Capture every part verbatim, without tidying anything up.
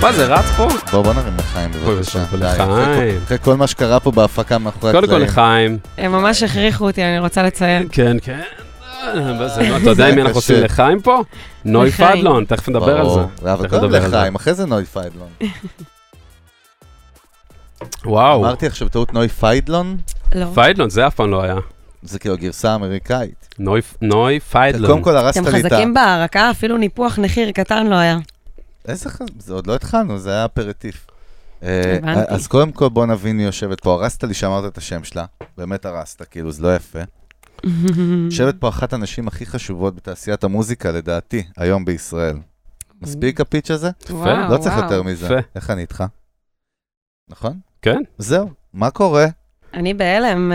מה זה, רץ פה? בוא, בוא נרים לחיים בבקשה. לחיים. אחרי כל מה שקרה פה בהפקה מאחורי הקלעים. קודם כל לחיים. הם ממש הכריחו אותי, אני רוצה לציין. כן, כן. אתה יודע אם אנחנו עושים לחיים פה? נוי פדלון, תכף נדבר על זה. אבל קודם לחיים, אחרי זה נוי פדלון. וואו. אמרתי עכשיו טעות נוי פיידלון? לא. פיידלון, זה אף פעם לא היה. זה כאילו גרסה אמריקאית. נוי פיידלון. קודם כל הרסת אתם לי את ה... חזקים בהרקה, אפילו ניפוח נחיר קטן לא היה. איזה חזק? זה עוד לא התחלנו, זה היה אפרטיף. הבנתי. אז קודם כל בוא נבין מי יושבת פה. הרסת לי שאמרת את השם שלה. באמת הרסת, כאילו זה לא יפה. יושבת פה אחת הנשים הכי חשובות בתעשיית המוזיקה, לדעתי, היום בישראל. מספיק הפיץ' הזה? יפה. לא צריך יותר מזה. יפה. איך אני איתך? נכון? כן. זהו, מה קורה? אני בהלם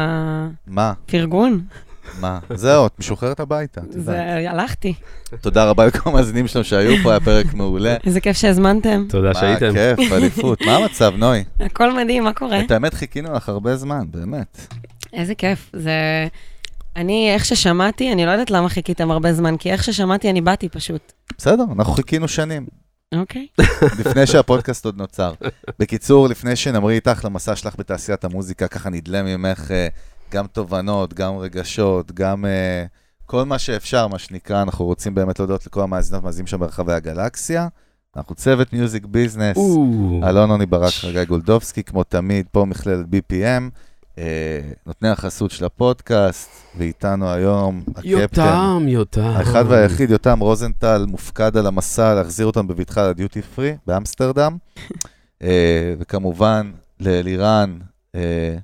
מה? מהפרגון. מה? זהו, את משוחררת הביתה. זה, הלכתי. תודה רבה לכל המאזינים שלנו שהיו פה, היה פרק מעולה. איזה כיף שהזמנתם. תודה שהייתם. מה כיף, אליפות. מה המצב, נוי? הכל מדהים, מה קורה? את האמת חיכינו לך הרבה זמן, באמת. איזה כיף. זה... אני, איך ששמעתי, אני לא יודעת למה חיכיתם הרבה זמן, כי איך ששמעתי, אני באתי פשוט. בסדר, אנחנו חיכינו שנים. אוקיי. לפני שהפודקאסט עוד נוצר. בקיצור, לפני שנמריא איתך למסע שלך בתעשיית המוזיקה, ככה נדלה ממך גם תובנות, גם רגשות, גם uh, כל מה שאפשר, מה שנקרא, אנחנו רוצים באמת להודות לכל המאזינות מאזינים שם ברחבי הגלקסיה. אנחנו צוות מיוזיק ביזנס, אלון עוני ברק, חגי גולדובסקי, כמו תמיד, פה מכללת בי פי אם, uh, נותני החסות של הפודקאסט, ואיתנו היום הקפטן. יותם, יותם. האחד והיחיד, יותם רוזנטל, מופקד על המסע, להחזיר אותם בביטחה לדיוטי פרי, באמסטרדם. uh, וכמובן, לאלירן, uh,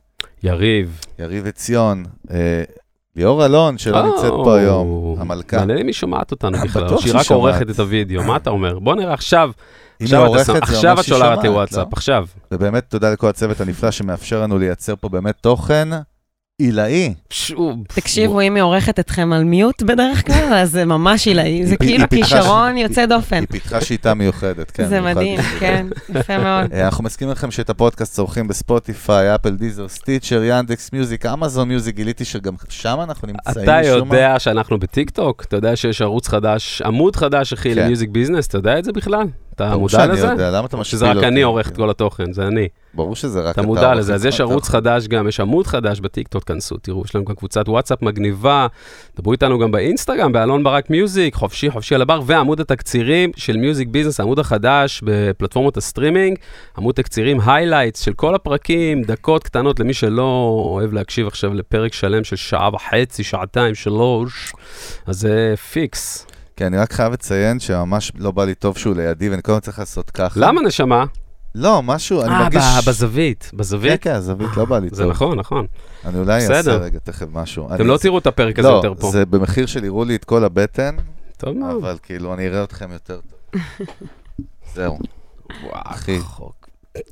יריב. יריב וציון, אה, ליאור אלון, שלא נמצאת פה היום, המלכה. מעניין לי מי שומעת אותנו בכלל, בטוח שהיא שהיא רק שומעת. עורכת את הוידאו, מה אתה אומר? בוא נראה עכשיו, אם עכשיו היא אתה עורכת, שם- זה עכשיו אומר את שהיא שולחת לי שומעת, וואטסאפ, לא? עכשיו. ובאמת תודה לכל הצוות הנפלא שמאפשר לנו לייצר פה באמת תוכן עילאי. שוב. תקשיבו, אם היא עורכת אתכם על מיוט בדרך כלל, אז זה ממש עילאי. זה היא- כאילו היא פיתחה כישרון יוצא דופן. היא פיתחה שיטה מיוחדת, כן. זה מיוחד מדהים, בשבילה. כן, יפה מאוד. אה, אנחנו מסכימים לכם שאת הפודקאסט צורכים בספוטיפיי, אפל, דיזר, סטיצ'ר, ינדקס מיוזיק, אמזון מיוזיק, גיליתי שגם שם אנחנו נמצאים. אתה משום מה. יודע שאנחנו בטיקטוק? אתה יודע שיש ערוץ חדש, עמוד חדש, אחי, כן. למיוזיק ביזנס? אתה יודע את זה בכלל? אתה ברור מודע שאני לזה? יודע, למה אתה או משפיל שזה רק אותי? אני עורך את כל התוכן, זה אני. ברור שזה רק אתה מודע עורך לזה, את אז כל יש ערוץ התוכן. חדש גם, יש עמוד חדש בטיקטוק, כנסו, תראו, יש לנו גם קבוצת וואטסאפ מגניבה, דברו איתנו גם באינסטגרם, באלון ברק מיוזיק, חופשי, חופשי על הבר, ועמוד התקצירים של מיוזיק ביזנס, העמוד החדש בפלטפורמות הסטרימינג, עמוד תקצירים, היילייטס של כל הפרקים, דקות קטנות למי שלא אוהב להקשיב עכשיו לפרק שלם של שעה וחצי, שעתיים, שלוש, אז זה פיקס. כן, אני רק חייב לציין שממש לא בא לי טוב שהוא לידי, ואני כל הזמן צריך לעשות ככה. למה נשמה? לא, משהו, אני אה, מרגיש... ב- בזווית, כן, בזווית. כן, הזווית לא בא לי זה טוב. נכון, נכון. אני אולי אעשה בסדר. רגע תכף משהו. אתם אני- לא תראו את הפרק הזה יותר פה. לא, זה במחיר של יראו לי את כל הבטן, טוב מאוד. אבל כאילו אני אראה אתכם יותר טוב. זהו, וואו, אחי. חוק.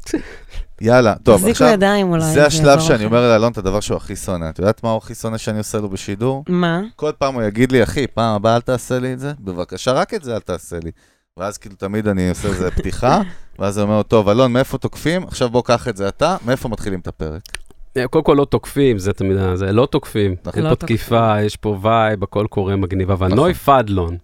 יאללה. טוב, תחזיקו עכשיו, ידיים אולי. זה השלב יעזור שאני לכם. אומר לאלון את הדבר שהוא הכי שונא. את יודעת מה הוא הכי שונא שאני עושה לו בשידור? מה? כל פעם הוא יגיד לי, אחי, פעם הבאה אל תעשה לי את זה, בבקשה, רק את זה אל תעשה לי. ואז כאילו תמיד אני עושה איזה פתיחה, ואז אני אומר לו, טוב, אלון, מאיפה תוקפים? עכשיו בוא קח את זה אתה, מאיפה מתחילים את הפרק? קודם כל לא תוקפים, זה תמיד, זה לא תוקפים. נכון. אין לא פה תקיפה, יש פה וייב, הכל קורה מגניב. אבל נכון. נוי פדלון,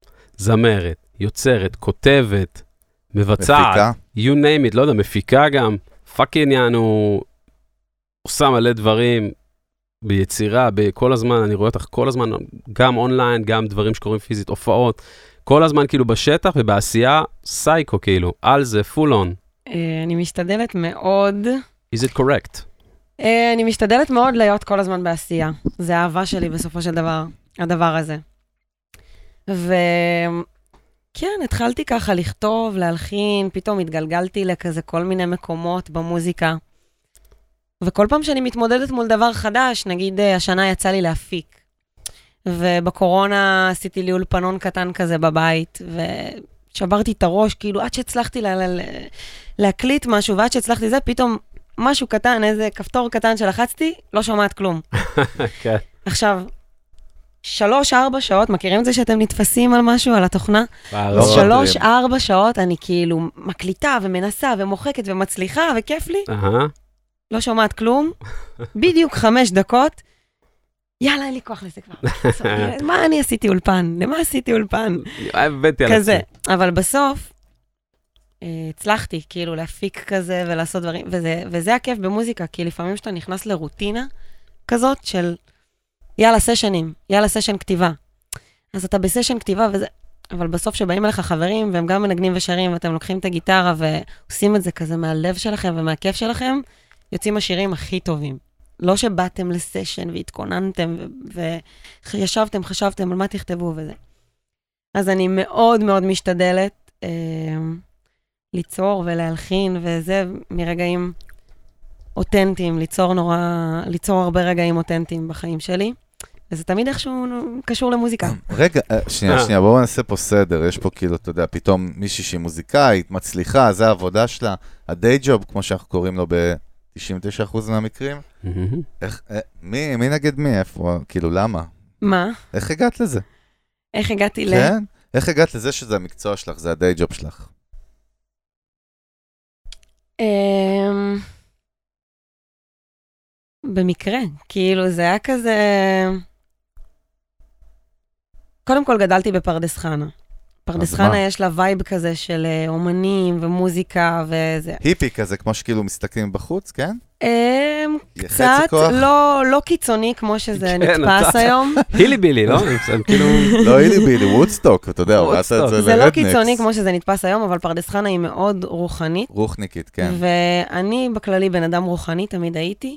זמרת, יוצרת, כותבת, מבצעת, מפיקה. you name it, לא יודע, מפיקה גם, פאקינג יענו, עושה מלא דברים ביצירה, בכל הזמן, אני רואה אותך כל הזמן, גם אונליין, גם דברים שקורים פיזית, הופעות, כל הזמן כאילו בשטח ובעשייה, סייקו כאילו, על זה, full on. אה, אני משתדלת מאוד. Is it correct? אה, אני משתדלת מאוד להיות כל הזמן בעשייה. זה האהבה שלי בסופו של דבר, הדבר הזה. וכן, התחלתי ככה לכתוב, להלחין, פתאום התגלגלתי לכזה כל מיני מקומות במוזיקה. וכל פעם שאני מתמודדת מול דבר חדש, נגיד השנה יצא לי להפיק. ובקורונה עשיתי לי אולפנון קטן כזה בבית, ושברתי את הראש, כאילו עד שהצלחתי לה, לה, להקליט משהו, ועד שהצלחתי זה, פתאום משהו קטן, איזה כפתור קטן שלחצתי, לא שומעת כלום. כן. עכשיו, שלוש, ארבע שעות, מכירים את זה שאתם נתפסים על משהו, על התוכנה? לא שלוש, מדהים. ארבע שעות, אני כאילו מקליטה ומנסה ומוחקת ומצליחה, וכיף לי, אהה. לא שומעת כלום. בדיוק חמש דקות, יאללה, אין לי כוח לזה כבר. מה אני עשיתי אולפן? למה עשיתי אולפן? הבאתי על כזה. עצמי. אבל בסוף, הצלחתי כאילו להפיק כזה ולעשות דברים, וזה, וזה הכיף במוזיקה, כי לפעמים שאתה נכנס לרוטינה כזאת של יאללה סשנים, יאללה סשן כתיבה. אז אתה בסשן כתיבה וזה, אבל בסוף שבאים אליך חברים והם גם מנגנים ושרים ואתם לוקחים את הגיטרה ועושים את זה כזה מהלב שלכם ומהכיף שלכם, יוצאים השירים הכי טובים. לא שבאתם לסשן והתכוננתם וישבתם, חשבתם על מה תכתבו וזה. אז אני מאוד מאוד משתדלת אה, ליצור ולהלחין וזה מרגעים אותנטיים, ליצור נורא, ליצור הרבה רגעים אותנטיים בחיים שלי. וזה תמיד איכשהו קשור למוזיקה. רגע, שנייה, שנייה, בואו נעשה פה סדר. יש פה כאילו, אתה יודע, פתאום מישהי שהיא מוזיקאית, מצליחה, זה העבודה שלה, הדיי ג'וב, כמו שאנחנו קוראים לו ב-תשעים ותשעה אחוז מהמקרים. איך, מי, מי נגד מי? איפה? כאילו, למה? מה? איך הגעת לזה? איך הגעתי ל... כן? איך הגעת לזה שזה המקצוע שלך, זה הדיי ג'וב שלך? במקרה, כאילו, זה היה כזה... קודם כל גדלתי בפרדס חנה. פרדס חנה יש לה וייב כזה של אומנים ומוזיקה וזה. היפי כזה, כמו שכאילו מסתכלים בחוץ, כן? קצת, לא קיצוני כמו שזה נתפס היום. הילי בילי, לא? לא הילי בילי, וודסטוק, אתה יודע, הורדת את זה לרדנקס. זה לא קיצוני כמו שזה נתפס היום, אבל פרדס חנה היא מאוד רוחנית. רוחניקית, כן. ואני בכללי בן אדם רוחני, תמיד הייתי.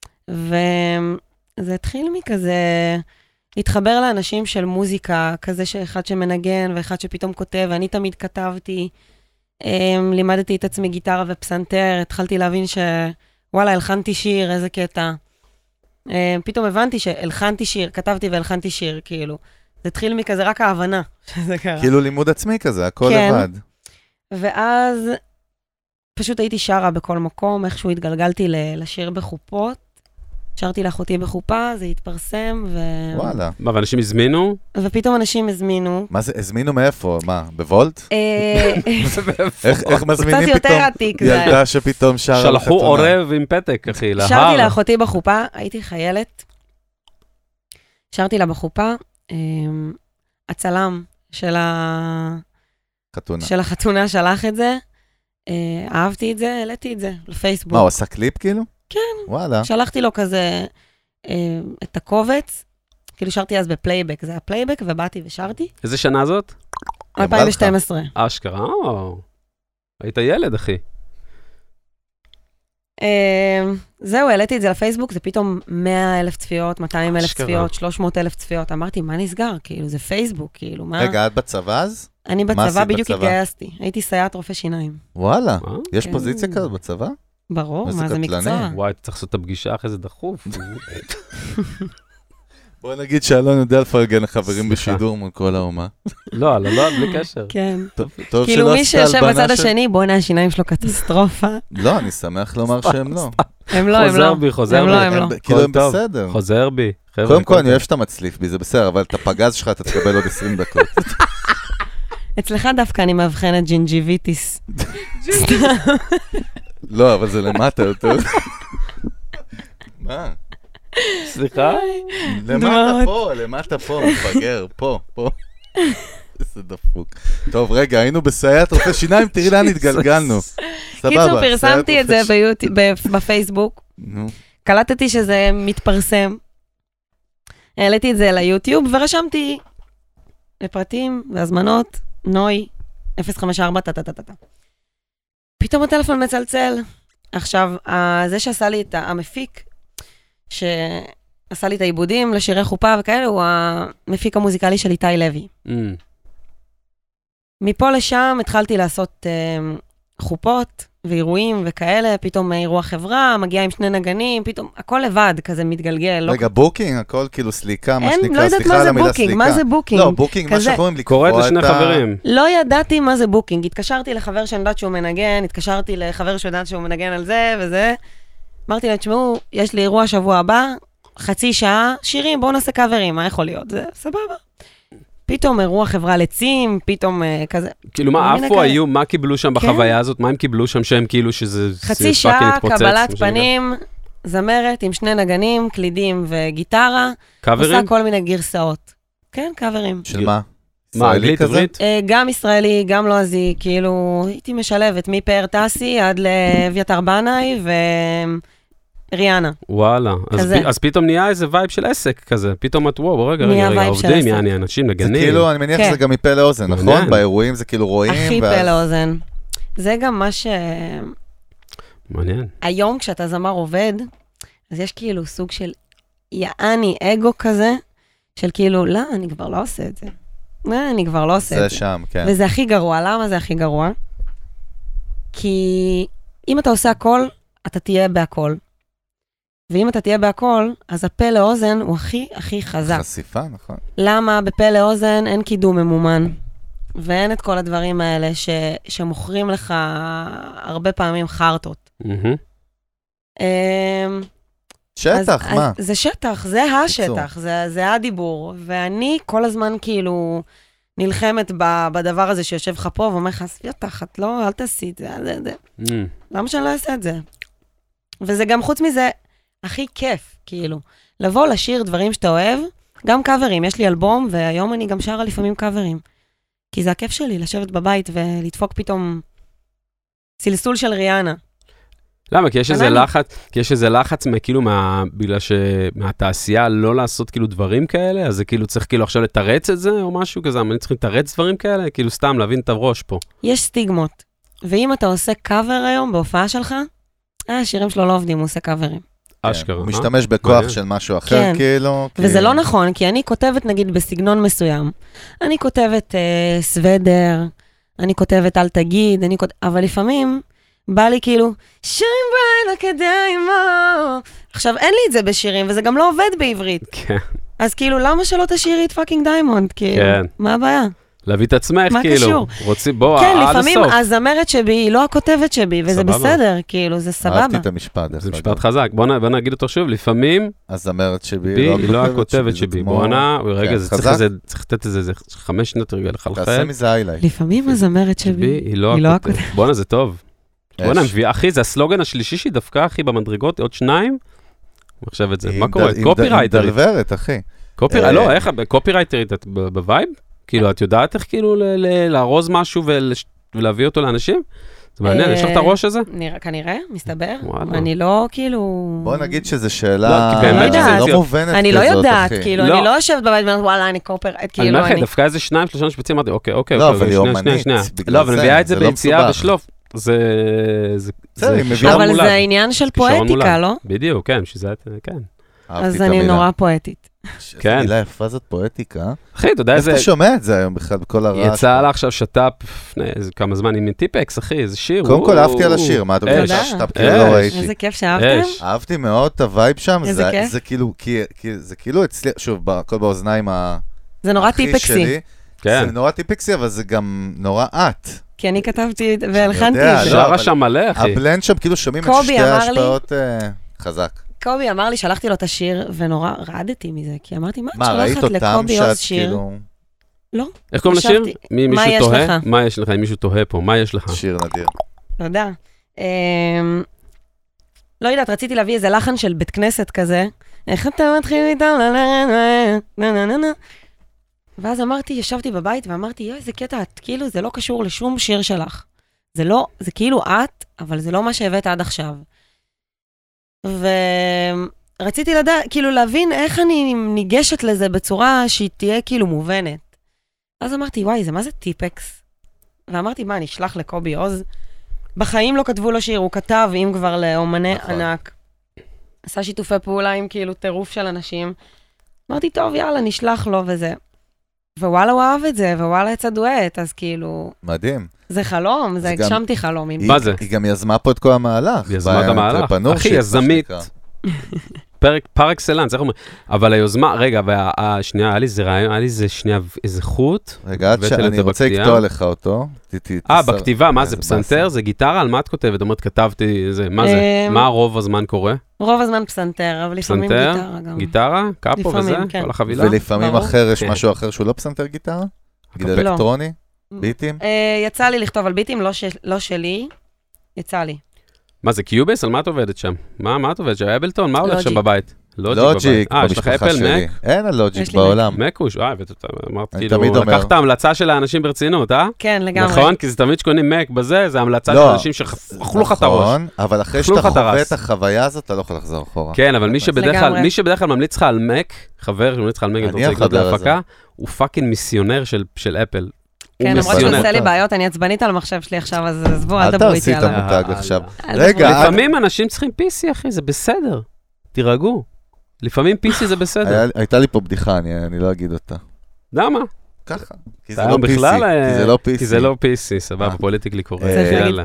וזה התחיל מכזה... להתחבר לאנשים של מוזיקה, כזה שאחד שמנגן ואחד שפתאום כותב, ואני תמיד כתבתי, לימדתי את עצמי גיטרה ופסנתר, התחלתי להבין שוואלה, הלחנתי שיר, איזה קטע. פתאום הבנתי שהלחנתי שיר, כתבתי והלחנתי שיר, כאילו. זה התחיל מכזה רק ההבנה שזה קרה. כאילו לימוד עצמי כזה, הכל לבד. ואז פשוט הייתי שרה בכל מקום, איכשהו התגלגלתי לשיר בחופות, שרתי לאחותי בחופה, זה התפרסם, ו... וואלה. מה, ואנשים הזמינו? ופתאום אנשים הזמינו. מה זה, הזמינו מאיפה? מה, בוולט? איך מזמינים פתאום? קצת יותר עתיק. ילדה שפתאום שרה לחתונה. שלחו עורב עם פתק, אחי, להר. שרתי לאחותי בחופה, הייתי חיילת. שרתי לה בחופה, הצלם של החתונה שלח את זה, אהבתי את זה, העליתי את זה לפייסבוק. מה, הוא עשה קליפ כאילו? כן, וואלה. שלחתי לו כזה אה, את הקובץ, כאילו שרתי אז בפלייבק, זה היה פלייבק, ובאתי ושרתי. איזה שנה זאת? אלפיים ושתים עשרה. אשכרה, או, היית ילד, אחי. אה, זהו, העליתי את זה לפייסבוק, זה פתאום מאה אלף צפיות, מאתיים אלף צפיות, שלוש מאות אלף צפיות. אמרתי, מה נסגר? כאילו, זה פייסבוק, כאילו, מה... רגע, את בצבא אז? אני בצבא, בדיוק התגייסתי. הייתי סייעת רופא שיניים. וואלה, יש פוזיציה כזאת בצבא? ברור, מה זה מקצוע? וואי, אתה צריך לעשות את הפגישה אחרי זה דחוף. בוא נגיד שאלון יודע לפרגן לחברים בשידור מול כל האומה. לא, לא, לא, בלי קשר. כן. טוב שלא עשתה הלבנה של... כאילו מי שיושב בצד השני, בוא נה, השיניים שלו קטסטרופה. לא, אני שמח לומר שהם לא. הם לא, הם לא. חוזר בי, חוזר בי. הם לא, הם לא. כאילו הם בסדר. חוזר בי. קודם כל, אני אוהב שאתה מצליף בי, זה בסדר, אבל את הפגז שלך אתה תקבל עוד עשרים דקות. אצלך דווקא אני מאבחנת ג'ינג'יביטיס. לא, אבל זה למטה יותר. מה? סליחה? למטה פה, למטה פה, מפגר, פה, פה. איזה דפוק. טוב, רגע, היינו בסייעת רופא שיניים, תראי לאן התגלגלנו. סבבה. קיצור, פרסמתי את זה בפייסבוק. קלטתי שזה מתפרסם. העליתי את זה ליוטיוב, ורשמתי לפרטים והזמנות, נוי, אפס חמש ארבע, טה-טה-טה-טה. פתאום הטלפון מצלצל. עכשיו, זה שעשה לי את המפיק, שעשה לי את העיבודים לשירי חופה וכאלה, הוא המפיק המוזיקלי של איתי לוי. Mm. מפה לשם התחלתי לעשות uh, חופות ואירועים וכאלה, פתאום אירוע חברה, מגיע עם שני נגנים, פתאום הכל לבד כזה מתגלגל. רגע, לא... בוקינג, הכל כאילו סליקה, מה שנקרא, לא יודעת מה זה בוקינג, מה זה בוקינג? לא, בוקינג, מה שאנחנו אומרים לקרוא את ה... קוראת לשני חברים. לא ידעתי מה זה בוקינג, התקשרתי לחבר שאני יודעת שהוא מנגן, התקשרתי לחבר שיודעת שהוא מנגן על זה וזה, אמרתי לה, תשמעו, יש לי אירוע שבוע הבא, חצי שעה, שירים, בואו נעשה קאברים, מה יכול להיות? זה סבבה. פתאום אירוע חברה לצים, פתאום כזה. כאילו מה, איפה היו, מה קיבלו שם בחוויה הזאת? מה הם קיבלו שם שהם כאילו שזה... חצי שעה, קבלת פנים, זמרת עם שני נגנים, קלידים וגיטרה. קאברים? עושה כל מיני גרסאות. כן, קאברים. של מה? מה, אנגלית, עברית? גם ישראלי, גם לועזי, כאילו, הייתי משלבת מפאר טסי עד לאביתר בנאי וריאנה. וואלה, אז פתאום נהיה איזה וייב של עסק כזה, פתאום את וואו, רגע, רגע, רגע, עובדים, יעני, אנשים נגנים. זה כאילו, אני מניח שזה גם מפה לאוזן, נכון? באירועים זה כאילו רואים. הכי פה לאוזן. זה גם מה ש... מעניין. היום כשאתה זמר עובד, אז יש כאילו סוג של יעני אגו כזה, של כאילו, לא, אני כבר לא עושה את זה. לא, אני כבר לא עושה את זה. זה שם, כן. וזה הכי גרוע. למה זה הכי גרוע? כי אם אתה עושה הכל, אתה תהיה בהכל. ואם אתה תהיה בהכל, אז הפה לאוזן הוא הכי הכי חזק. חשיפה, נכון. למה בפה לאוזן אין קידום ממומן? ואין את כל הדברים האלה ש... שמוכרים לך הרבה פעמים חרטות. שטח, אז, מה? אז זה שטח, זה השטח, זה, זה הדיבור. ואני כל הזמן כאילו נלחמת ב, בדבר הזה שיושב לך פה, ואומר לך, סבי אותך, את לא, אל תעשי את זה, זה, זה. Mm. למה שאני לא אעשה את זה? וזה גם חוץ מזה, הכי כיף, כאילו. לבוא לשיר דברים שאתה אוהב, גם קאברים, יש לי אלבום, והיום אני גם שרה לפעמים קאברים. כי זה הכיף שלי, לשבת בבית ולדפוק פתאום סלסול של ריאנה. למה? כי יש איזה לחץ, כי יש איזה לחץ כאילו בגלל שמהתעשייה לא לעשות כאילו דברים כאלה, אז זה כאילו צריך כאילו עכשיו לתרץ את זה או משהו כזה, אני צריך לתרץ דברים כאלה, כאילו סתם להבין את הראש פה. יש סטיגמות, ואם אתה עושה קאבר היום בהופעה שלך, השירים שלו לא עובדים, הוא עושה קאברים. אשכרה. הוא משתמש בכוח של משהו אחר כאילו. וזה לא נכון, כי אני כותבת נגיד בסגנון מסוים, אני כותבת סוודר, אני כותבת אל תגיד, אבל לפעמים בא לי כאילו, שירים ביי לקדיימו. עכשיו, אין לי את זה בשירים, וזה גם לא עובד בעברית. כן. אז כאילו, למה שלא תשאירי את פאקינג דיימונד? כאילו, מה הבעיה? להביא את עצמך, מה כאילו. קשור? רוצים, בוא, כן, עד הסוף. לפעמים הזמרת שבי היא לא הכותבת שבי, וזה בסדר, כאילו, זה סבבה. אהבתי את המשפט. זה משפט חזק. בוא נגיד אותו שוב, לפעמים, הזמרת שבי היא לא הכותבת שבי. בוא נע, רגע, צריך לתת איזה חמש שנות רגע לחלחל. תעשה מזה היילייט. לפעמים הזמרת שבי היא לא הכותבת. בוא נע, זה טוב. בוא נע, אחי, זה הסלוגן השלישי שהיא דווקא, אחי, במדרגות, עוד שניים. מחשב את זה. מה קורה? קופירייטרית. היא מדלברת, אחי. קופירייטרית, לא, איך, קופירייטרית, את בווייב? כאילו, את יודעת איך כאילו לארוז משהו ולהביא אותו לאנשים? זה מעניין, יש לך את הראש הזה? כנראה, מסתבר. אני לא כאילו... בוא נגיד שזו שאלה לא מובנת כזאת, אחי. אני לא יודעת, כאילו, אני לא יושבת בבית ואומרת, וואלה, אני קופר, כאילו, אני... אני דווקא איזה שניים, שלושה משפטים, אמרתי, אוקיי, אוקיי, לא, אבל היא אומנית, לא, אבל מביאה את זה ביציאה בשלוף. זה... אבל זה העניין של פואטיקה, לא? בדיוק, כן, שזה... כן. אז אני נורא פואטית. כן. מילה יפה זאת פואטיקה. אחי, אתה יודע איזה... איך אתה שומע את זה היום בכלל בכל הרעש? יצא לה עכשיו שטאפ לפני כמה זמן עם טיפקס, אחי, איזה שיר. קודם כל אהבתי על השיר, מה אתה אומר שטאפ כאילו לא ראיתי. איזה כיף שאהבתם. אהבתי מאוד את הווייב שם, זה כאילו, זה כאילו אצלי, שוב, הכל באוזניים זה נורא טיפקסי. זה נורא טיפקסי, אבל זה גם נורא את. כי אני כתבתי והלחנתי את זה. שרה שם מלא, אחי. הבלנד שם כאילו שומעים את שתי ההשפעות חזק. קובי אמר לי, שלחתי לו את השיר, ונורא רעדתי מזה, כי אמרתי, מה, את שולחת לקובי עוד שיר? לא. איך קוראים לשיר? מישהו תוהה? מה יש לך? אם מישהו תוהה פה, מה יש לך? שיר נדיר. תודה. לא יודעת, רציתי להביא איזה לחן של בית כנסת כזה. איך אתה מתחיל איתם? ואז אמרתי, ישבתי בבית ואמרתי, יואי, איזה קטע, כאילו, זה לא קשור לשום שיר שלך. זה לא, זה כאילו את, אבל זה לא מה שהבאת עד עכשיו. ורציתי לדעת, כאילו להבין איך אני ניגשת לזה בצורה שהיא תהיה כאילו מובנת. אז אמרתי, וואי, זה מה זה טיפקס? ואמרתי, מה, אני אשלח לקובי עוז? בחיים לא כתבו לו שיר, הוא כתב, אם כבר לאומני ענק. עשה שיתופי פעולה עם כאילו טירוף של אנשים. אמרתי, טוב, יאללה, נשלח לו וזה. ווואלה, הוא אהב את זה, ווואלה, יצא דואט, אז כאילו... מדהים. זה חלום, זה הגשמתי חלום. מה זה? היא גם יזמה פה את כל המהלך. יזמה את המהלך. אחי, יזמית. פר אקסלנס, איך אומרים? אבל היוזמה, רגע, והשנייה, היה לי איזה רעיון, היה לי איזה שנייה, איזה חוט. רגע, אני רוצה לקטוע לך אותו. אה, בכתיבה, מה זה, פסנתר? זה גיטרה? על מה את כותבת? אומרת, כתבתי, מה זה? מה רוב הזמן קורה? רוב הזמן פסנתר, אבל לפעמים גיטרה גם. גיטרה? קאפו וזה? כל החבילה? ולפעמים אחר, יש משהו אחר שהוא לא פסנתר גיטרה? נגיד אלקטרוני? ביטים? יצא לי לכתוב על ביטים, לא שלי. יצא לי. מה זה, קיובייס? על מה את עובדת שם? מה, מה את עובדת שם? אבלטון? מה הולך שם בבית? לוג'יק, אה, יש לך במשפחה אפל, שלי. מק? אין על לוג'יק יש לי בעולם. מקוש, אה, אמרת אני כאילו, תמיד אומר. לקחת המלצה של האנשים ברצינות, אה? כן, לגמרי. נכון, כי זה תמיד שקונים מק בזה, זה המלצה של לא, אנשים שאכלו לך את הראש. נכון, אבל אחרי אכלו שאתה לך את חווה הרס. את החוויה הזאת, אתה לא יכול לחזור אחורה. כן, אבל מי שבדרך כלל, לגמרי. מי שבדרך כלל ממליץ לך על מק, חבר שממליץ לך על מק, אם אתה אני רוצה לקנות החבר להפקה, הוא פאקינג מיסיונר של- של אפל. כן, הוא למרות שהוא מיסיונר. עושה לי בעיות, אני עצבנית על המחשב שלי עכשיו, אז עזבו, אל אל דברו תעשי איתי את עליו. המותג אה, עכשיו. אל רגע, דברו. את- לפעמים אנשים צריכים פי סי, אחי, זה בסדר. תירגעו. לפעמים פי סי זה בסדר. היה- הייתה לי פה בדיחה, אני אני לא אגיד אותה. למה? ככה. כי זה אתה לא היום פי סי. בכלל, כי זה לא פי סי. כי זה לא פי סי, סבבה, אה. פוליטיקלי קורקט. אה, צריך להגיד יאללה.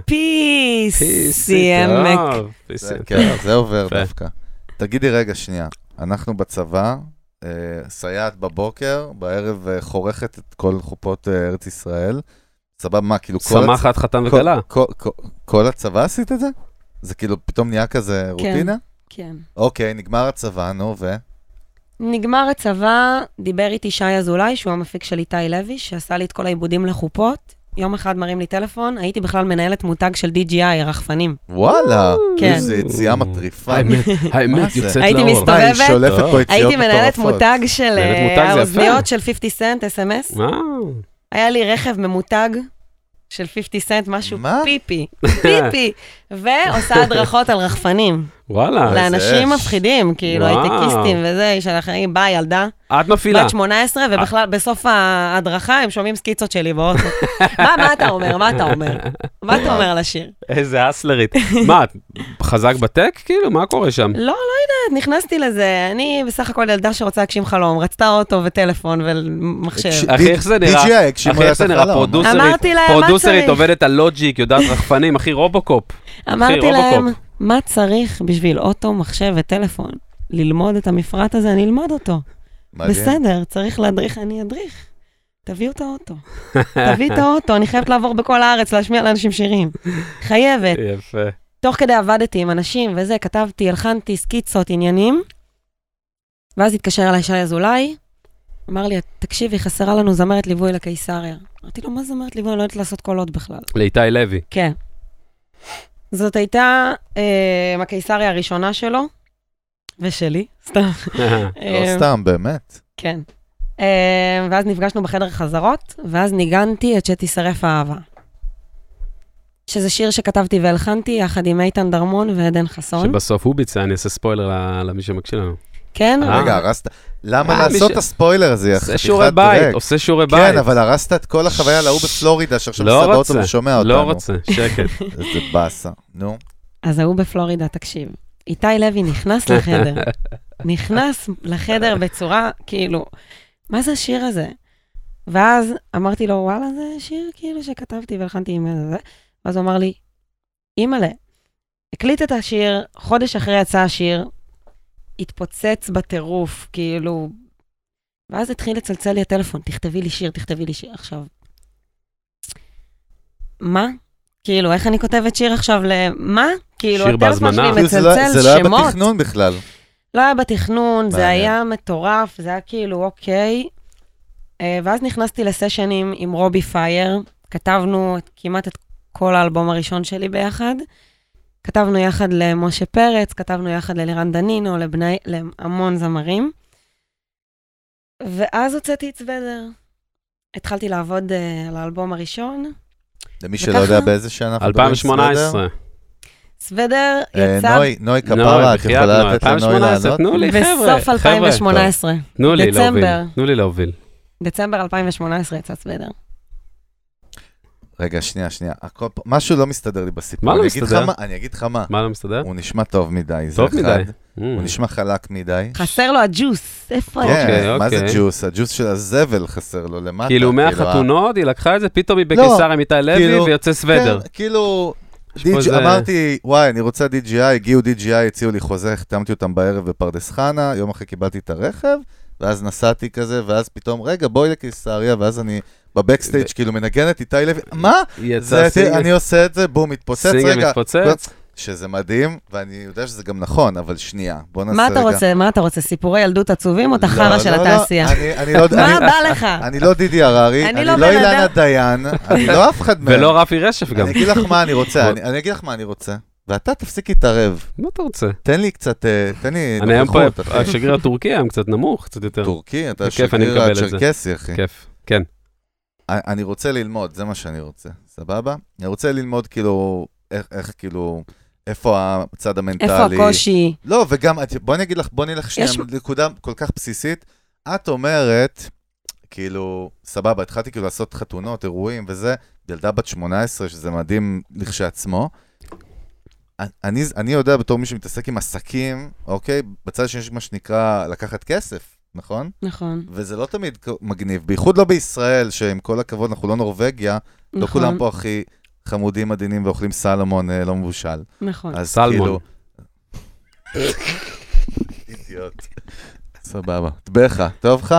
פיסי עמק. טוב, פי סי. זה- כן, זה עובר יפה. דווקא. תגידי רגע, שנייה. אנחנו בצבא, אה, סייעת בבוקר, בערב אה, חורכת את כל חופות אה, ארץ ישראל. סבבה, מה, כאילו כל... הצ- שמחת חתן כל- וכלה. כל- כל- כל הצבא עשית את זה? זה כאילו פתאום נהיה כזה רוטינה? כן. אוקיי, נגמר הצבא, נו, ו... נגמר הצבא, דיבר איתי שי אזולאי, שהוא המפיק של איתי לוי, שעשה לי את כל העיבודים לחופות. יום אחד מרים לי טלפון, הייתי בכלל מנהלת מותג של די ג'י איי, רחפנים. וואלה, כן. איזו יציאה מטריפה. האמת, מה האמת זה? יוצאת לאור. הייתי מה, היא מסתובבת, שולפת פה יציאות הייתי מנהלת מטורפות. מותג של מנהלת אה, מותג זה יפה. האוזניות של חמישים סנט, אס אם אס. מה? היה לי רכב ממותג של חמישים סנט, משהו מה? פיפי, פיפי, ועושה הדרכות על רחפנים. וואלה. איזה לאנשים אש. מפחידים, כאילו, וואו. הייטקיסטים וזה, של אחרים, ביי, ילדה, את מפעילה. בת שמונה עשרה, ובכלל, בסוף ההדרכה הם שומעים סקיצות שלי באוטו. מה, מה אתה אומר? מה אתה אומר? מה אתה אומר על השיר? איזה אסלרית. מה, את חזק בטק? כאילו, מה קורה שם? לא, לא יודעת, נכנסתי לזה. אני בסך הכל ילדה שרוצה להגשים חלום, רצתה אוטו וטלפון ומחשב. הגש- אחי, איך זה נראה? די ג'יי איי, הגשימו אחי, לה איך זה את נראה? החלום. פרודוסרית, אמרתי להם, מה פרודוסרית צריך? עובדת על לוג'יק, יודעת רחפנים, אחי, רובוקופ. אמרתי רובוקופ. להם, מה צריך בשביל אוטו, מחשב וטלפון? ללמוד את המפרט הזה, אני אלמד אותו. מדהים. בסדר, צריך להדריך, אני אדריך. תביאו את האוטו. תביא את האוטו, אני חייבת לעבור בכל הארץ, להשמיע לאנשים שירים. חייבת. יפה. תוך כדי עבדתי עם אנשים וזה, כתבתי, הלחנתי, סקיצות, עניינים. ואז התקשר אליי שי אזולאי, אמר לי, תקשיבי, חסרה לנו זמרת ליווי לקיסריה. אמרתי לו, מה זמרת ליווי? אני לא יודעת לעשות קולות בכלל. לאיתי לוי. כן. זאת הייתה אה, הקיסריה הראשונה שלו, ושלי, סתם. לא סתם, באמת. כן. אה, ואז נפגשנו בחדר חזרות, ואז ניגנתי את שתישרף האהבה. שזה שיר שכתבתי והלחנתי יחד עם איתן דרמון ועדן חסון. שבסוף הוא ביצע, אני אעשה ספוילר ל- למי שמקשיב לנו. כן? אה. רגע, הרסת... למה אה, לעשות מי ש- את הספוילר הזה? יא עושה חתיכת שיעורי בית, דרק? עושה שיעורי בית. כן, אבל הרסת את כל החוויה להוא בפלורידה, שעכשיו לא נוסע באוטו רוצה, ושומע אותנו. לא רוצה, שקט. איזה באסה. נו. אז ההוא בפלורידה, תקשיב. איתי לוי נכנס לחדר. נכנס לחדר בצורה, כאילו, מה זה השיר הזה? ואז אמרתי לו, וואלה, זה שיר כאילו שכתבתי והלחנתי עם זה. ואז הוא אמר לי, אימא'לה, הקליט את השיר, חודש אחרי יצא השיר, התפוצץ בטירוף, כאילו, ואז התחיל לצלצל לי הטלפון, תכתבי לי שיר, תכתבי לי שיר. עכשיו, מה? כאילו, איך אני כותבת שיר עכשיו למה? כאילו, שיר הטלפון בהזמנה. שלי כאילו, זה לא- מצלצל זה לא היה שמות. בתכנון בכלל. לא היה בתכנון, זה מעניין. היה מטורף, זה היה כאילו, אוקיי. אה, ואז נכנסתי לסשנים עם רובי פייר, כתבנו את- כמעט את כל האלבום הראשון שלי ביחד. כתבנו יחד למשה פרץ, כתבנו יחד ללירן דנינו, לבני, להמון זמרים. ואז הוצאתי את סוודר. התחלתי לעבוד uh, על האלבום הראשון. למי וככה? שלא יודע באיזה שנה אנחנו מדברים, אלפיים שמונה עשרה. סוודר? סוודר אה, יצא נוי, נוי נוי, כפרה, את בחייאת, יכולה נוי, לתת לנוי אלפיים שמונה עשרה, לענות? תנו לי, חבר'ה. בסוף אלפיים שמונה עשרה. תנו לי להוביל. דצמבר. תנו לי להוביל. דצמבר אלפיים שמונה עשרה יצא סוודר. רגע, שנייה, שנייה. הכל פה- משהו לא מסתדר לי בסיפור. מה לא אני אגיד לך מסתדר? מה- אני אגיד לך מה. מה לא מסתדר? הוא נשמע טוב מדי, זה טוב אחד. מדי. הוא נשמע חלק מדי. חסר לו הג'וס. איפה כן, היה? מה זה אוקיי. ג'וס? הג'וס של הזבל חסר לו למטה. כאילו ה- מהחתונות, היא לקחה את זה, פתאום היא בקיסר עם איתי לוי כאילו- ויוצא סוודר. כן, כאילו, יש די פה ג'י- איזה- אמרתי, וואי, אני רוצה די ג'י איי, הגיעו די ג'י איי, הציעו לי חוזה, החתמתי אותם בערב בפרדס חנה, יום אחרי קיבלתי את הרכב, ואז נסעתי כזה, ואז פתאום, רגע, בואי לקיסריה, ואז אני בבקסטייג' כאילו מנגן את איתי לוי, מה? יצא זה- סינגל, אני עושה את זה, בום, מתפוצץ, סינגל רגע. מתפוצץ. שזה מדהים, ואני יודע שזה גם נכון, אבל שנייה, בוא נעשה מה רגע. אתה רוצה? מה אתה רוצה? סיפורי ילדות עצובים או את החרא לא, של לא, לא, התעשייה? אני- אני לא- מה אני- בא לך? אני לא דידי הררי, אני אני לא לא בן אילנה אדם. דיין, אני לא אף אחד מהם. ולא רפי רשף גם. אני אגיד לך מה אני רוצה, אני אני אגיד לך מה אני רוצה. ואתה תפסיק להתערב. מה אתה רוצה? תן לי קצת, תן לי אני היום נוכחות. פה, השגריר הטורקי היום קצת נמוך, קצת יותר. טורקי? אתה בכיף, אני שגריר מקבל את זה. הצ'רקסי, אחי. כיף, כן. אני רוצה ללמוד, זה מה שאני רוצה, סבבה? אני רוצה ללמוד כאילו, איך, איך כאילו, איפה הצד המנטלי. איפה הקושי? לא, וגם, בוא אני אגיד לך, בוא נלך שנייה, יש- נקודה כל כך בסיסית. את אומרת, כאילו, סבבה, התחלתי כאילו לעשות חתונות, אירועים וזה, ילדה בת שמונה עשרה, שזה מדהים לכשעצמו. אני, אני יודע בתור מי שמתעסק עם עסקים, אוקיי? בצד שיש מה שנקרא לקחת כסף, נכון? נכון. וזה לא תמיד מגניב, בייחוד לא בישראל, שעם כל הכבוד, אנחנו לא נורווגיה, לא נכון. כולם פה הכי חמודים עדינים ואוכלים סלמון אה, לא מבושל. נכון. אז סלמון. כאילו... אידיוט. סבבה. טבחה, טוב לך?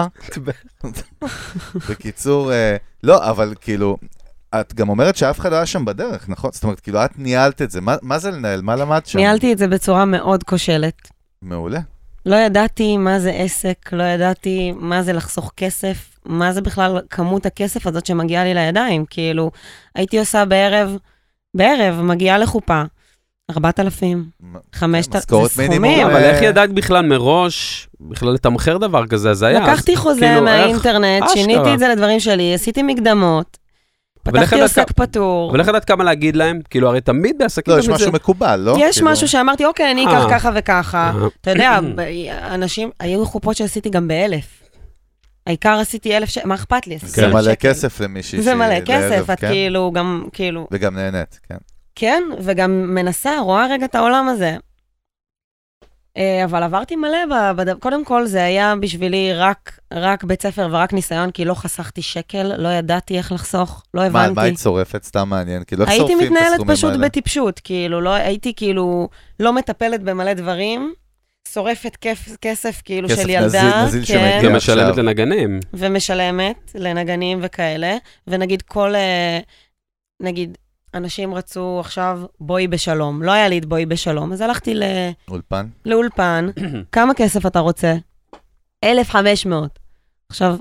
בקיצור, אה, לא, אבל כאילו, את גם אומרת שאף אחד לא היה שם בדרך, נכון? זאת אומרת, כאילו, את ניהלת את זה. מה, מה זה לנהל? מה למדת שם? ניהלתי את זה בצורה מאוד כושלת. מעולה. לא ידעתי מה זה עסק, לא ידעתי מה זה לחסוך כסף, מה זה בכלל כמות הכסף הזאת שמגיעה לי לידיים. כאילו, הייתי עושה בערב, בערב, מגיעה לחופה, ארבעת אלפים, חמשת אלפים, משכורת זה מינימום. סכומים. אבל איך ידעת בכלל מראש, בכלל לתמחר דבר כזה, אז היה. לקחתי חוזה מהאינטרנט, שיניתי את זה לדברים שלי, עשיתי מקדמות, פתחתי עוסק פטור. אבל איך ידעת כמה להגיד להם? כאילו, הרי תמיד בעסקים... לא, יש משהו מקובל, לא? יש משהו שאמרתי, אוקיי, אני אקח ככה וככה. אה. אתה יודע, אנשים, היו חופות שעשיתי גם באלף. העיקר עשיתי אלף שקל, מה אכפת לי? זה מלא כסף למישהי. זה מלא כסף, את כאילו גם, כאילו... וגם נהנית, כן. כן, וגם מנסה, רואה רגע את העולם הזה. אבל עברתי מלא, בד... קודם כל זה היה בשבילי רק, רק בית ספר ורק ניסיון, כי לא חסכתי שקל, לא ידעתי איך לחסוך, לא הבנתי. מה, מה היא צורפת? סתם מעניין, כאילו איך הייתי שורפים את הסכומים האלה? מתנהלת פשוט בטיפשות, כאילו, לא, הייתי כאילו לא מטפלת במלא דברים, שורפת כסף, כסף כאילו כסף של ילדה, נזיל, נזיל כן, שמגיע. גם משלמת עכשיו. לנגנים. ומשלמת לנגנים וכאלה, ונגיד כל, אה, נגיד, אנשים רצו עכשיו בואי בשלום, לא היה לי את בואי בשלום, אז הלכתי ל... אולפן? לאולפן, כמה כסף אתה רוצה? אלף וחמש מאות. עכשיו,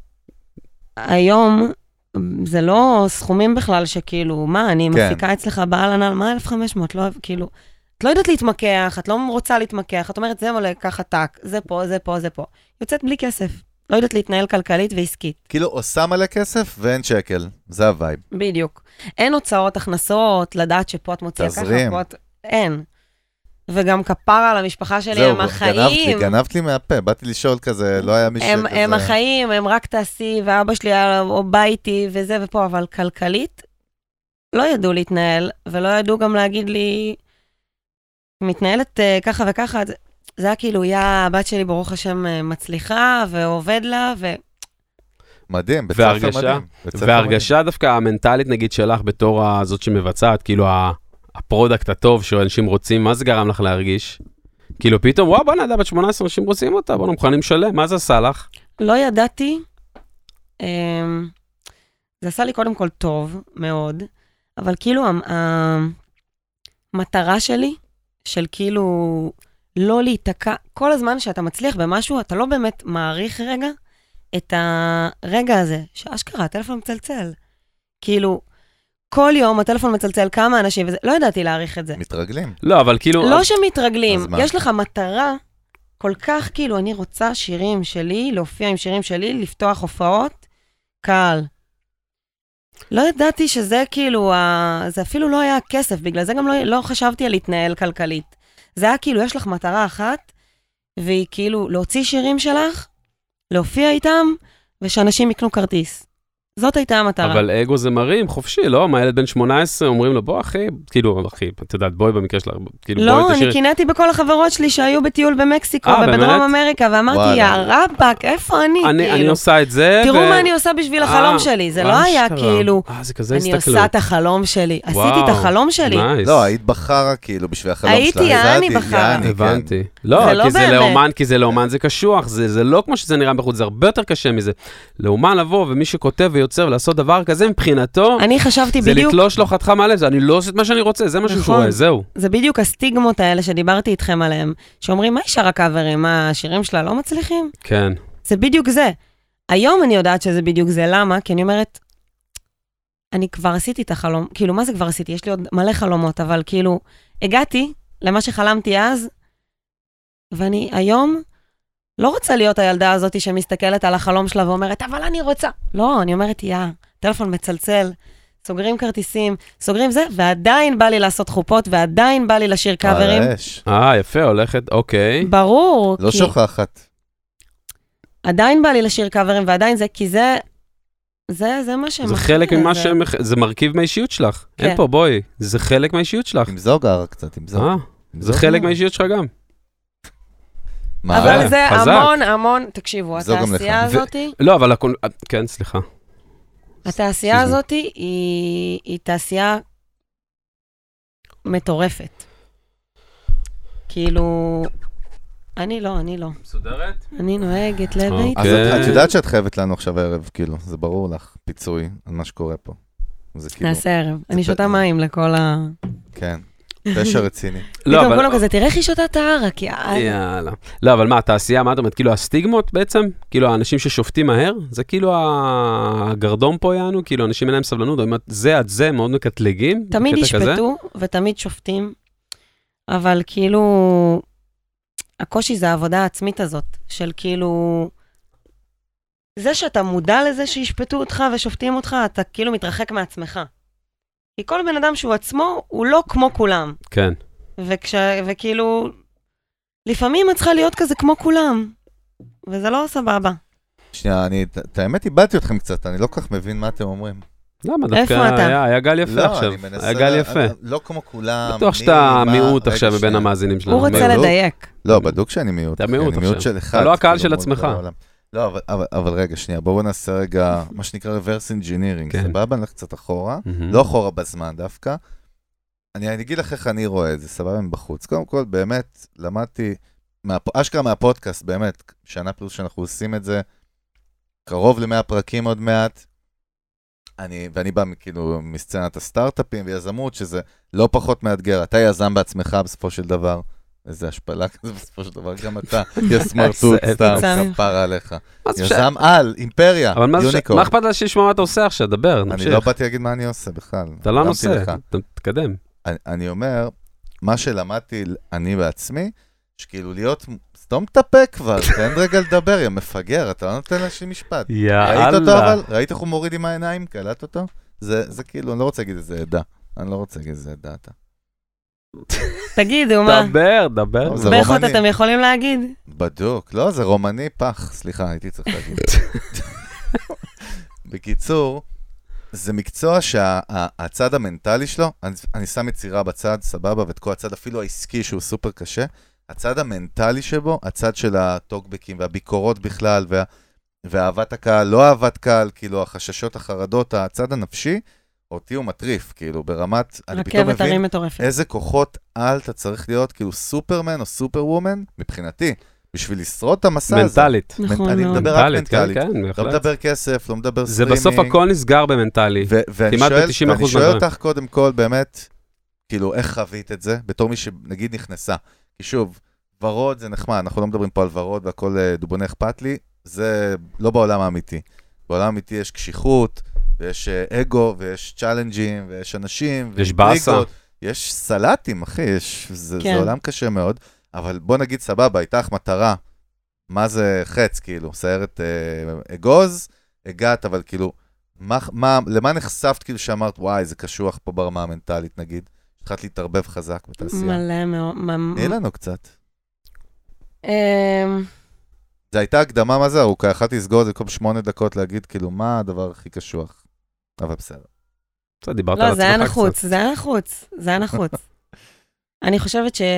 היום זה לא סכומים בכלל שכאילו, מה, אני כן. מפיקה אצלך בעל הנעל, מה אלף וחמש מאות? לא, כאילו, את לא יודעת להתמקח, את לא רוצה להתמקח, את אומרת, זה מלא ככה טק, זה פה, זה פה, זה פה. יוצאת בלי כסף. לא יודעת להתנהל כלכלית ועסקית. כאילו עושה מלא כסף ואין שקל, זה הווייב. בדיוק. אין הוצאות, הכנסות, לדעת שפה את מוציאה ככה, תזרים. פה את... אין. וגם כפרה על המשפחה שלי, זהו, הם החיים. גנבת לי, גנבת לי מהפה, באתי לשאול כזה, לא היה מישהו הם, כזה. הם החיים, הם רק תעשי, ואבא שלי היה או ביתי וזה ופה, אבל כלכלית לא ידעו להתנהל, ולא ידעו גם להגיד לי, מתנהלת uh, ככה וככה, זה, זה היה כאילו, יא, הבת שלי ברוך השם uh, מצליחה, ועובד לה, ו... מדהים, בית ספר מדהים. בית ספר והרגשה דווקא המנטלית, נגיד, שלך בתור הזאת שמבצעת, כאילו הפרודקט הטוב שאנשים רוצים, מה זה גרם לך להרגיש? כאילו פתאום, וואו, בוא נדע, בת שמונה עשרה אנשים רוצים אותה, בוא נמוכנים לשלם, מה זה עשה לך? לא ידעתי, um, זה עשה לי קודם כל טוב מאוד, אבל כאילו המטרה שלי, של כאילו לא להיתקע, כל הזמן שאתה מצליח במשהו, אתה לא באמת מעריך רגע את הרגע הזה, שאשכרה, הטלפון מצלצל. כאילו, כל יום הטלפון מצלצל כמה אנשים, וזה, לא ידעתי להעריך את זה. מתרגלים. לא, אבל כאילו... לא שמתרגלים, אז מה? יש לך מטרה כל כך, כאילו, אני רוצה שירים שלי, להופיע עם שירים שלי, לפתוח הופעות, קהל. לא ידעתי שזה כאילו, ה... זה אפילו לא היה כסף, בגלל זה גם לא, לא חשבתי על להתנהל כלכלית. זה היה כאילו, יש לך מטרה אחת, והיא כאילו להוציא שירים שלך, להופיע איתם, ושאנשים יקנו כרטיס. זאת הייתה המטרה. אבל אגו זה מרים, חופשי, לא? מה ילד בן שמונה עשרה אומרים לו, בוא אחי, כאילו, אחי, אתה יודעת, בואי במקרה שלך, כאילו, לא, בואי אני תשאיר... קינאתי בכל החברות שלי שהיו בטיול במקסיקו אה, ובדרום באמת? אמריקה, ואמרתי, וואלה. יא רבאק, איפה אני? אני, כאילו? אני עושה את זה, תראו ו... מה אני עושה בשביל החלום אה, שלי, זה אה, לא היה אשכרה. כאילו, אה, זה כזה אני הסתכלות. עושה את החלום שלי. עשיתי את וואו, החלום שלי. נייס. לא, היית בחרה כאילו בשביל החלום שלך. הייתי יעני בחרה. יעני, כן. הבנתי. לא, זה לא כי זה באמת. לאומן, כי זה לאומן זה קשוח, זה, זה לא כמו שזה נראה בחוץ, זה הרבה יותר קשה מזה. לאומן לבוא ומי שכותב ויוצר ולעשות דבר כזה מבחינתו, אני חשבתי זה בדיוק, לתלוש לו חתיכה מהלב, זה אני לא עושה את מה שאני רוצה, זה מה שהוא נכון. רואה, זהו. זה בדיוק הסטיגמות האלה שדיברתי איתכם עליהם, שאומרים, מה אישר הקאברים, מה השירים שלה לא מצליחים? כן. זה בדיוק זה. היום אני יודעת שזה בדיוק זה, למה? כי אני אומרת, אני כבר עשיתי את החלום, כאילו, מה זה כבר עשיתי? יש לי עוד מלא חלומות, אבל כאילו, הגעתי למה שחלמתי אז, ואני היום לא רוצה להיות הילדה הזאת שמסתכלת על החלום שלה ואומרת, אבל אני רוצה. לא, אני אומרת, יא, טלפון מצלצל, סוגרים כרטיסים, סוגרים זה, ועדיין בא לי לעשות חופות, ועדיין בא לי לשיר קאברים. אה, יפה, הולכת, אוקיי. ברור. לא כי... שוכחת. עדיין בא לי לשיר קאברים, ועדיין זה, כי זה... זה, זה מה שמחר. זה חלק ממה ש... זה מרכיב מהאישיות שלך. כן. אין פה, בואי. זה חלק מהאישיות שלך. עם זוגר קצת, עם זוגר. אה, זה חלק מהאישיות שלך גם. אבל זה המון, המון, תקשיבו, התעשייה הזאת... לא, אבל... כן, סליחה. התעשייה הזאת היא תעשייה מטורפת. כאילו... אני לא, אני לא. מסודרת? אני נוהגת לביתי. אז את יודעת שאת חייבת לנו עכשיו ערב, כאילו, זה ברור לך, פיצוי על מה שקורה פה. נעשה ערב. אני שותה מים לכל ה... כן. פשע רציני. פתאום כולם כזה, תראה איך היא שותה את הערק, יאללה. לא, אבל מה, התעשייה, מה את אומרת? כאילו הסטיגמות בעצם? כאילו האנשים ששופטים מהר? זה כאילו הגרדום פה יענו? כאילו אנשים אין להם סבלנות, זה עד זה מאוד מקטלגים? תמיד ישפטו ותמיד שופטים, אבל כאילו, הקושי זה העבודה העצמית הזאת, של כאילו, זה שאתה מודע לזה שישפטו אותך ושופטים אותך, אתה כאילו מתרחק מעצמך. כי כל בן אדם שהוא עצמו, הוא לא כמו כולם. כן. וכש, וכאילו, לפעמים את צריכה להיות כזה כמו כולם, וזה לא סבבה. שנייה, אני, את האמת, איבדתי אתכם קצת, אני לא כל כך מבין מה אתם אומרים. למה? דווקא היה, היה גל יפה לא, עכשיו. מנסה, היה גל יפה. לא כמו כולם. בטוח שאתה מיעוט עכשיו מבין המאזינים שלנו. הוא רוצה לדייק. לא, בדוק שאני מיעוט. אתה מיעוט עכשיו. מיעוט של אחד. אתה לא הקהל של עצמך. לא, אבל, אבל, אבל רגע, שנייה, בואו נעשה רגע, מה שנקרא reverse engineering, כן. סבבה, נלך קצת אחורה, mm-hmm. לא אחורה בזמן דווקא. אני, אני אגיד לך איך אני רואה את זה, סבבה מבחוץ. קודם כל, באמת, למדתי, מה, אשכרה מהפודקאסט, באמת, שנה פלוס שאנחנו עושים את זה, קרוב למאה פרקים עוד מעט, אני, ואני בא כאילו מסצנת הסטארט-אפים ויזמות, שזה לא פחות מאתגר, אתה יזם בעצמך בסופו של דבר, איזה השפלה כזה בסופו של דבר, גם אתה, יא סמרטוט, סתם, כפרה עליך. יזם על, אימפריה, יוניקורן. מה אכפת לה שישמע מה אתה עושה עכשיו? דבר, נמשיך. אני לא באתי להגיד מה אני עושה בכלל. אתה לא נושא, תתקדם. אני אומר, מה שלמדתי אני בעצמי, שכאילו להיות, סתום תפה כבר, תן רגע לדבר, יא מפגר, אתה לא נותן להשאי משפט. ראית אותו אבל? ראית איך הוא מוריד עם העיניים? קלט אותו? זה כאילו, אני לא רוצה להגיד איזה עדה. אני לא רוצה להגיד איזה עדה אתה. תגידו, מה? דבר, דבר. באיכות אתם יכולים להגיד? בדוק, לא, זה רומני פח, סליחה, הייתי צריך להגיד. בקיצור, זה מקצוע שהצד המנטלי שלו, אני שם יצירה בצד, סבבה, ואת כל הצד אפילו העסקי שהוא סופר קשה, הצד המנטלי שבו, הצד של הטוקבקים והביקורות בכלל, וה, ואהבת הקהל, לא אהבת קהל, כאילו החששות, החרדות, הצד הנפשי, אותי הוא מטריף, כאילו ברמת, אני פתאום מבין איזה כוחות על אתה צריך להיות, כאילו סופרמן או סופר וומן, מבחינתי, בשביל לשרוד את המסע הזה. מנטלית. נכון, אני מדבר רק מנטלית. לא מדבר כסף, לא מדבר סטרימינג. זה בסוף הכל נסגר במנטלי. כמעט ב-תשעים אחוז ואני שואל אותך קודם כל, באמת, כאילו, איך חווית את זה, בתור מי שנגיד נכנסה. כי שוב, ורוד זה נחמד, אנחנו לא מדברים פה על ורוד והכל דובוני אכפת לי, זה לא בעולם האמיתי. בעולם האמיתי יש קשיחות, ויש אגו, ויש צ'אלנג'ים, ויש אנשים, יש באסה. יש סלטים, אחי, יש, זה, כן. זה עולם קשה מאוד, אבל בוא נגיד סבבה, הייתה לך מטרה, מה זה חץ, כאילו, סיירת אה, אגוז, הגעת, אבל כאילו, מה, מה, למה נחשפת כאילו שאמרת, וואי, זה קשוח פה ברמה המנטלית, נגיד, התחלת להתערבב חזק בתעשייה. מלא מאוד. תני לנו קצת. זה הייתה הקדמה, מה זה ארוכה? יכלתי לסגור את זה כל שמונה דקות להגיד, כאילו, מה הדבר הכי קשוח? אבל בסדר. בסדר, דיברת על עצמך קצת. לא, זה היה נחוץ, זה היה נחוץ, זה היה נחוץ. אני חושבת ש...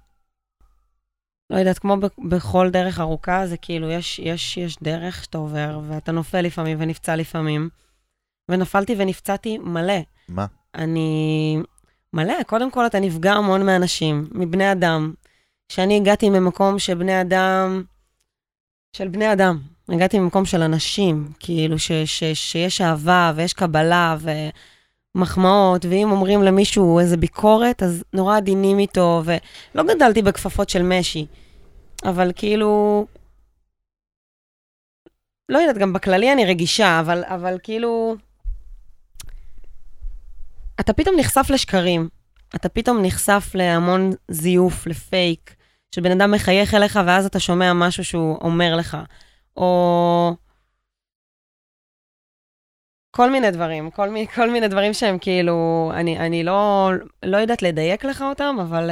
לא יודעת, כמו בכל דרך ארוכה, זה כאילו, יש, יש, יש דרך שאתה עובר, ואתה נופל לפעמים ונפצע לפעמים, ונפלתי ונפצעתי מלא. מה? אני... מלא, קודם כל אתה נפגע המון מאנשים, מבני אדם. שאני הגעתי ממקום שבני אדם... של בני אדם. הגעתי ממקום של אנשים, כאילו ש, ש, שיש אהבה ויש קבלה ומחמאות, ואם אומרים למישהו איזה ביקורת, אז נורא עדינים איתו, ולא גדלתי בכפפות של משי, אבל כאילו, לא יודעת, גם בכללי אני רגישה, אבל, אבל כאילו, אתה פתאום נחשף לשקרים, אתה פתאום נחשף להמון זיוף, לפייק, שבן אדם מחייך אליך, ואז אתה שומע משהו שהוא אומר לך, או כל מיני דברים, כל מיני, כל מיני דברים שהם כאילו, אני, אני לא, לא יודעת לדייק לך אותם, אבל,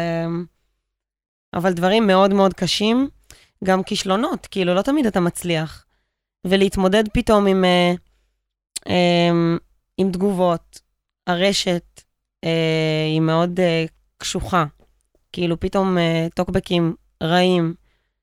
אבל דברים מאוד מאוד קשים, גם כישלונות, כאילו לא תמיד אתה מצליח, ולהתמודד פתאום עם, עם, עם תגובות, הרשת היא מאוד קשוחה, כאילו פתאום טוקבקים רעים,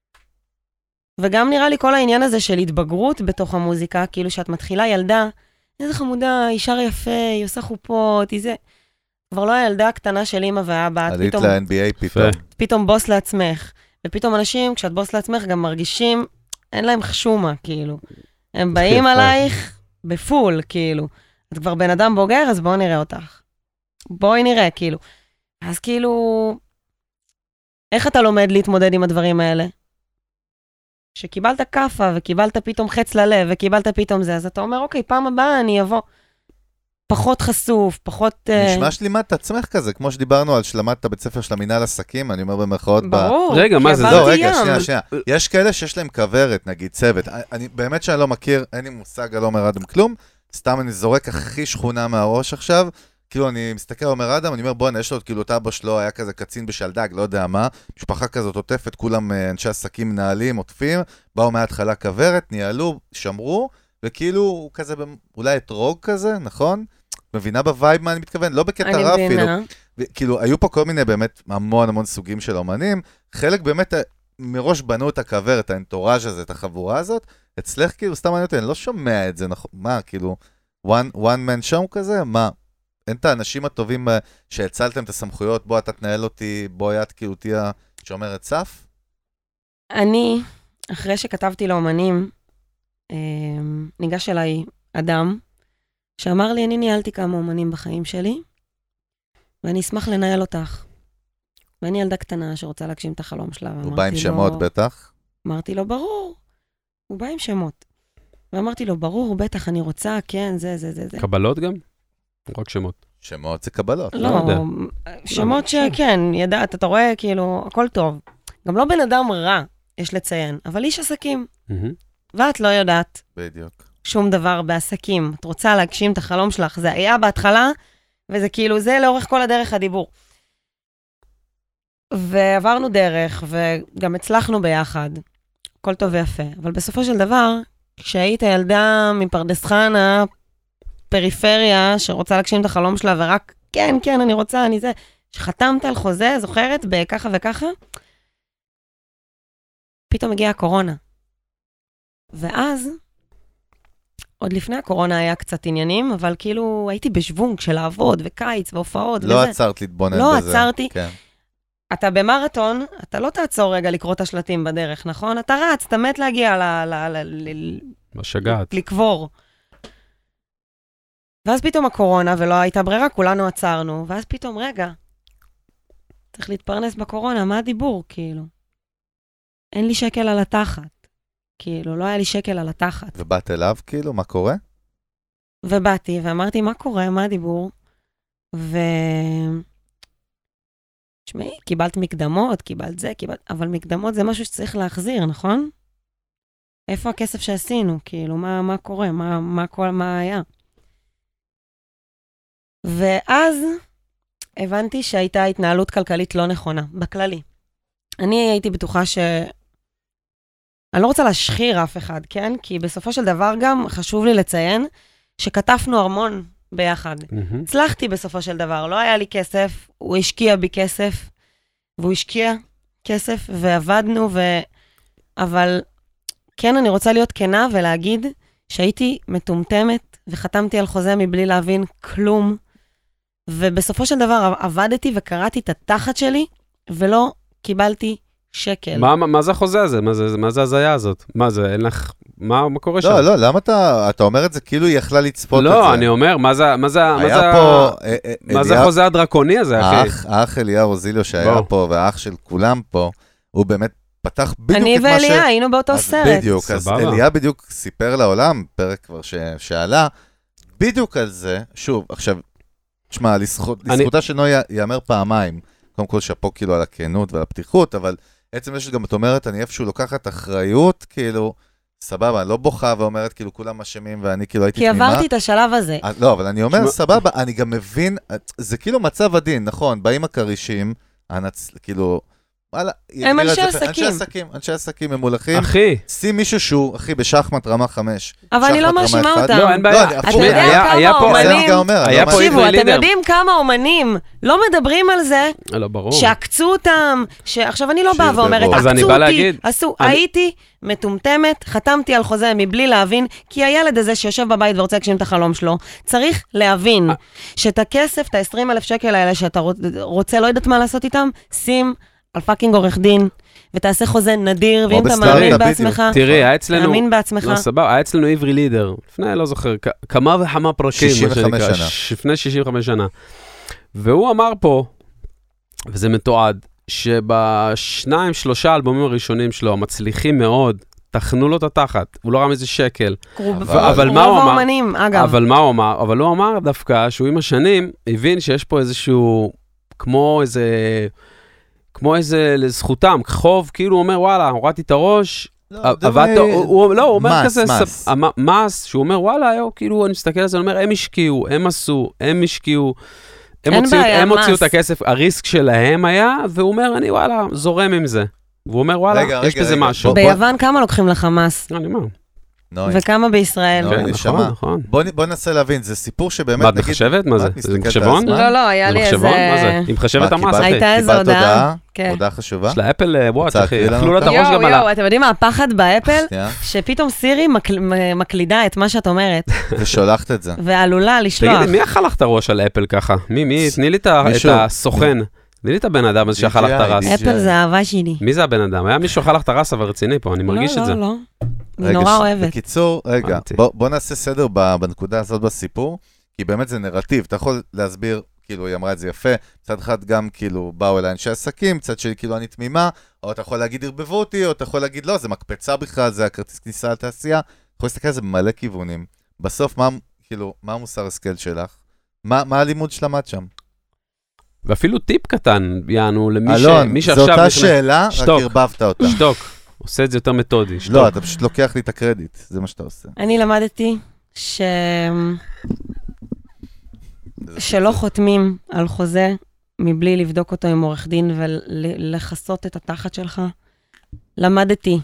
וגם נראה לי כל העניין הזה של התבגרות בתוך המוזיקה, כאילו שאת מתחילה ילדה, איזה חמודה, היא שר יפה, היא עושה חופות, היא זה. כבר לא הילדה הקטנה של אמא ואבא, את עלית פתאום, ל-אן בי איי פתאום. פתאום בוס לעצמך. ופתאום אנשים, כשאת בוס לעצמך, גם מרגישים, אין להם חשומה, כאילו. הם באים עלייך בפול, כאילו. את כבר בן אדם בוגר, אז בואו נראה אותך. בואי נראה, כאילו. אז כאילו, איך אתה לומד להתמודד עם הדברים האלה? שקיבלת קפה, וקיבלת פתאום חץ ללב, וקיבלת פתאום זה, אז אתה אומר, אוקיי, פעם הבאה אני אבוא פחות חשוף, פחות... נשמע שלימת עצמך כזה, כמו שדיברנו על שלמת הבית ספר של המינהל עסקים, אני אומר במרכאות... ברור, רגע, מה זה? לא, רגע, שנייה, שנייה. יש כאלה שיש להם כוורת, נגיד, צוות. אני באמת שאני לא מכיר, אין לי מושג על עומר אדם כלום, סתם אני זורק הכי שכונה מהראש עכשיו, כאילו אני מסתכל על עומר אדם, אני אומר, בואו, יש לו, כאילו, אבא שלו היה כזה קצין בשלדג, לא יודע מה, משפחה כזאת עוטפת, כולם אנשי עסקים מנהלים, עוטפים, באו מההתחלה כוורת, ניהלו, שמרו, וכאילו הוא כזה, אולי אתרוג כזה, נכון? מבינה בווייב מה אני מתכוון? לא בקטע רע אפילו. כאילו, היו פה כל מיני באמת המון המון סוגים של אומנים, חלק באמת מראש בנו את הכוורת, האנטוראז' הזה, את החבורה הזאת, אצלך כאילו, סתם אני אני לא שומע את זה, נכון? מה, כאילו, one, one man show כזה? מה? אין את האנשים הטובים שהצלתם את הסמכויות, בוא אתה תנהל אותי, בוא את כאילו תהיה שומרת סף? אני, אחרי שכתבתי לאומנים, ניגש אליי אדם, שאמר לי, אני ניהלתי כמה אומנים בחיים שלי, ואני אשמח לנהל אותך. ואני ילדה קטנה שרוצה להגשים את החלום שלה. הוא בא עם שמות בטח? אמרתי לו, ברור. הוא בא עם שמות. ואמרתי לו, ברור, בטח, אני רוצה, כן, זה, זה, זה, זה. קבלות גם? רק שמות. שמות זה קבלות. לא, שמות שכן, ידעת, אתה רואה, כאילו, הכל טוב. גם לא בן אדם רע, יש לציין, אבל איש עסקים. ואת לא יודעת. בדיוק. שום דבר בעסקים. את רוצה להגשים את החלום שלך. זה היה בהתחלה, וזה כאילו, זה לאורך כל הדרך הדיבור. ועברנו דרך, וגם הצלחנו ביחד. הכל טוב ויפה. אבל בסופו של דבר, כשהיית ילדה מפרדס חנה, פריפריה, שרוצה להגשים את החלום שלה, ורק, כן, כן, אני רוצה, אני זה, שחתמת על חוזה, זוכרת, בככה וככה, פתאום הגיעה הקורונה. ואז, עוד לפני הקורונה היה קצת עניינים, אבל כאילו הייתי בשוונג של לעבוד, וקיץ, והופעות, לא וזה. עצרת להתבונן לא בזה. לא עצרתי. כן. אתה במרתון, אתה לא תעצור רגע לקרוא את השלטים בדרך, נכון? אתה רץ, אתה מת להגיע ל... ל... ל... ל... משגעת. לקבור. ואז פתאום הקורונה, ולא הייתה ברירה, כולנו עצרנו, ואז פתאום, רגע, צריך להתפרנס בקורונה, מה הדיבור, כאילו? אין לי שקל על התחת. כאילו, לא היה לי שקל על התחת. ובאת אליו, כאילו, מה קורה? ובאתי, ואמרתי, מה קורה, מה הדיבור? ו... תשמעי, קיבלת מקדמות, קיבלת זה, קיבלת... אבל מקדמות זה משהו שצריך להחזיר, נכון? איפה הכסף שעשינו? כאילו, מה, מה קורה? מה, מה, כל, מה היה? ואז הבנתי שהייתה התנהלות כלכלית לא נכונה, בכללי. אני הייתי בטוחה ש... אני לא רוצה להשחיר אף אחד, כן? כי בסופו של דבר גם חשוב לי לציין שכתפנו הרמון ביחד. Mm-hmm. הצלחתי בסופו של דבר, לא היה לי כסף, הוא השקיע בי כסף, והוא השקיע כסף, ועבדנו, ו... אבל כן, אני רוצה להיות כנה ולהגיד שהייתי מטומטמת, וחתמתי על חוזה מבלי להבין כלום, ובסופו של דבר עבדתי וקראתי את התחת שלי, ולא קיבלתי שקל. מה, מה, מה זה החוזה הזה? מה זה, מה זה הזיה הזאת? מה זה, אין לך... מה, מה קורה שם? לא, לא, למה אתה, אתה אומר את זה כאילו היא יכלה לצפות את זה? לא, אני אומר, מה זה, מה זה, מה זה, פה, מה זה החוזה הדרקוני הזה, אחי? האח, האח אליה רוזיליו שהיה פה, והאח של כולם פה, הוא באמת פתח בדיוק את מה ש... אני ואליה היינו באותו סרט. בדיוק, אז אליה בדיוק סיפר לעולם, פרק כבר שעלה, בדיוק על זה, שוב, עכשיו, תשמע, לזכותה של נוי יאמר פעמיים, קודם כל שפה כאילו על הכנות ועל הפתיחות, אבל עצם זה שגם את אומרת, אני איפשהו לוקחת אחריות, כאילו, סבבה, לא בוכה ואומרת, כאילו, כולם אשמים, ואני כאילו הייתי תמימה. כי עברתי את השלב הזה. לא, אבל אני אומר, סבבה, אני גם מבין, זה כאילו מצב הדין, נכון, באים הקרישים, כאילו, וואלה, הם אנשי עסקים. אנשי עסקים, אנשי עסקים ממולכים. אחי. שים מישהו שהוא, אחי, בשחמט רמה חמש. אבל אני לא מאשימה אותם. לא, אין בעיה. אתה יודע כמה אומנים, תקשיבו, אתם יודעים כמה אומנים לא מדברים על זה, שעקצו אותם, שעכשיו אני לא באה ואומרת, עקצו אותי, עשו, הייתי מטומטמת, חתמתי על חוזה מבלי להבין, כי הילד הזה שיושב בבית ורוצה להגשים את החלום שלו, צריך להבין שאת הכסף, את ה-עשרים אלף שקל האלה שאתה רוצה, לא יודעת מה לעשות איתם, שים על פאקינג עורך דין, ותעשה חוזה נדיר, ואם אתה מאמין בעצמך, תראי, היה אצלנו, מאמין בעצמך. לא, סבבה, היה אצלנו עברי לידר, לפני, לא זוכר, כמה וכמה פרקים, שישים וחמש שנה. לפני שישים וחמש שנה. והוא אמר פה, וזה מתועד, שבשניים, שלושה אלבומים הראשונים שלו, המצליחים מאוד, תכנו לו את התחת, הוא לא ראה מזה שקל. אבל מה הוא אמר? אבל מה הוא אמר? אבל הוא אמר דווקא, שהוא עם השנים, הבין שיש פה איזשהו, כמו איזה... כמו איזה לזכותם, חוב, כאילו הוא אומר, וואלה, הורדתי את הראש, עבדת, לא, הוא אומר כזה, מס, שהוא אומר, וואלה, כאילו, אני מסתכל על זה, הוא אומר, הם השקיעו, הם עשו, הם השקיעו, הם הוציאו את הכסף, הריסק שלהם היה, והוא אומר, אני, וואלה, זורם עם זה. והוא אומר, וואלה, יש בזה משהו. ביוון כמה לוקחים לחמאס? אני אומר. וכמה בישראל. נכון, נכון. בוא ננסה להבין, זה סיפור שבאמת... מה, את מחשבת? מה זה? זה מחשבון? לא, לא, היה לי איזה... מה זה? היא מחשבת המס, אחי. הייתה איזו הודעה. הודעה חשובה. יש לה אפל וואט, אחי. אכלו לה את הראש גם עלה. יואו, אתם יודעים מה, הפחד באפל, שפתאום סירי מקלידה את מה שאת אומרת. ושולחת את זה. ועלולה לשלוח. תגידי, מי אכל לך את הראש על אפל ככה? מי, מי? תני לי את הסוכן. תני לי את הבן אדם הזה שאכל לך את הרס. אפל זה אהבה שלי. מי זה הבן אדם? היה מישהו אכל לך את הרס, אבל רציני פה, אני מרגיש את זה. לא, לא, לא. אני נורא אוהבת. בקיצור, רגע, בוא, בוא נעשה סדר בנקודה הזאת בסיפור, כי באמת זה נרטיב, אתה יכול להסביר, כאילו, היא אמרה את זה יפה, צד אחד גם, כאילו, באו אליי אנשי עסקים, צד שלי, כאילו, אני תמימה, או אתה יכול להגיד, הרבבו אותי, או אתה יכול להגיד, לא, זה מקפצה בכלל, זה הכרטיס כניסה לתעשייה, יכול להסתכל על זה במלא כיוונים. בסוף, מה, כאילו, מה המוסר הסקל שלך? מה, מה הלימוד שלמד שם? ואפילו טיפ קטן, יענו, למי אלון, זו אותה שאלה, רק הרבבת אותה. שתוק. עושה את זה יותר מתודי. לא, אתה פשוט לוקח לי את הקרדיט, זה מה שאתה עושה. אני למדתי ש... שלא חותמים על חוזה מבלי לבדוק אותו עם עורך דין ולחסות את התחת שלך. למדתי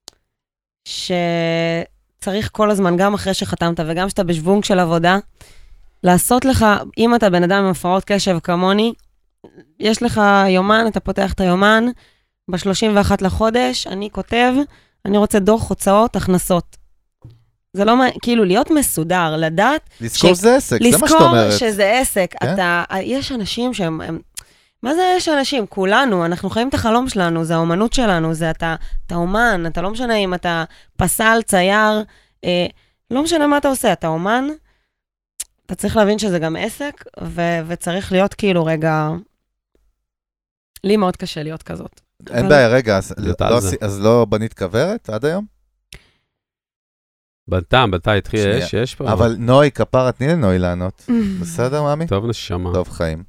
שצריך כל הזמן, גם אחרי שחתמת וגם שאתה בשוונג של עבודה, לעשות לך, אם אתה בן אדם עם הפרעות קשב כמוני, יש לך יומן, אתה פותח את היומן, ב-שלושים ואחד לחודש, אני כותב, אני רוצה דוח הוצאות, הכנסות. זה לא, כאילו, להיות מסודר, לדעת... לזכור ש... זה עסק, זה מה שאת אומרת. לזכור שזה עסק. כן? אתה, יש אנשים שהם... הם, מה זה יש אנשים? כולנו, אנחנו חיים את החלום שלנו, זה האומנות שלנו, זה אתה, אתה אומן, אתה לא משנה אם אתה פסל, צייר, אה, לא משנה מה אתה עושה, אתה אומן, אתה צריך להבין שזה גם עסק, ו- וצריך להיות כאילו רגע... לי מאוד קשה להיות כזאת. אין בעיה, רגע, אז לא בנית כוורת עד היום? בנתה, בנתה, התחיל, יש, יש פה. אבל נוי, כפרה, תני לנוי לענות. בסדר, מאמי? טוב, נשמה. טוב, חיים.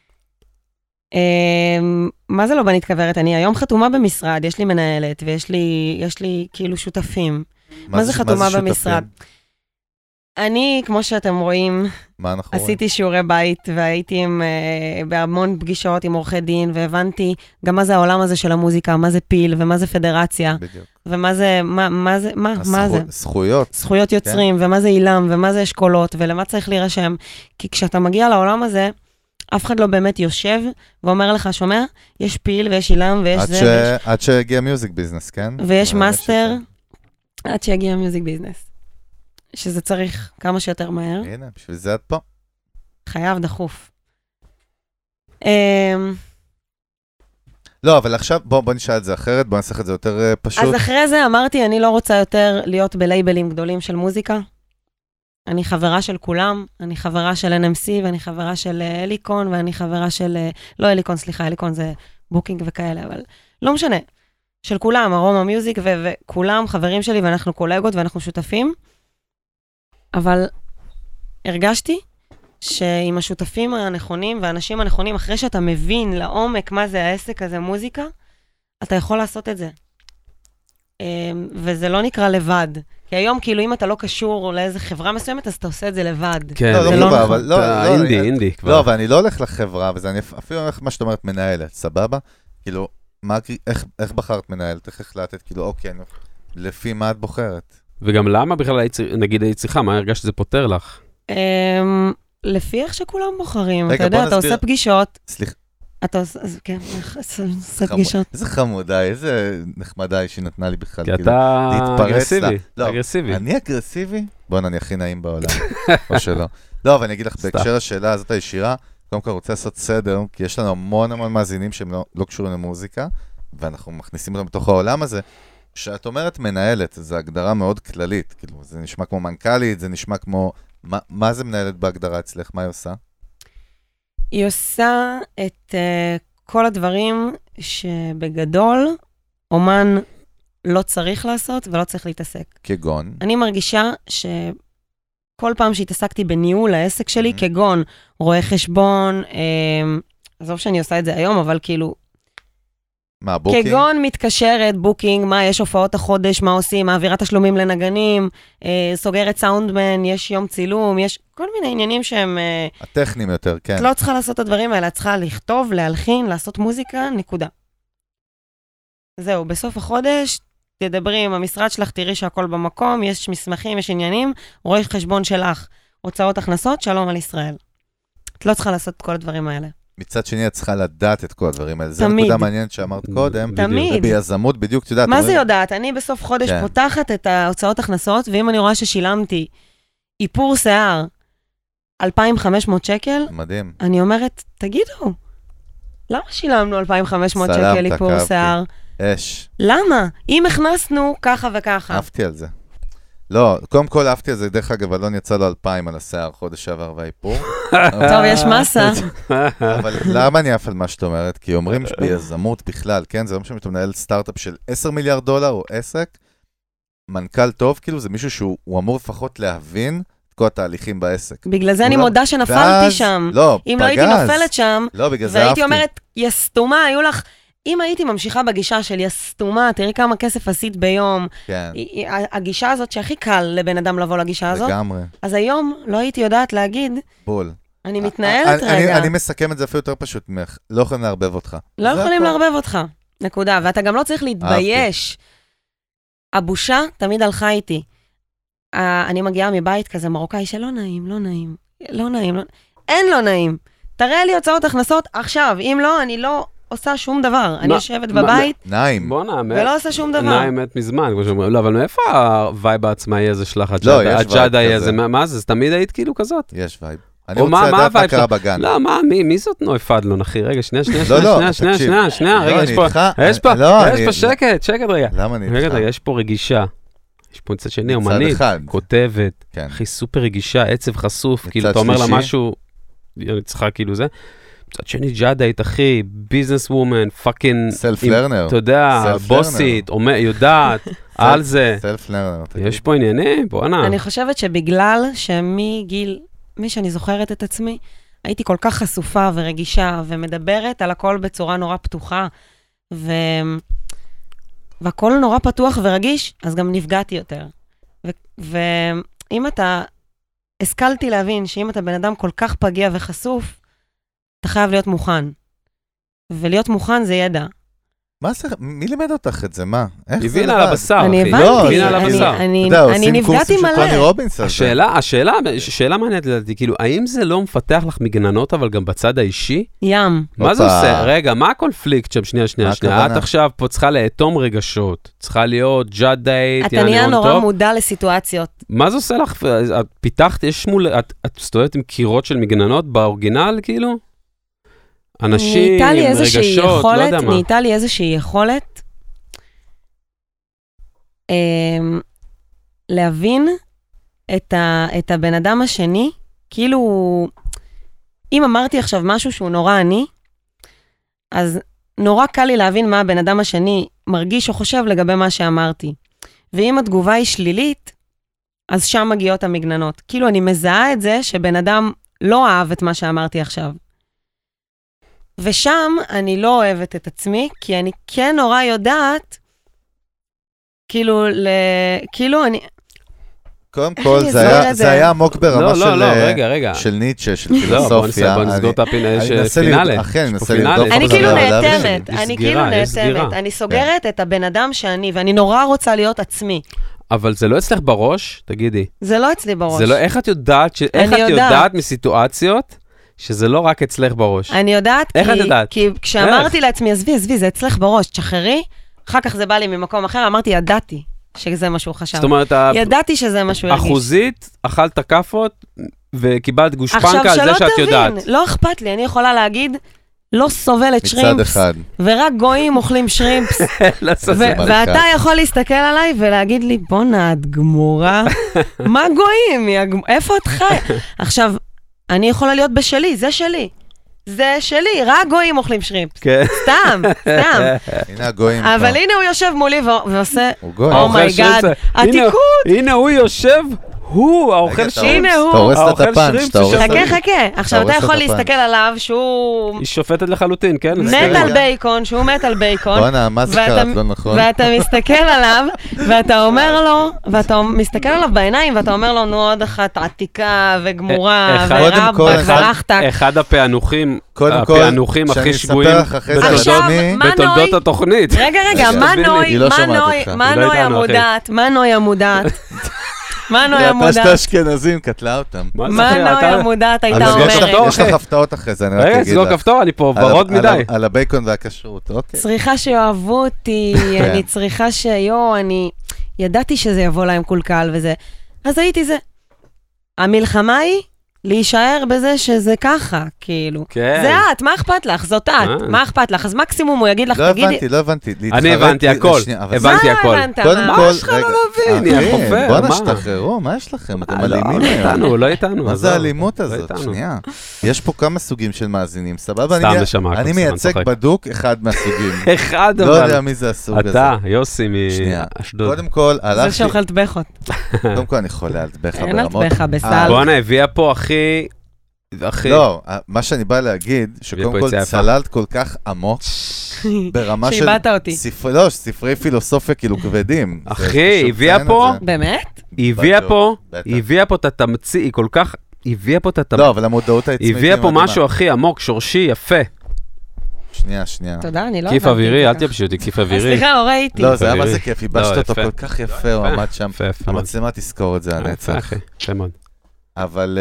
מה זה לא בנית כוורת? אני היום חתומה במשרד, יש לי מנהלת, ויש לי, יש לי כאילו שותפים. מה זה חתומה במשרד? אני, כמו שאתם רואים, עשיתי שיעורי בית, והייתי עם, uh, בהמון פגישות עם עורכי דין, והבנתי גם מה זה העולם הזה של המוזיקה, מה זה פיל, ומה זה פדרציה, בדיוק. ומה זה, מה, מה זה, מה, הזכו, מה זה? זכויות. זכויות יוצרים, כן. ומה זה אילם, ומה זה אשכולות, ולמה צריך להירשם. כי כשאתה מגיע לעולם הזה, אף אחד לא באמת יושב, ואומר לך, שומע, יש פיל, ויש אילם, ויש עד זה. ש... ויש... עד שהגיע מיוזיק ביזנס, כן? ויש מאסטר, ש... עד שהגיע מיוזיק ביזנס. שזה צריך כמה שיותר מהר. הנה, בשביל זה את פה. חייב דחוף. לא, אבל עכשיו בוא, בוא נשאל את זה אחרת, בוא נעשה את זה יותר פשוט. אז אחרי זה אמרתי, אני לא רוצה יותר להיות בלייבלים גדולים של מוזיקה. אני חברה של כולם, אני חברה של אן אם סי, ואני חברה של אליקון, ואני חברה של... לא אליקון, סליחה, אליקון זה בוקינג וכאלה, אבל לא משנה. של כולם, ארומה מיוזיק, ו- וכולם חברים שלי, ואנחנו קולגות, ואנחנו שותפים. אבל הרגשתי שעם השותפים הנכונים והאנשים הנכונים, אחרי שאתה מבין לעומק מה זה העסק הזה, מוזיקה, אתה יכול לעשות את זה. וזה לא נקרא לבד. כי היום, כאילו, אם אתה לא קשור לאיזה חברה מסוימת, אז אתה עושה את זה לבד. כן, לא, זה לא לא חברה, נכון. אבל לא, לא, אינדי, אני- אינדי כבר. לא, אבל אני לא הולך לחברה, וזה אני אפילו הולך מה שאת אומרת מנהלת, סבבה? כאילו, מה, איך, איך בחרת מנהלת? איך החלטת? כאילו, אוקיי, אני- לפי מה את בוחרת? וגם למה בכלל, היית צר- נגיד, היית צריכה, מה הרגשת שזה פותר לך? אמ, לפי איך שכולם בוחרים. רגע, אתה יודע, בוא אתה נסביר. עושה פגישות, סליחה, אתה עושה, אז כן, עושה עושה חמוד. פגישות. איזה חמודה, איזה נחמדה היא שהיא נתנה לי בכלל. כי כאילו, אתה להתפרץ אגרסיבי, לה. לא, אגרסיבי. אני אגרסיבי? בוא'נה, אני הכי נעים בעולם, או שלא. לא, אבל אני אגיד לך, סתם. בהקשר השאלה הזאת הישירה, קודם כל רוצה לעשות סדר, כי יש לנו המון המון מאזינים שהם לא, לא קשורים למוזיקה, ואנחנו מכניסים אותם בתוך העולם הזה. כשאת אומרת מנהלת, זו הגדרה מאוד כללית, כאילו, זה נשמע כמו מנכ"לית, זה נשמע כמו... מה, מה זה מנהלת בהגדרה אצלך? מה היא עושה? היא עושה את uh, כל הדברים שבגדול אומן לא צריך לעשות ולא צריך להתעסק. כגון? אני מרגישה שכל פעם שהתעסקתי בניהול העסק שלי, Mhm. כגון רואה חשבון, אה, עזוב שאני עושה את זה היום, אבל כאילו, מה, בוקינג? כגון מתקשרת, בוקינג, מה, יש הופעות החודש, מה עושים, מעבירה תשלומים לנגנים, אה, סוגרת סאונדמן, יש יום צילום, יש כל מיני עניינים שהם... אה, הטכניים יותר, כן. את לא צריכה לעשות את הדברים האלה, את צריכה לכתוב, להלחין, לעשות מוזיקה, נקודה. זהו, בסוף החודש, תדברי עם המשרד שלך, תראי שהכל במקום, יש מסמכים, יש עניינים, רואה חשבון שלך, הוצאות הכנסות, שלום על ישראל. את לא צריכה לעשות את כל הדברים האלה. מצד שני, את צריכה לדעת את כל הדברים האלה. זו תמיד. נקודה מעניינת שאמרת קודם. תמיד. וביזמות, בדיוק, את יודעת. מה זה אומרים- יודעת? אני בסוף חודש כן. פותחת את ההוצאות הכנסות, ואם אני רואה ששילמתי איפור שיער אלפיים וחמש מאות שקל, מדהים. אני אומרת, תגידו, למה שילמנו אלפיים וחמש מאות סלמת, שקל איפור כאבתי. שיער? אש. למה? אם הכנסנו ככה וככה. אהבתי על זה. לא, קודם כל אהבתי על זה, דרך אגב, אלון יצא לו אלפיים על השיער חודש שעבר והאיפור. טוב, יש מסה. אבל למה אני אף על מה שאת אומרת? כי אומרים שביזמות בכלל, כן? זה לא משנה, אתה מנהל סטארט-אפ של עשרה מיליארד דולר או עסק, מנכ"ל טוב, כאילו זה מישהו שהוא אמור לפחות להבין את כל התהליכים בעסק. בגלל זה אני הוא לא- מודה שנפלתי ואז- שם. לא, אם לא הייתי פגז. נופלת שם, לא, בגלל זה אהבתי. והייתי אומרת, יא סתומה, היו לך... אם הייתי ממשיכה בגישה של יא סתומה, תראי כמה כסף עשית ביום, כן, היא- היא- הגישה הזאת שהכי קל לבן אדם לבוא לגישה הזאת, לגמרי. אז היום לא הייתי יודעת להגיד, בול. אני מתנהלת אני- אני- רגע. אני מסכם את זה אפילו יותר פשוט ממך. לא יכולים לערבב אותך. לא זה יכולים הכל. לערבב אותך, נקודה. ואתה גם לא צריך להתבייש. הבושה תמיד הלכה איתי. אה, אני מגיעה מבית כזה מרוקאי שלא נעים, לא נעים, לא נעים, לא... אין לא נעים. תראה לי הוצאות הכנסות עכשיו, אם לא, אני לא עושה שום דבר. אני מה- יושבת מה- בבית נעים. בוא'נה, מאיפה? ולא עושה שום דבר. נאי מת מזמן, כמו שאומרים. לא, אבל מאיפה הווייב העצמאי הזה שלך? לא, יש וייב הג'אדה כזה. הזה, מה מה זה? אז תמיד היית כאילו כזאת? יש וייב. אני או מה- רוצה מה לדעת מה הווייב קרה שלך? בגן. לא, מה, מי, מי זאת נוי פדלון, אחי? רגע, שנייה, שנייה, לא, שנייה, לא, שנייה, שנייה, תקשיב. שנייה, שנייה, לא, רגע, אני יש פה, איתך. יש פה, לא, יש אני- פה שקט, שקט רגע. למה אני רגע, איתך? רגע, יש פה רגישה. יש פה מצד שני, מצד אומנית, אחד. כותבת, כן. הכי סופר רגישה, עצב חשוף, מצד כאילו, אתה אומר לה שלישי? משהו, אני צריכה כאילו זה. מצד שני, ג'אדאית, אחי, ביזנס וומן, פאקינג, סלף עם- לרנר. אתה יודע, Self-learner. בוסית, אומר- יודעת, על זה. סלף לרנר. יש פה עניינים, בואנה. אני חושבת שבגלל שמגיל, מי שאני זוכרת את עצמי, הייתי כל כך חשופה ורגישה ומדברת על הכל בצורה נורא פתוחה, ו... והכל נורא פתוח ורגיש, אז גם נפגעתי יותר. ו... ואם אתה, השכלתי להבין שאם אתה בן אדם כל כך פגיע וחשוף, אתה חייב להיות מוכן. ולהיות מוכן זה ידע. מה זה? מי לימד אותך את זה? מה? איך זה הבינה על לבד? הבשר, אני אחי. הבנתי, לא, הבינה על אני- הבשר. אני- אתה יודע, אני עושים נפגעתי קורסים של טוני מלא. רובינס על זה. השאלה, השאלה, שאלה מעניינת לדעתי, כאילו, האם זה לא מפתח לך מגננות, אבל גם בצד האישי? ים. מה זה הופה. עושה? רגע, מה הקונפליקט שם? שנייה, שנייה, מה שנייה. את הכוונה? עכשיו פה צריכה לאטום רגשות, צריכה להיות ג'אדאית, אתה נהיה יעני נורא טוב. מודע לסיטואציות. מה זה עושה לך? את פיתחת, יש מול, את את מסתובבת עם קירות של מגננות באורגינל, כאילו? אנשים, נהייתה לי איזושהי רגשות, לא יכולת, יודע מה. נהייתה לי איזושהי יכולת אמ, להבין את, ה, את הבן אדם השני, כאילו, אם אמרתי עכשיו משהו שהוא נורא עני, אז נורא קל לי להבין מה הבן אדם השני מרגיש או חושב לגבי מה שאמרתי. ואם התגובה היא שלילית, אז שם מגיעות המגננות. כאילו אני מזהה את זה שבן אדם לא אהב את מה שאמרתי עכשיו. ושם אני לא אוהבת את עצמי, כי אני כן נורא יודעת, כאילו, ל... כאילו אני... קודם כל, זה היה עמוק ברמה של ניטשה, של פילוסופיה. בוא נסגור את הפינאלה. אחי, אני מנסה לבדוק. אני כאילו נאטמת, אני כאילו נאטמת. אני סוגרת את הבן אדם שאני, ואני נורא רוצה להיות עצמי. אבל זה לא אצלך בראש, תגידי. זה לא אצלי בראש. זה לא, איך את יודעת, איך את יודעת מסיטואציות, שזה לא רק אצלך בראש? אני יודעת, איך את יודעת? כי כשאמרתי לעצמי, עזבי, עזבי, זה אצלך בראש, תשחררי, אחר כך זה בא לי ממקום אחר, אמרתי, ידעתי שזה מה שהוא חשב. זאת אומרת, ידעתי שזה מה שהוא הרגיש. אחוזית, אכלת כאפות, וקיבלת גושפנקה על זה שאת יודעת. עכשיו, שלא תבין, לא אכפת לי, אני יכולה להגיד, לא סובלת שרימפס, ורק גויים אוכלים שרימפס, ואתה יכול להסתכל עליי ולהגיד לי, בונה, את גמורה, מה גויים? איפה את חי? עכשיו, אני יכולה להיות בשלי, זה שלי. זה שלי, רק גויים אוכלים שרימפס. סתם, סתם. הנה הגויים. אבל הנה הוא יושב מולי ועושה, הוא גוי. אומייגאד, עתיקות. הנה הוא יושב, הוא, האוכל שרימפס. הנה הוא. אתה הורס את הפאנץ'. חכה, חכה. עכשיו אתה יכול להסתכל עליו שהוא... היא שופטת לחלוטין, כן? מת על בייקון, שהוא מת על בייקון. בוא'נה, מה זה קרה? לא נכון. ואתה מסתכל עליו, ואתה אומר לו, ואתה מסתכל עליו בעיניים, ואתה אומר לו, נו, עוד אחת עתיקה וגמורה, ורב, ורחתק. אחד הפענוחים, הפענוחים הכי שגויים בתולדות התוכנית. רגע, רגע, מה נוי המודעת? מה נוי המודעת? מה נוי המודעת? ואתה שתי אשכנזים, קטלה אותם. מה נוי המודעת הייתה אומרת? יש לך הפתעות אחרי זה, אני רק אגיד לך. רגע, סגור כפתור, אני פה ורוד מדי. על הבייקון והקשרות, אוקיי. צריכה שאוהבו אותי, אני צריכה שיו, אני ידעתי שזה יבוא להם קולקל וזה. אז הייתי זה. המלחמה היא להישאר בזה שזה ככה, כאילו. זה את, מה אכפת לך? זאת את, מה אכפת לך? אז מקסימום הוא יגיד לך, תגידי... לא הבנתי, לא הבנתי. אני הבנתי הכל, הבנתי הכל. מה יש לך לא להבין? אני החופר, בוא נשתחררו, מה יש לכם? אתם אלימים היום. לא איתנו, לא איתנו. מה זה האלימות הזאת? שנייה. יש פה כמה סוגים של מאזינים, סבבה? סתם נשמה. אני מייצג בדוק אחד מהסוגים. אחד אבל. לא יודע מי זה הסוג הזה. אתה, יוסי מאשדוד. קודם כל, הלכתי... זה שאוכל טבחות. קודם כל, אני חולה על טבחה אין על ברמות. טבחה בסל. בואנה, הביאה פה הכי... לא, מה שאני בא להגיד, שקודם כל צללת כל כך עמוק, ברמה של... שאיבדת אותי. לא, ספרי פילוסופיה כאילו כבדים. אחי, הביאה פה... באמת? היא הביאה פה, היא הביאה פה את התמציא, היא כל כך... היא הביאה פה את התמציא. לא, אבל המודעות העצמית... היא הביאה פה משהו הכי עמוק, שורשי, יפה. שנייה, שנייה. תודה, אני לא... כיף אווירי, אל תייבשי אותי, כיף אווירי. סליחה, לא ראיתי. לא, זה היה מה זה כיף, ייבשת אותו כל כך יפה, הוא עמד שם. המצלמה תזכור את זה, אני יפה, אחי, יפה מאוד. אבל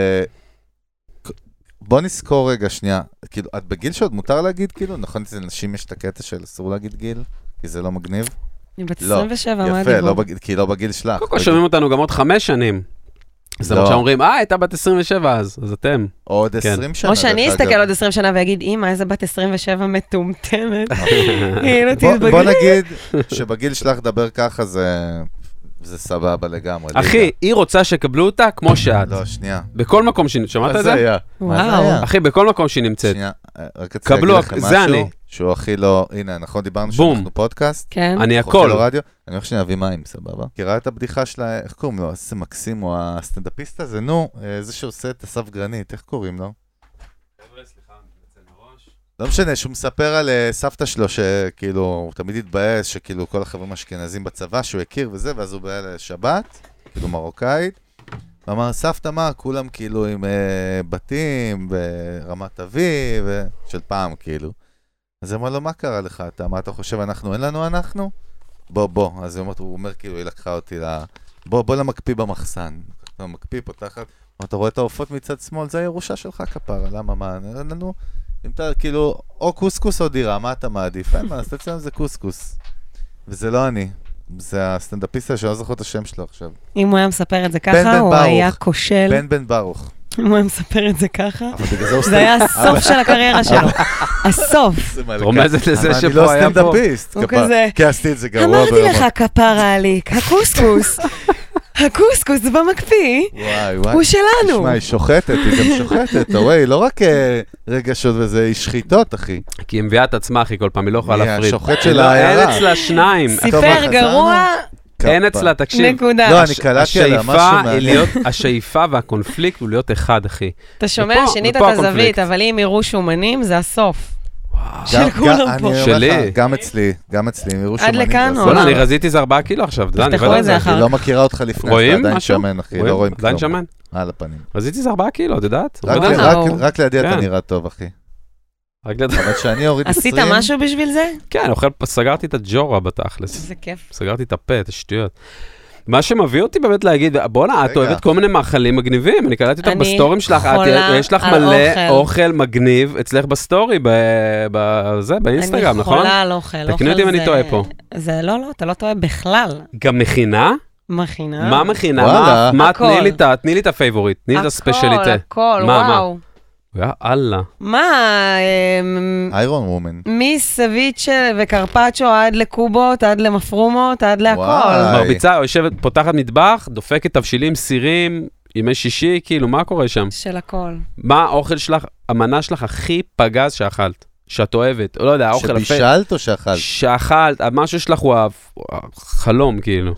בוא נזכור רגע, שנייה, כאילו, את בגיל שעוד מותר להגיד, כאילו, נכון, אצל נשים יש את הקטע של אסור להגיד גיל, כי זה לא מגניב? אני בת עשרים ושבע, מה יפה, כי לא בגיל שלך. קודם כל שומעים אותנו גם עוד חמש שנים. זה מה שאומרים, אה, הייתה בת עשרים ושבע אז, אז אתם. עוד עשרים שנה. או שאני אסתכל עוד עשרים שנה ויגיד, אמא, איזה בת עשרים ושבע מטומטמת. בוא נגיד שבגיל שלך דבר ככה זה... זה סבבה לגמרי. אחי, היא רוצה שקבלו אותה כמו שאת. לא, שנייה. בכל מקום שהיא... שמעת את זה? מה זה היה? וואו. אחי, בכל מקום שהיא נמצאת. שנייה, רק רציתי להגיד לכם זה אני. משהו, שהוא הכי לא... הנה, נכון, דיברנו שאנחנו פודקאסט. כן. אני הכל. אני הולך שנביא מים, סבבה. מכירה את הבדיחה שלה, איך קוראים לו? איזה מקסים, הוא הסטנדאפיסט הזה, נו, זה שעושה את אסף גרנית, איך קוראים לו? לא משנה, שהוא מספר על סבתא שלו שכאילו, הוא תמיד התבאס שכאילו כל החברים אשכנזים בצבא שהוא הכיר וזה, ואז הוא בא לשבת, כאילו מרוקאית, ואמר, סבתא מה, כולם כאילו עם uh, בתים ברמת אביב, של פעם כאילו. אז הוא אומר לו, מה קרה לך? אתה, מה אתה חושב, אנחנו, אין לנו אנחנו? בוא, בוא. אז הוא אומר, הוא אומר כאילו, היא לקחה אותי ל... בוא, בוא למקפיא במחסן. המקפיא פותחת, אתה רואה את העופות מצד שמאל, זה הירושה שלך כפרה, למה, מה, אין לנו... אם אתה כאילו, או קוסקוס או דירה, מה אתה מעדיף? אין מה, אז תצלם זה קוסקוס. וזה לא אני. זה הסטנדאפיסט שאני לא זוכר את השם שלו עכשיו. אם הוא היה מספר את זה ככה, הוא היה כושל. בן בן ברוך. אם הוא היה מספר את זה ככה, זה היה הסוף של הקריירה שלו. הסוף. רומזת לזה שפה היה פה. אני לא סטנדאפיסט. הוא כזה. כעסתי את זה גרוע. אמרתי לך, כפרה עלי, הקוסקוס. הקוסקוס במקפיא, הוא שלנו. תשמע, היא שוחטת, היא גם שוחטת, אתה רואה, היא לא רק רגשות וזה, היא שחיטות, אחי. כי היא מביאה את עצמה, אחי, כל פעם, היא לא יכולה להפריד. היא השוחט של העיירה. אין אצלה שניים. סיפר גרוע, אין אצלה, תקשיב. נקודה. לא, אני קלטתי עליה משהו מעניין. השאיפה והקונפליקט הוא להיות אחד, אחי. אתה שומע, שנית את הזווית, אבל אם יראו שומנים, זה הסוף. של כולם פה. שלי. גם אצלי, גם אצלי, אם יראו עד שומנים. לכאן, זה או בוא'נה, לא? אני רזיתי איזה ארבעה קילו עכשיו. תפתחו את זה אחר היא כך. לא מכירה אותך לפני, אתה רואים עדיין משהו? שמן, אחי, לא רואים עדיין כלום. שמן? על הפנים. רזיתי איזה ארבעה קילו, את יודעת? רק- עובד על זה. רק- וואו. רק לידי אתה כן. נראה טוב, אחי. רק לדעת. אבל שאני אוריד עשית עשרים... משהו בשביל זה? כן, אוכל, סגרתי את הג'ורה בתכלס. זה כיף. סגרתי את הפה, את השטויות. מה שמביא אותי באמת להגיד, בואנה, את רגע. אוהבת כל מיני מאכלים מגניבים, אני קלטתי אותך אני בסטורים שלך, את- חולה יש לך על מלא אוכל. אוכל מגניב אצלך בסטורי, ב- בזה, באינסטגרם, נכון? אני חולה על אוכל. תקני אוכל אותי אם אני זה- טועה פה. זה לא, לא, אתה לא טועה בכלל. גם מכינה? מכינה. מה מכינה? וואלה. מה- מה, הכל. תני לי את ה- תני לי את הפייבוריט, תני לי את הספיישליטה. הכל, הכל, מה, מה? וואו. יאללה. מה, אמ, איירון וומן. מסביצ'ה וקרפצ'ו עד לקובות, עד למפרומות, עד להכל. וואי. מרביצה, יושבת, פותחת מטבח, דופקת תבשילים, סירים, ימי שישי, כאילו, מה קורה שם? של הכל. מה האוכל שלך, המנה שלך הכי פגז שאכלת? שאת אוהבת? או לא יודע, האוכל הפי... שבישלת או שאכלת? שאכלת, המשהו שלך הוא החלום, כאילו.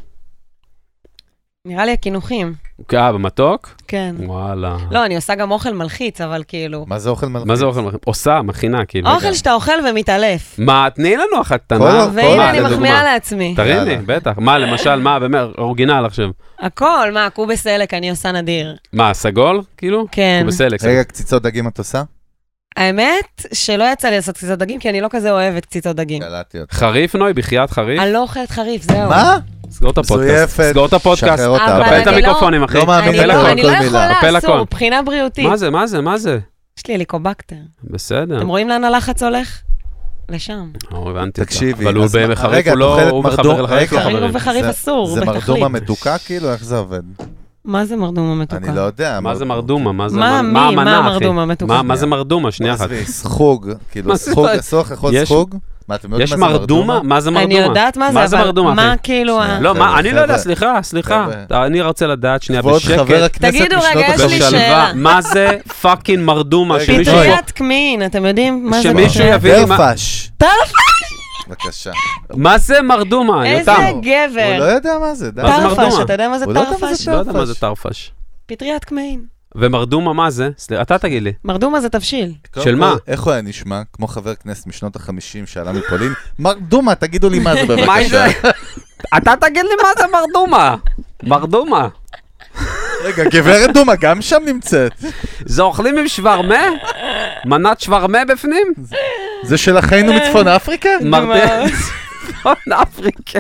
נראה לי הקינוחים. אה, במתוק? כן. וואלה. לא, אני עושה גם אוכל מלחיץ, אבל כאילו... מה זה אוכל מלחיץ? מה זה אוכל? עושה, מכינה, כאילו. אוכל שאתה אוכל ומתעלף. מה, תני לנו אחת כל- קטנה. כל- והנה מה, אני לדוגמה? מחמיאה לעצמי. תראי לי, יאללה. בטח. מה, למשל, מה, באמת, אורגינל עכשיו. הכל, מה, קובה סלק אני עושה נדיר. מה, סגול? כאילו? כן. הוא בסלק. רגע, קציצות דגים את עושה? האמת שלא יצא לי לעשות קציצות דגים, כי אני לא כזה אוהבת קציצות דגים. קלטתי אותך. חריף, נוי, בחייאת חריף? אני לא אוכלת חריף, זהו. מה? סגור את הפודקאסט. מזויפת. סגור את הפודקאסט. שחרר אותה. אבל קפל את אני המיקרופונים, אחי. לא מאמין אני קפל לא, הכל. אני לא כל מילה. יכולה, קפל אסור, הכל. מבחינה בריאותית. מה זה, מה זה, מה זה? יש לי הליקובקטר. בסדר. אתם רואים לאן הלחץ הולך? לשם. לא, הבנתי אותך. תקשיבי. אבל הוא אז מה- בחריף, רגע, הוא לא... את הוא אוכלת מחבר מרדום- לחריף, רגע. חברים. חריף וחריף זה- אסור, זה בתכלית. מרדומה מתוקה כאילו? איך זה עובד? מה זה מרדומה מתוקה? אני לא יודע. מה זה מרדומה? מה זה מה, מר- מי? מה המנה, מה אחי? מרדומה מתוקה? מה- מה זה מרדומה? שנייה אחת. עזבי, סחוג. כאילו, מה זה סחוג, זה? אסור לך לאכול יש- סחוג? מה, אתם יודעים יש מה זה מרדומה? מה זה מרדומה? אני יודעת מה זה, מה זה אבל מרדומה, מה אחי? כאילו... ה- שנייה. לא, מה, חבר'ה, אני לא יודע, חבר'ה. סליחה, סליחה. חבר'ה. אני רוצה לדעת שנייה כבוד חבר בשקט. הכנסת תגידו, משנות רגע, יש לי ה-חמישים. שאלה. בשלווה. מה זה פאקינג מרדומה? רגע, שמישהו- פטריית קמין, אתם יודעים מה זה? שמישהו פטריית? יביא לי מה... טרפש. טרפש! בבקשה. מה זה מרדומה? איזה יותם. הוא גבר. לא יודע מה זה, די. מה זה טרפש, מרדומה? אתה יודע מה זה הוא לא יודע מה טרפש? זה לא יודע מה זה טרפש. טרפש. פטריית קמין. ומרדומה מה זה? סליחה, אתה תגיד לי. מרדומה זה תבשיל. קודם של כל, מה? איך הוא היה נשמע? כמו חבר כנסת משנות החמישים שעלה מפולין. מרדומה, תגידו לי מה זה מה בבקשה. זה? אתה תגיד לי מה זה מרדומה. מרדומה. רגע, גברת דומה גם שם נמצאת. זה אוכלים עם שוורמה? מנת שוורמה בפנים? זה של אחינו מצפון אפריקה? מרדס. צפון אפריקה.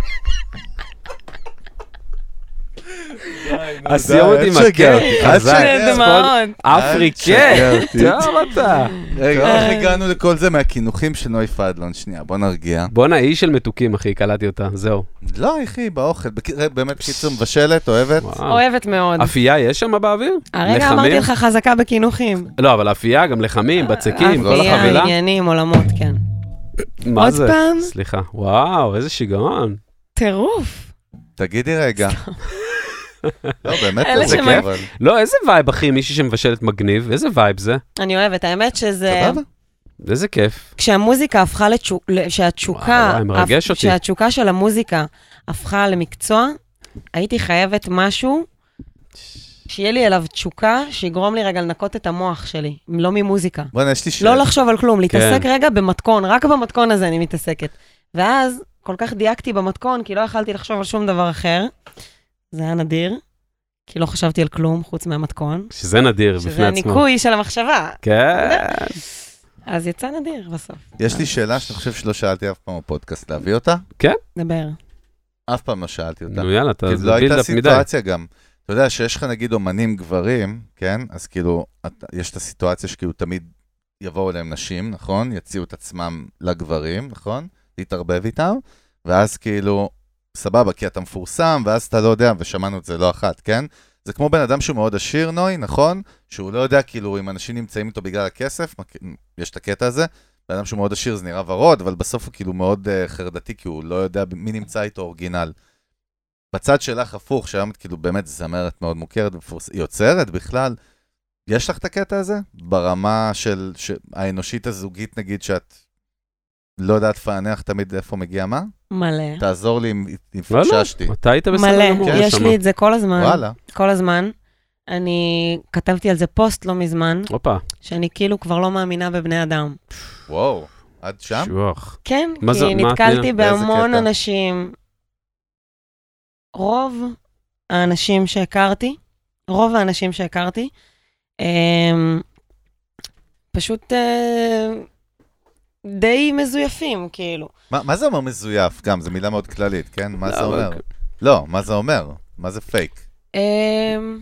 הסיומת עם הקט. חזק. דמעות. אפריקה. תשגע אותי. טוב אתה. רגע, איך הגענו לכל זה מהכינוכים של נוי פדלון? שנייה, בוא נרגיע. בואנה, אי של מתוקים, אחי, קלטתי אותה, זהו. לא, אחי, באוכל. בק- באמת, קיצור, מבשלת, אוהבת. וואו. אוהבת מאוד. אפייה יש שם באוויר? הרגע לחמים? אמרתי לך חזקה בכינוחים. לא, אבל אפייה, גם לחמים, בצקים, כל אפייה, החבילה. עניינים, עולמות, כן. מה עוד זה? פעם? סליחה. וואו, איזה שיגעון. טירוף. תגידי רגע. לא, באמת, אלה זה שמ- כיף. אבל- לא, איזה וייב, אחי, מישהי שמבשלת מגניב, איזה וייב זה? אני אוהבת, האמת שזה... סבבה? איזה כיף. כשהמוזיקה הפכה לתשוקה, שהתשוקה, וואי, מרגש אותי. כשהתשוקה של המוזיקה הפכה למקצוע, הייתי חייבת משהו שיהיה לי אליו תשוקה, שיגרום לי רגע לנקות את המוח שלי, לא ממוזיקה. בוא'נה, יש לי שאלה. לא לחשוב על כלום, להתעסק כן. רגע במתכון, רק במתכון הזה אני מתעסקת. ואז כל כך דייקתי במתכון, כי לא יכלתי לחשוב על שום דבר אחר. זה היה נדיר, כי לא חשבתי על כלום חוץ מהמתכון. שזה נדיר בפני שזה עצמו. הניקוי של המחשבה. כן. אז יצא נדיר בסוף. יש לי שאלה שאני חושב שלא שאלתי אף פעם בפודקאסט, להביא אותה? דבר. אף פעם לא שאלתי אותה. נו יאללה, אתה כאילו, זה לא הייתה בילדאפ מדי. סיטואציה גם. אתה יודע שיש לך נגיד אומנים גברים, כן? אז כאילו, את- יש את הסיטואציה שכאילו תמיד יבואו אליהם נשים, נכון? יציעו את עצמם לגברים, נכון? להתערבב איתם, ואז כאילו, סבבה, כי אתה מפורסם, ואז אתה לא יודע, ושמענו את זה לא אחת, כן? זה כמו בן אדם שהוא מאוד עשיר, נוי, נכון? שהוא לא יודע, כאילו, אם אנשים נמצאים איתו בגלל הכסף, יש את הקטע הזה, בן אדם שהוא מאוד עשיר זה נראה ורוד, אבל בסוף הוא כאילו מאוד uh, חרדתי, כי הוא לא יודע מי נמצא איתו אורגינל. בצד שלך הפוך, שהיום את כאילו באמת זמרת מאוד מוכרת, בפורס... היא יוצרת בכלל. יש לך את הקטע הזה? ברמה של ש... האנושית הזוגית, נגיד, שאת לא יודעת פענח תמיד איפה מגיע מה? מלא. תעזור לי אם לא, פששתי. לא, אתה היית בסדר מלא, גמור, יש שמה. לי את זה כל הזמן. וואלה. כל הזמן. אני כתבתי על זה פוסט לא מזמן, הופה, שאני כאילו כבר לא מאמינה בבני אדם. וואו, עד שם? שוח. כן, מה כי זה- מה נתקלתי את- בהמון באיזה קטע? אנשים, רוב האנשים שהכרתי, רוב האנשים שהכרתי, הם פשוט אה, די מזויפים, כאילו. מה מה זה אומר מזויף? גם, זו מילה מאוד כללית, כן? מה לא, זה אבל- אומר? לא, מה זה אומר? מה זה פייק? אמ,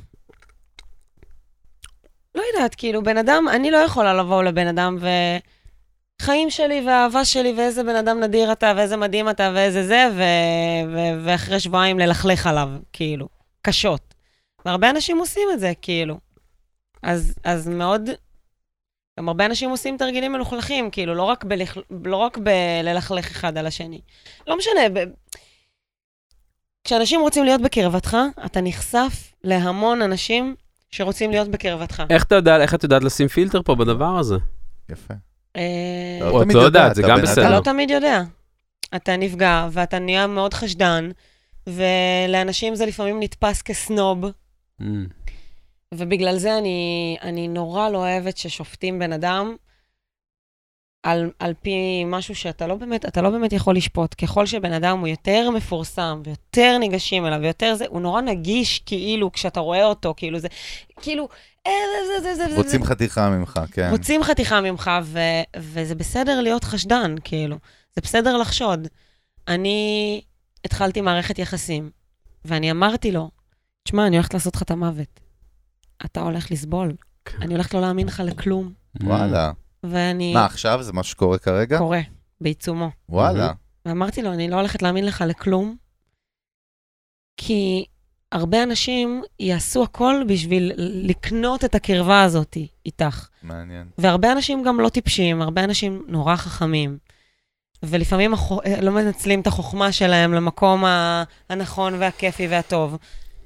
לא יודעת, כאילו, בן אדם, אני לא יכולה לבוא לבן אדם וחיים שלי והאהבה שלי ואיזה בן אדם נדיר אתה ואיזה מדהים אתה ואיזה זה, ו- ו- ואחרי שבועיים ללכלך עליו, כאילו, קשות. והרבה אנשים עושים את זה, כאילו. אז, אז מאוד, גם הרבה אנשים עושים תרגילים מלוכלכים, כאילו, לא רק, בלכ... לא רק בללכלך אחד על השני. לא משנה, ב... כשאנשים רוצים להיות בקרבתך, אתה נחשף להמון אנשים שרוצים להיות בקרבתך. איך אתה יודע, איך את יודעת לשים פילטר פה בדבר הזה? יפה. אה, לא או את תמיד לא יודעת, יודעת, זה אתה גם בן בסדר. אתה אדם. לא תמיד יודע. אתה נפגע, ואתה נהיה מאוד חשדן, ולאנשים זה לפעמים נתפס כסנוב, Mm. ובגלל זה אני, אני נורא לא אוהבת ששופטים בן אדם על, על פי משהו שאתה לא באמת, אתה לא באמת יכול לשפוט. ככל שבן אדם הוא יותר מפורסם, ויותר ניגשים אליו, ויותר זה, הוא נורא נגיש כאילו כשאתה רואה אותו, כאילו זה, כאילו, אה, זה, זה, זה, זה, רוצים זה. חתיכה ממך, כן. רוצים חתיכה ממך, ו, וזה בסדר להיות חשדן, כאילו. זה בסדר לחשוד. אני התחלתי מערכת יחסים, ואני אמרתי לו, תשמע, אני הולכת לעשות לך את המוות. אתה הולך לסבול. אני הולכת לא להאמין לך לכלום. וואלה. ואני... מה, עכשיו? זה מה שקורה כרגע? קורה, בעיצומו. וואלה. ואמרתי לו, אני לא הולכת להאמין לך לכלום, כי הרבה אנשים יעשו הכל בשביל לקנות את הקרבה הזאת איתך. מעניין. והרבה אנשים גם לא טיפשים, הרבה אנשים נורא חכמים. ולפעמים החו... לא מנצלים את החוכמה שלהם למקום ה... הנכון והכיפי והטוב.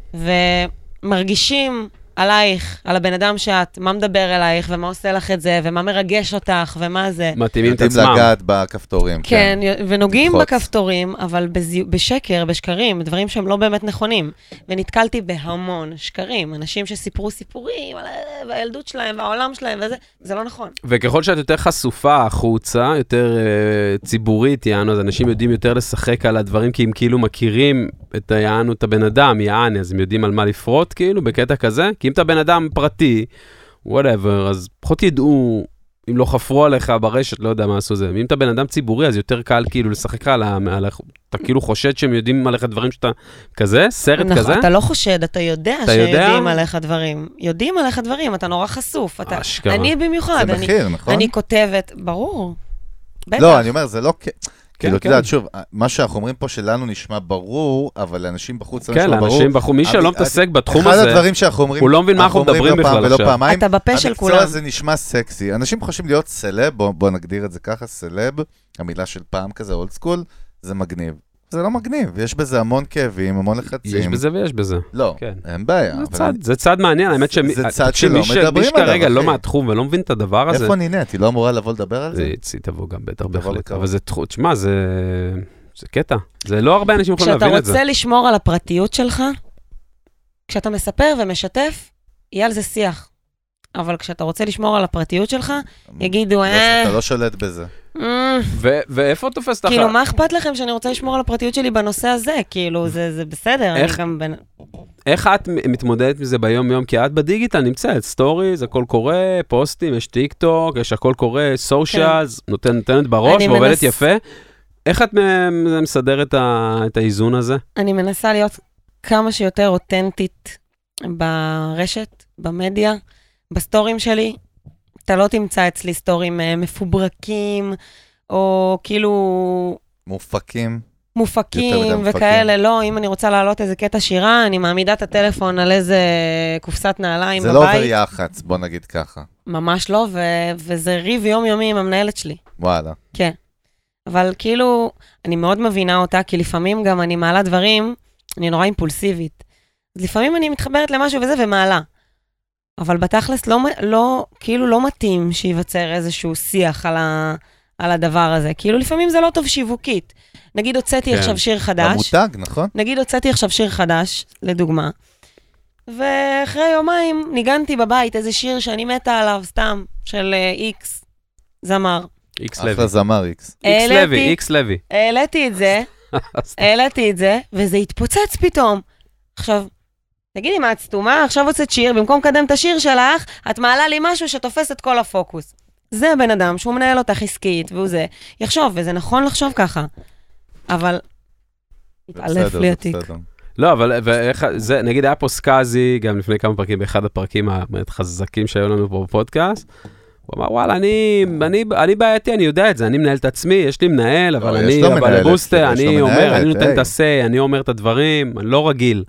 ומרגישים עלייך, על הבן אדם שאת, מה מדבר אלייך, ומה עושה לך את זה, ומה מרגש אותך, ומה זה. מתאימים את יודעים עצמם. לגעת בכפתורים, כן, כן. ונוגעים ללחוץ. בכפתורים, אבל בזי... בשקר, בשקרים, דברים שהם לא באמת נכונים. ונתקלתי בהמון שקרים, אנשים שסיפרו סיפורים על ה- הילדות שלהם והעולם שלהם וזה, זה לא נכון. וככל שאת יותר חשופה החוצה, יותר uh, ציבורית, יענו, אז אנשים יודעים יותר לשחק על הדברים, כי הם כאילו מכירים את היענו, את הבן אדם, יעני, אז הם יודעים על מה לפרוט, כאילו, בקטע כזה. כי אם אתה בן אדם פרטי, whatever, אז פחות ידעו, אם לא חפרו עליך ברשת, לא יודע מה עשו זה. אם אתה בן אדם ציבורי, אז יותר קל כאילו לשחק על ה... על ה- אתה כאילו חושד שהם יודעים עליך דברים שאתה... כזה? סרט נכון, כזה? אתה לא חושד, אתה יודע אתה יודע? שיודעים עליך דברים. יודעים עליך דברים, אתה נורא חשוף. אתה... אשכרה. אני במיוחד, זה אני, מחיר, נכון? אני כותבת, ברור. בטח. לא, אני אומר, זה לא... כ- כאילו, את כן. יודעת, שוב, מה שאנחנו אומרים פה שלנו נשמע ברור, אבל לאנשים בחוץ לא כן, נשמע ברור. לאנשים בחור, מי אבל- שלא מתעסק בתחום אחד הזה, הדברים שאנחנו אומרים, הוא לא מבין מה אנחנו אומרים מדברים לא פעם בכלל ולא עכשיו. פעמיים, אתה בפה של כולם. המקצוע הזה נשמע סקסי. אנשים חושבים להיות סלב, בוא, בוא נגדיר את זה ככה, סלב, המילה של פעם כזה, אולד סקול, זה מגניב. זה לא מגניב, יש בזה המון כאבים, המון לחצים. יש בזה ויש בזה. לא, כן. אין בעיה. זה אבל צד, זה צד מעניין, האמת זה- שמי... זה צד תקשיב, שלא מי ש- מדברים מי שכרגע עליו, לא אחי. מהתחום ולא מבין את הדבר הזה, איפה נינת? היא לא אמורה לבוא לדבר על זה? זה יציא תבוא גם בטח תבוא בהחלט, בקרוב. אבל זה תחום, תשמע, זה זה קטע. זה לא הרבה אנשים יכולים כשאתה להבין את זה. רוצה לשמור על הפרטיות שלך, כשאתה מספר ומשתף, יהיה על זה שיח. אבל כשאתה רוצה לשמור על הפרטיות שלך, יגידו, לא, אה, אתה לא שולט בזה. אה, ו- ואיפה תופס את כאילו, החיים? מה אכפת לכם שאני רוצה לשמור על הפרטיות שלי בנושא הזה? כאילו, זה זה בסדר, אני איך- גם בן... איך את מ- מתמודדת מזה ביום-יום? כי את בדיגיטל נמצאת, סטוריז, הכל קורה, פוסטים, יש טיק טוק, יש הכל קורה, סושיאלס, נותן- נותנת בראש אני ועובדת מנס- יפה. איך את מ- מסדר את ה- את האיזון הזה? אני מנסה להיות כמה שיותר אותנטית ברשת, במדיה, בסטורים שלי. אתה לא תמצא אצלי סטורים אה, מפוברקים, או כאילו מופקים. יותר מופקים מדי מופקים. וכאלה. לא, אם אני רוצה להעלות איזה קטע שירה, אני מעמידה את הטלפון על איזה קופסת נעליים זה בבית. לא עובר יח"צ, בוא נגיד ככה. ממש לא, ו- וזה ריב יומיומי עם המנהלת שלי. וואלה. כן. אבל כאילו, אני מאוד מבינה אותה, כי לפעמים גם אני מעלה דברים, אני נורא אימפולסיבית. אז לפעמים אני מתחברת למשהו וזה ומעלה. אבל בתכלס לא, לא, כאילו לא מתאים שייווצר איזשהו שיח על, ה, על הדבר הזה. כאילו, לפעמים זה לא טוב שיווקית. נגיד, הוצאתי עכשיו שיר חדש. המותג, נכון? נגיד, הוצאתי עכשיו שיר חדש, לדוגמה. ואחרי יומיים ניגנתי בבית איזה שיר שאני מתה עליו, סתם, של איקס, זמר. איקס לוי. אחלה זמר איקס. איקס לוי, איקס לוי. העליתי את זה, העליתי את זה, וזה התפוצץ פתאום. עכשיו, תגידי, מה את סתומה? עכשיו הוצאת שיר, במקום לקדם את השיר שלך, את מעלה לי משהו שתופס את כל הפוקוס. זה הבן אדם שהוא מנהל אותך עסקית, והוא זה. יחשוב, וזה נכון לחשוב ככה. אבל, התעלף לי התיק. לא, אבל ואיך, זה, נגיד היה פה סקאזי, גם לפני כמה פרקים, באחד הפרקים החזקים שהיו לנו פה בפודקאסט, הוא אמר, וואלה, אני, אני, אני בעייתי, אני יודע את זה, אני מנהל את עצמי, יש לי מנהל, אבל אני, אבל בוסטר, אני אומר, אני נותן את הסי, אני אומר את הדברים, אני לא רגיל.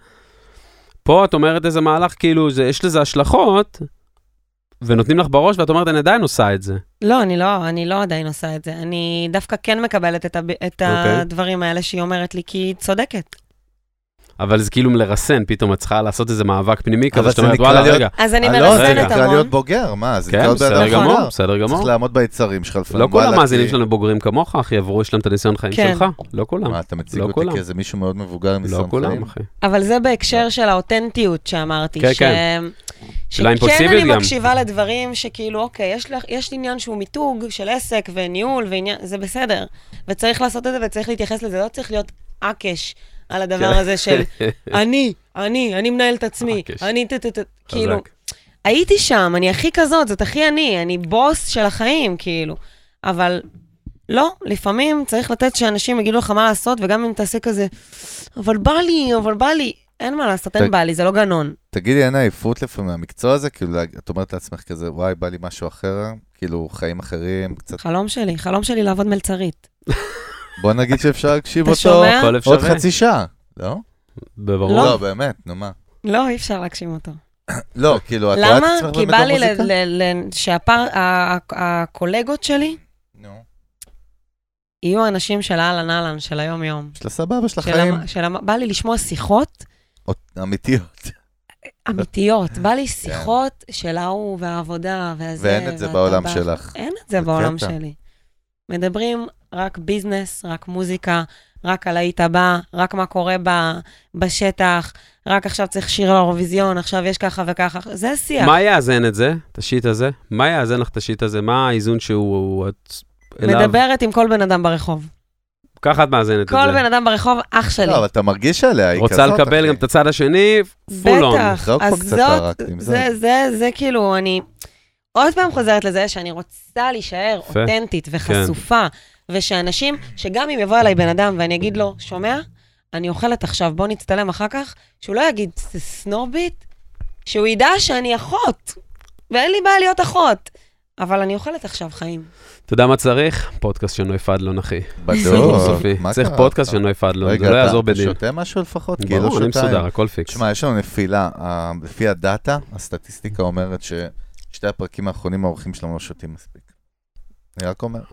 פה את אומרת איזה מהלך, כאילו, יש לזה השלכות, ונותנים לך בראש, ואת אומרת, אני עדיין עושה את זה. לא, אני לא, אני לא עדיין עושה את זה. אני דווקא כן מקבלת את, את הדברים האלה שהיא אומרת לי, כי היא צודקת. אבל זה כאילו לרסן, פתאום את צריכה לעשות איזה מאבק פנימי כזה, שאתה אומרת, וואלה, רגע. אז אני מרסנת המון. זה נקרא להיות בוגר, מה? זה כן, בסדר גמור, בסדר גמור. צריך לעמוד ביצרים שלך. לא כל המאזינים שלנו בוגרים כמוך, אחי, עברו, יש להם את הניסיון חיים שלך. לא כולם. מה, אתה מציג אותי כאיזה מישהו מאוד מבוגר עם ניסיון חיים? לא כולם, אחי. אבל זה בהקשר של האותנטיות שאמרתי. כן, כן. שכן אני מקשיבה לדברים שכאילו, אוקיי, יש לי עניין שהוא מיתוג של עסק וניהול, זה בסדר. וצריך לעשות את זה וצריך להתייחס לזה, לא צריך להיות עקש על הדבר הזה של אני, אני, אני מנהל את עצמי, אני, כאילו, הייתי שם, אני הכי כזאת, זאת הכי אני, אני בוס של החיים, כאילו, אבל לא, לפעמים צריך לתת שאנשים יגידו לך מה לעשות, וגם אם תעשה כזה, אבל בא לי, אבל בא לי, אין מה לעשות, אין בא לי, זה לא גנון. תגידי, אין עייפות לפעמים מהמקצוע הזה, כאילו, את אומרת לעצמך כזה, וואי, בא לי משהו אחר, כאילו, חיים אחרים, קצת... חלום שלי, חלום שלי לעבוד מלצרית. בוא נגיד שאפשר להקשיב אותו עוד חצי שעה, לא? בברור. לא, באמת, נו מה. לא, אי אפשר להקשיב אותו. לא, כאילו, את רואה את עצמך באמת במוזיקה? למה? כי בא לי שהקולגות שלי יהיו אנשים של אהלן אהלן, של היום-יום. של הסבבה, של החיים. בא לי לשמוע שיחות. אמיתיות. אמיתיות. בא לי שיחות של ההוא והעבודה והזה. ואין את זה בעולם שלך. אין את זה בעולם שלי. מדברים רק ביזנס, רק מוזיקה, רק על היית הבא, רק מה קורה בשטח, רק עכשיו צריך שיר לאירוויזיון, עכשיו יש ככה וככה, זה השיח. מה יאזן את זה, את השיט הזה? מה יאזן לך את השיט הזה? מה האיזון שהוא אליו? מדברת עם כל בן אדם ברחוב. ככה את מאזנת את זה. כל בן אדם ברחוב, אח שלי. לא, אבל אתה מרגיש עליה, היא כזאת. רוצה לקבל גם את הצד השני, פולון. בטח, אז זאת, זה כאילו, אני עוד פעם חוזרת לזה שאני רוצה להישאר אותנטית וחשופה, ושאנשים, שגם אם יבוא אליי בן אדם ואני אגיד לו, שומע? אני אוכלת עכשיו, בוא נצטלם אחר כך, שהוא לא יגיד, זה סנובית, שהוא ידע שאני אחות, ואין לי בעיה להיות אחות, אבל אני אוכלת עכשיו חיים. אתה יודע מה צריך? פודקאסט של נוי פדלון, אחי. בדוק. צריך פודקאסט של נוי פדלון, זה לא יעזור בדין. רגע, אתה שותה משהו לפחות? ברור, אני מסודר, הכל פיקס. תשמע, יש לנו נפילה, לפי הדאטה, הסטטיסטיקה אומרת ששתי הפרקים האחרונים האורחים שלנו לא שותים מספיק. אני רק אומר.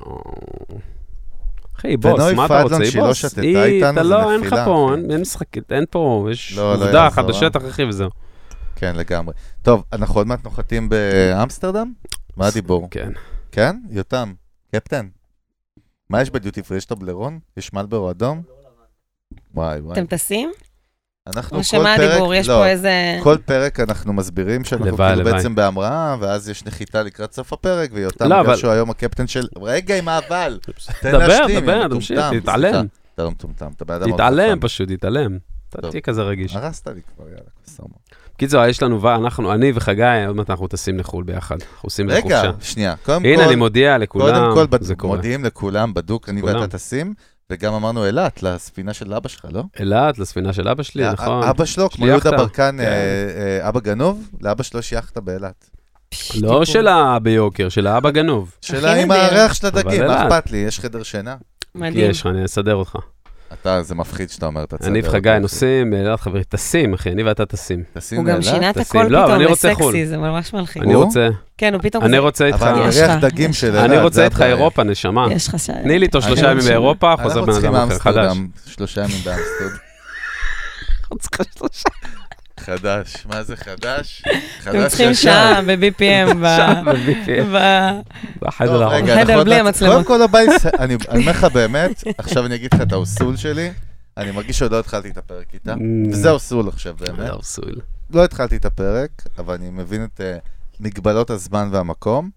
אחי, בוס, מה אתה רוצה? בוס, אתה לא, אין לך פה, אין משחקית, אין פה, יש עובדה אחת בשטח, אחי, וזהו. כן, לגמרי. טוב, אנחנו עוד מעט נוחתים באמסטרדם? מה הדיבור? כן. כן? יותם, קפטן. מה יש בדיוטי פרי? יש טובלרון? יש מלברו אדום? וואי, וואי. אתם טסים? אנחנו או שמה הדיבור? יש פה איזה... כל פרק אנחנו מסבירים שאנחנו כאילו בעצם בהמראה, ואז יש נחיתה לקראת סוף הפרק, ויותם בגלל שהוא היום הקפטן של... רגע, עם האבל. דבר, דבר, תמשיך, תתעלם. אתה לא מטומטם, אתה באדם... תתעלם פשוט, תתעלם. אתה תהיה כזה רגיש. הרסת לי כבר, יאללה, סומה. קיצור, יש לנו, אנחנו, אני וחגי, עוד מעט אנחנו טסים לחול ביחד. אנחנו עושים לחופשה. רגע, שנייה. הנה, אני מודיע לכולם, זה קורה. מודיעים לכולם, בדוק, אני ואתה טסים, וגם אמרנו אלת, לספינה של אבא שלך, לא? אלת, לספינה של אבא שלי, נכון. אבא שלו, כמו יהודה ברקן, אבא גנוב, לאבא שלו שייכת באלת. לא של האבא יוקר, של האבא גנוב. שלה עם הריח של הדגים, מה אכפת לי? יש חדר שינה? מדהים. יש, אני אסדר אותך. אתה, זה מפחיד שאתה אומר את הצדר. אני וחגי נוסעים, אלת חברי, טסים, אחי, אני ואתה טסים. טסים הוא גם שינה את הכל פתאום לסקסי, זה ממש מלחיץ. אני רוצה... כן, הוא פתאום... אני רוצה איתך... אבל ריח דגים של אלת. אני רוצה איתך אירופה, נשמה. יש לך ש... תני לי איתו שלושה ימים באירופה, חוזר בן אדם אחר, חדש. שלושה ימים באמסטרד. צריכה שלושה. חדש, מה זה חדש? אתם צריכים שעה ב-בי פי אם. שעה ב-בי פי אם. בחדר רגע, בחדר נכון, בלי את- המצלמות. קודם כל הבייס, אני אני אומר לך באמת, עכשיו אני אגיד לך את האוסול שלי, אני מרגיש שעוד לא התחלתי את הפרק איתה, וזה האוסול עכשיו באמת. ארסול. לא התחלתי את הפרק, אבל אני מבין את אה, מגבלות הזמן והמקום.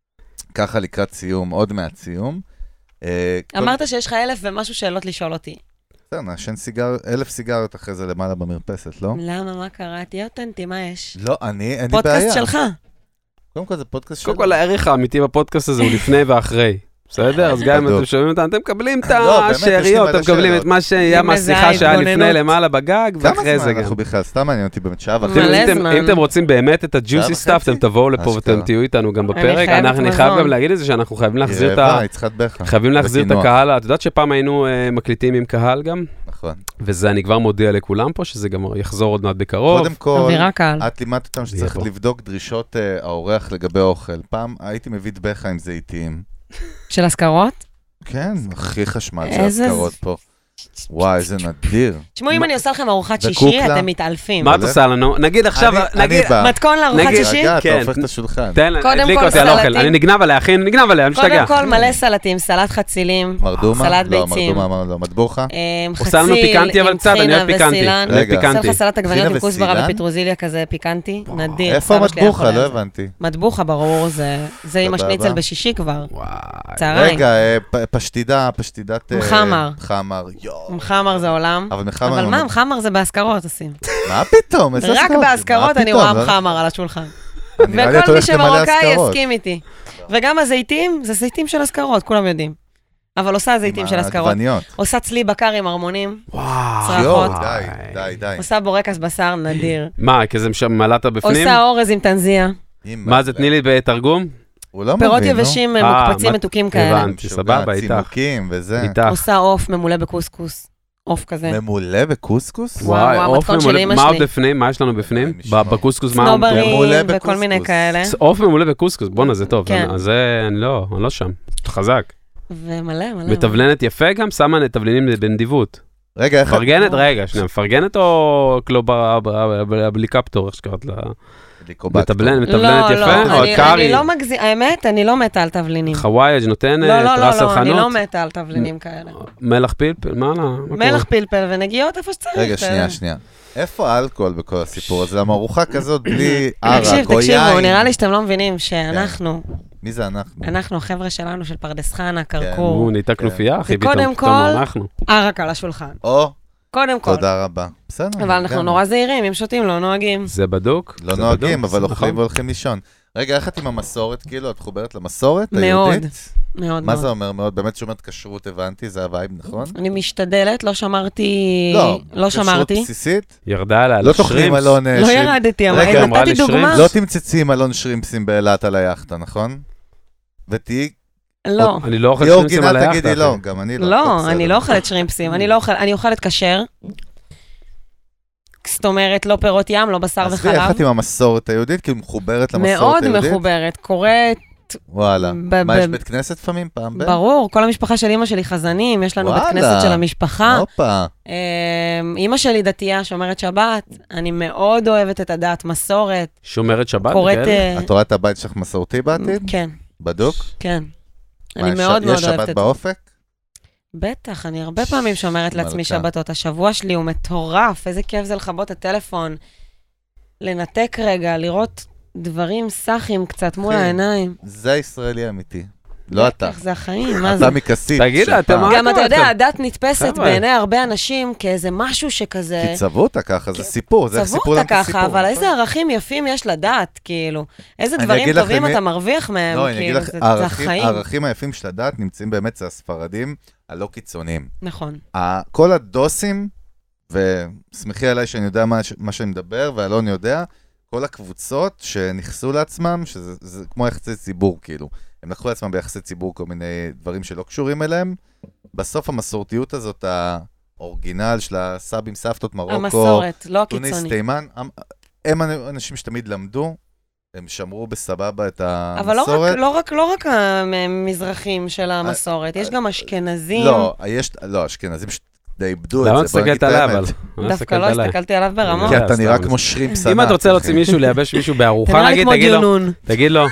ככה לקראת סיום, עוד מעט סיום. אה, כל- אמרת שיש לך אלף ומשהו שאלות לשאול אותי. בסדר, נעשן סיגר, אלף סיגריות אחרי זה למעלה במרפסת, לא? למה, מה קרה? תהיה אותנטי, מה יש? לא, אני, אין לי בעיה. פודקאסט שלך. קודם כל זה פודקאסט קודם שלו. כל, הערך האמיתי בפודקאסט הזה הוא לפני ואחרי. בסדר? אז גם אם בדיוק. אתם שומעים אותם, אתם מקבלים את לא, באמת, יש לי השאריות, מלא אתם מקבלים שאלות. את מה שהיה אני מהשיחה מזהה שהיה התבוננות. לפני למעלה בגג, כמה ואחרי זה זמן גם. אנחנו בכלל? סתם מעניין אותי באמת שעה מלא וחצי. אם אתם- זמן. אם אתם רוצים באמת את הג'וסי שעה סטאפ, וחצי? אתם תבואו לפה אשכרה. ואתם תהיו איתנו גם בפרק. חייבת אנחנו- אני חייב מזון. גם להגיד את זה שאנחנו חייבים להחזיר את ה... רעבה, יצחק בך. חייבים להחזיר את וקינוח. הקהל. את יודעת שפעם היינו אה, מקליטים עם קהל גם? נכון. וזה אני כבר מודיע לכולם פה, שזה גם יחזור עוד מעט בקרוב. קודם כל, אווירה קהל. את לימדת אותם שצריך יהיה פה. לבדוק דרישות אה, האורח לגבי אוכל. פעם הייתי מביא דבחה עם זיתים. של הזכרות? כן, הכי חשמל של איזה הזכרות פה. וואי, איזה נדיר. תשמעו, אם מה- אני עושה לכם ארוחת שישי, וקוקלה? אתם מתעלפים. מה את עושה לנו? נגיד עכשיו, אני- אני נגיד... בא. מתכון לארוחת נגיד- שישי? רגע, אתה כן. הופך את השולחן. תן, קודם הדליק כל אותי על האוכל. סלטים. אני נגנב עליה, אחי, אני נגנב עליה, אני משתגע. קודם כל מלא סלטים, סלט חצילים, מרדומה? סלט לא, ביצים, מרדומה, לא, מטבוחה? אמ, עושה לנו חציל פיקנטי, אבל עם קצת, אני טחינה אוהב פיקנטי. וסילן. אני אוהב רגע. עושה פיקנטי. לך סלט עגבניות טחינה עם כוסברה וסילן? ופטרוזיליה כזה פיקנטי, נדיר. איפה סבא שלי היה המטבוחה? חולה לא על זה. הבנתי. מטבוחה, ברור, זה זה עם סבבה. השניצל בשישי כבר. וואי. צהריים. רגע, אה, פ- פשטידה, פשטידת... אה, מחמר. מחמר, יואו. מחמר זה עולם. אבל מחמר... אבל לא מה, מ- מחמר זה בהשכרות עושים. מה פתאום? איזה רק הזכרות? בהשכרות מה אני פתאום? רואה לא- מחמר על השולחן. נראה לי את וכל מי הולכת למלא שמרוקאי הזכרות. יסכים איתי. וגם הזיתים, זה זיתים של הזכרות, כולם יודעים. אבל עושה זיתים עם של הזכרות. העגבניות. עושה צלי בקר עם ערמונים, וואו. צרחות. יואו, די, די, די. עושה בורקס בשר נדיר. מה, כזה מלאת בפנים? עושה אורז עם טנזיה. מה זה, תני לי בתרגום? הוא לא מבין, פירות נו. יבשים אה, מוקפצים מה- מתוקים כאלה. הבנתי, סבבה, איתך. צימוקים וזה. איתך. עושה עוף ממולא בקוסקוס. עוף כזה. ממולא בקוסקוס? וואו, וואי, וואו, עוף המתכון של ממולא- אמא מה עוד שלי. בפנים? מה יש לנו בפנים? אלוהים ישמור. בקוסקוס מה? ממולא סנוברים וכל בקוסקוס. מיני כאלה. עוף ממולא בקוסקוס, בואנה, זה טוב. כן. אז זה, אני לא, אני לא שם. חזק. ומלא, מלא. מתבלנת יפה גם, שמה תבלינים בנדיבות. רגע, איך... מפרגנת, לא. רגע, שנייה, מפרגנת או בליקפטור, איך שקראת לה? ליקובקטור. מתבלנת, לא, מתבלנת לא, יפה? או אני- קארי? אני לא מגזים, האמת, אני לא מתה על תבלינים. חוואי, נותן לא, לא, טרס לא, על לא, אני לא חנות? מתה על תבלינים כאלה. מלח פלפל? מה לה? מה קורה? מלח פלפל ונגיעות איפה שצריך. רגע, אתה שנייה, יודע. שנייה. איפה האלכוהול בכל הסיפור הזה? למה ארוחה כזאת בלי ערק תקשיב, או תקשיבו, יין? נראה לי שאתם לא מבינים שאנחנו, מי זה אנחנו? אנחנו, החבר'ה שלנו של פרדס חנה, נו, קרקור, נהייתה כנופיה, אחי, וקודם פתאום, פתאום כל- אנחנו. ערק על השולחן. או, קודם כל. תודה רבה. בסדר. אבל אנחנו גם. נורא זהירים, אם שותים לא נוהגים. זה בדוק? לא זה נוהגים, בדוק, אבל זה אוכלים נכון. והולכים לישון. רגע, איך את עם המסורת, כאילו? את מחוברת למסורת מאוד, היהודית? מאוד מה מאוד. זה אומר מאוד? באמת שומרת כשרות, הבנתי, זה הווייב, נכון? אני משתדלת, לא שמרתי, לא, לא כשרות שמרתי. בסיסית? ירדה עליה, לא תאכלי עם אלון אה, לא שרימפ. ירדתי, אבל רגע, אמרה נתתי לי דוגמה. שרימפ? לא תמצצי עם אלון שרימפסים באילת על היאכטה, נכון? ותהיי לא. אני לא אוכל תהיי שרימפסים על אורגינל, היאכטה. תגידי לא, אחי. גם אני לא. הכל לא, בסדר. אני לא אוכלת שרימפסים, אני לא אוכלת, אני אוכלת כשר. זאת אומרת, לא פירות ים, לא בשר עזבי, איך וחלב. את עם המסורת היהודית? כאילו מחוברת למסורת מאוד היהודית? מחוברת, קוראת, וואלה. ב- מה, ב- יש בית כנסת לפעמים? פעם ב... ברור, כל המשפחה של אמא שלי חזנים, יש לנו בית וואלה. כנסת של המשפחה. הופה. אמ, אמא שלי דתייה, שומרת שבת, אני מאוד אוהבת את הדת, מסורת, שומרת שבת? קוראת... וכאלה? אה, את רואה את הבית שלך מסורתי בעתיד? כן, בדוק? כן. מה, אני יש- מאוד מאוד יש אוהבת שבת את זה. באופק? בטח, אני הרבה פעמים שומרת לעצמי מלכה. שבתות. השבוע שלי הוא מטורף, איזה כיף זה לכבות את הטלפון, לנתק רגע, לראות דברים סחים קצת מול אחי, העיניים. זה הישראלי האמיתי. לא אתה. בטח, זה החיים, מה זה? אתה מכסית. תגיד, של אתם פעם. מה? גם אתה יודע, קורה? הדת נתפסת חבר'ה. בעיני הרבה אנשים כאיזה משהו שכזה... כי צבעו אותה ככה, זה סיפור, זה צבעו סיפור אותה להם את הסיפור. ככה, אבל נכון? איזה ערכים יפים יש לדת, כאילו. איזה אני דברים אגיד לך טובים למי- אתה מרוויח מהם, לא, אני אגיד כאילו, לך, זה זה הערכים- החיים. הערכים היפים של הדת נמצאים באמת, זה הספרדים הלא קיצוניים. נכון. ה- כל הדוסים, וסמכי עליי שאני יודע מה, ש- מה שאני מדבר, ואלון יודע, כל הקבוצות שנכסו לעצמם, שזה זה כמו יחסי ציבור, כאילו. הם לקחו לעצמם ביחסי ציבור כל מיני דברים שלא קשורים אליהם. בסוף המסורתיות הזאת, האורגינל של הסבים, סבתות, מרוקו, המסורת, לא טוניס, הקיצוני. תימן, הם, הם אנשים שתמיד למדו, הם שמרו בסבבה את אבל לא המסורת. רק, לא רק, לא רק המזרחים של המסורת, יש גם אשכנזים. לא, יש, לא, אשכנזים ש- די איבדו את זה. למה מסתכלת עליי אבל? דווקא לא הסתכלתי עליו ברמות. כי אתה נראה כמו שרימפס ענק. אם את רוצה להוציא מישהו, לייבש מישהו בארוחה, נגיד, תגיד לו. תגיד לו.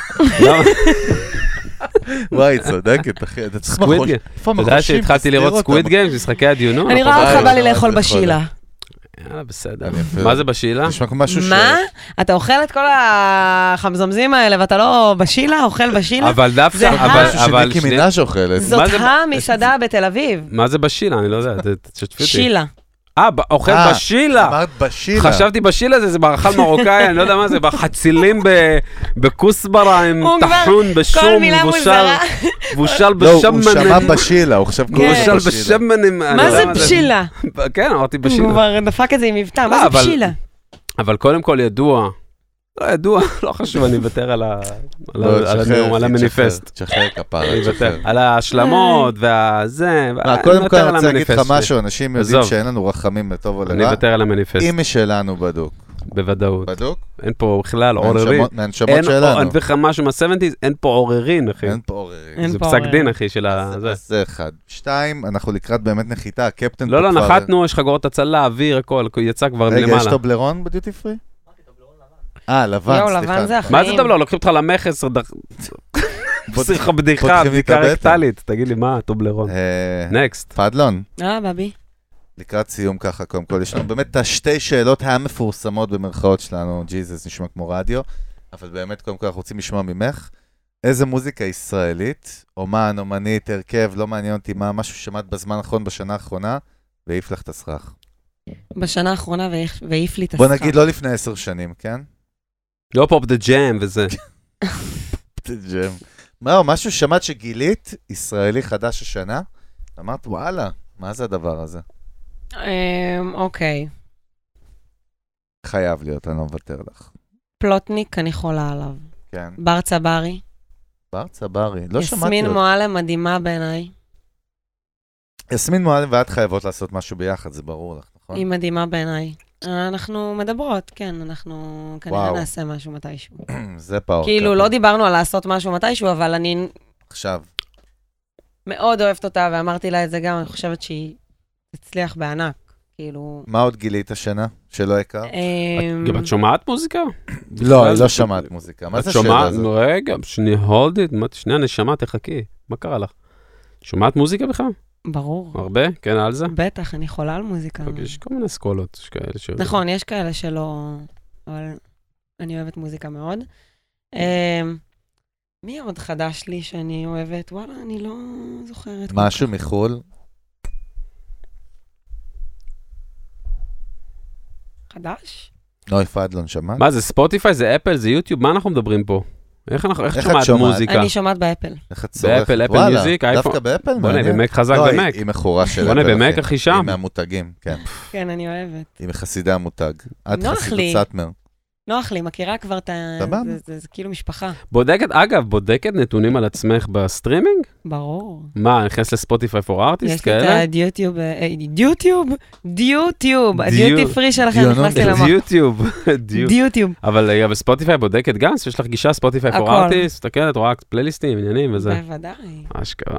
וואי, צודקת, אחי. אתה צריך סקוויד מחוש. גיים. איפה אתה יודע שהתחלתי לראות סקוויד גיים, משחקי הדיונות? אני רואה אותך בא לי לאכול בשילה. יאללה, בסדר. מה זה בשילה? נשמע כמו משהו ש... מה? אתה אוכל את כל החמזמזים האלה ואתה לא בשילה? אוכל בשילה? אבל דווקא, זה אבל, משהו אבל, שניקי מנאז' אוכלת. זאת מה זה- המסעדה בתל אביב. מה זה בשילה? אני לא יודע, ת- תשתפי אותי. שילה. אה, ב- אוכל אה, בשילה. אמרת בשילה. חשבתי בשילה זה, זה מאכל מרוקאי, אני לא יודע מה זה, בחצילים ב- בכוסברה עם הוא כבר- טחון כל בשום, מילה בושל, מוזרה. בושל לא, הוא שמע בשמנים. בשילה, הוא חשב כמו בושל בשילה. בשמנים. אני לא מה יודע זה בשילה? כן, אמרתי הוא בשילה. כבר דפק את זה עם מבטא, לא, מה זה אבל- בשילה? אבל קודם כל ידוע, לא ידוע, לא חשוב, אני אוותר על ה- על ה- לא, על תשחרר, הנאום, על אחי, המניפסט. תשחרר, תשחרר כפרה, אני תשחרר. אוותר. על ההשלמות והזה. מה, אני קודם כל מוותר אני על רוצה להגיד לך המניפסט משהו, שלי. אנשים יודעים עזוב. שאין לנו רחמים לטוב או אני לרע. אוותר על המניפסט, אם משלנו בדוק. בוודאות. בדוק? אין פה בכלל עוררין. מהנשמות- מהנשמות אין, שלנו. אני אגיד לך משהו מה-שבעים, אין פה עוררין, אחי. אין פה עוררין. אין זה פה פסק עוררין. דין, אחי, של אז ה... זה. אז זה אחד. שתיים, אנחנו לקראת באמת נחיתה, הקפטן לא, פה לא, כבר- נחתנו, יש חגורות הצלה, אוויר, הכל, יצא כבר רגע, יש למעלה. טובלרון בדיוטי פרי? אה, לבן, יואו, סליחה. לבן זה מה זה החיים. טובלרון? לוקחים אותך למכס, עושים לך בדיחה, פותחים לי את בדיקה הבטן. רקטלית. תגיד לי, מה, טובלרון? אה, נקסט. פדלון, אה, בבי. לקראת סיום ככה, קודם כל, יש לנו באמת את השתי שאלות המפורסמות במרכאות שלנו, ג'יזוס, נשמע כמו רדיו, אבל באמת, קודם כל, אנחנו רוצים לשמוע ממך, איזה מוזיקה ישראלית, אומן, אומנית, הרכב, לא מעניין אותי מה, משהו ששמעת בזמן האחרון, בשנה האחרונה, והעיף לך את הסכך. בשנה האחרונה והעיף- והעיף לי את בוא הסכך. נגיד, לא לפני עשר שנים, כן? לא פופ דה ג'ם וזה. ג'ם. מה, משהו שמעת שגילית, ישראלי חדש השנה? אמרת, וואלה, מה זה הדבר הזה? אמ, אוקיי. חייב להיות, אני לא מוותר לך. פלוטניק, אני חולה עליו. כן. בר צברי. בר צברי, לא שמעתי יסמין אותו. מועלם מדהימה בעיניי. יסמין מועלם ואת חייבות לעשות משהו ביחד, זה ברור לך, נכון? היא מדהימה בעיניי. אנחנו מדברות, כן, אנחנו כנראה וואו. נעשה משהו מתישהו. זה פאור. כאילו, לא דיברנו על לעשות משהו מתישהו, אבל אני עכשיו, מאוד אוהבת אותה, ואמרתי לה את זה גם, אני חושבת שהיא תצליח בענק. כאילו... מה עוד גילית השנה שלא הכרת? אמ, גם את שומעת מוזיקה? לא, היא לא שמעת מוזיקה. מה את זה השאלה שומעת? הזאת? רגע, שנייה, hold it, שנייה, נשמה, תחכי. מה קרה לך? שומעת מוזיקה בכלל? ברור. הרבה? כן, על זה? בטח, אני חולה על מוזיקה. יש כל מיני אסכולות, יש כאלה ש... נכון, יש כאלה שלא... אבל אני אוהבת מוזיקה מאוד. אמ, מי עוד חדש לי שאני אוהבת? וואלה, אני לא זוכרת. כל משהו כך. מחול? חדש? נוי פדלון, שמעת? מה זה, ספוטיפיי, זה אפל, זה יוטיוב? מה אנחנו מדברים פה? איך אנחנו, איך איך את את שומעת שומעת? מוזיקה? אני שומעת באפל. איך את צורכת? באפל, אפל וואלה, מיוזיק, אייפון. דווקא באפל, בוא'נה, מעניין. במק חזק לא, היא- במק. היא מכורה של בוא'נה, אפל, במק, אחי. אחי, שם. היא מהמותגים, כן. כן, אני אוהבת. היא מחסידי המותג. את נוח חסידות לי. סאטמר. נוח לי, מכירה כבר את ה... סבבה. זה- זה- זה כאילו משפחה. בודקת, אגב, בודקת נתונים על עצמך בסטרימינג? ברור. מה, נכנס לספוטיפיי פור ארטיסט יש לי כאלה? את הדיוטיוב, אה, דיוטיוב? דיוטיוב. דיו- הדיוטי פרי שלכם דיונות. נכנס לי למוח. דיוטיוב. דיו- דיוטיוב. אבל אה, בספוטיפיי בודקת גם? יש לך גישה ספוטיפיי פור הכל. ארטיסט? מסתכלת, רואה פלייליסטים, עניינים וזה. בוודאי. אשכרה.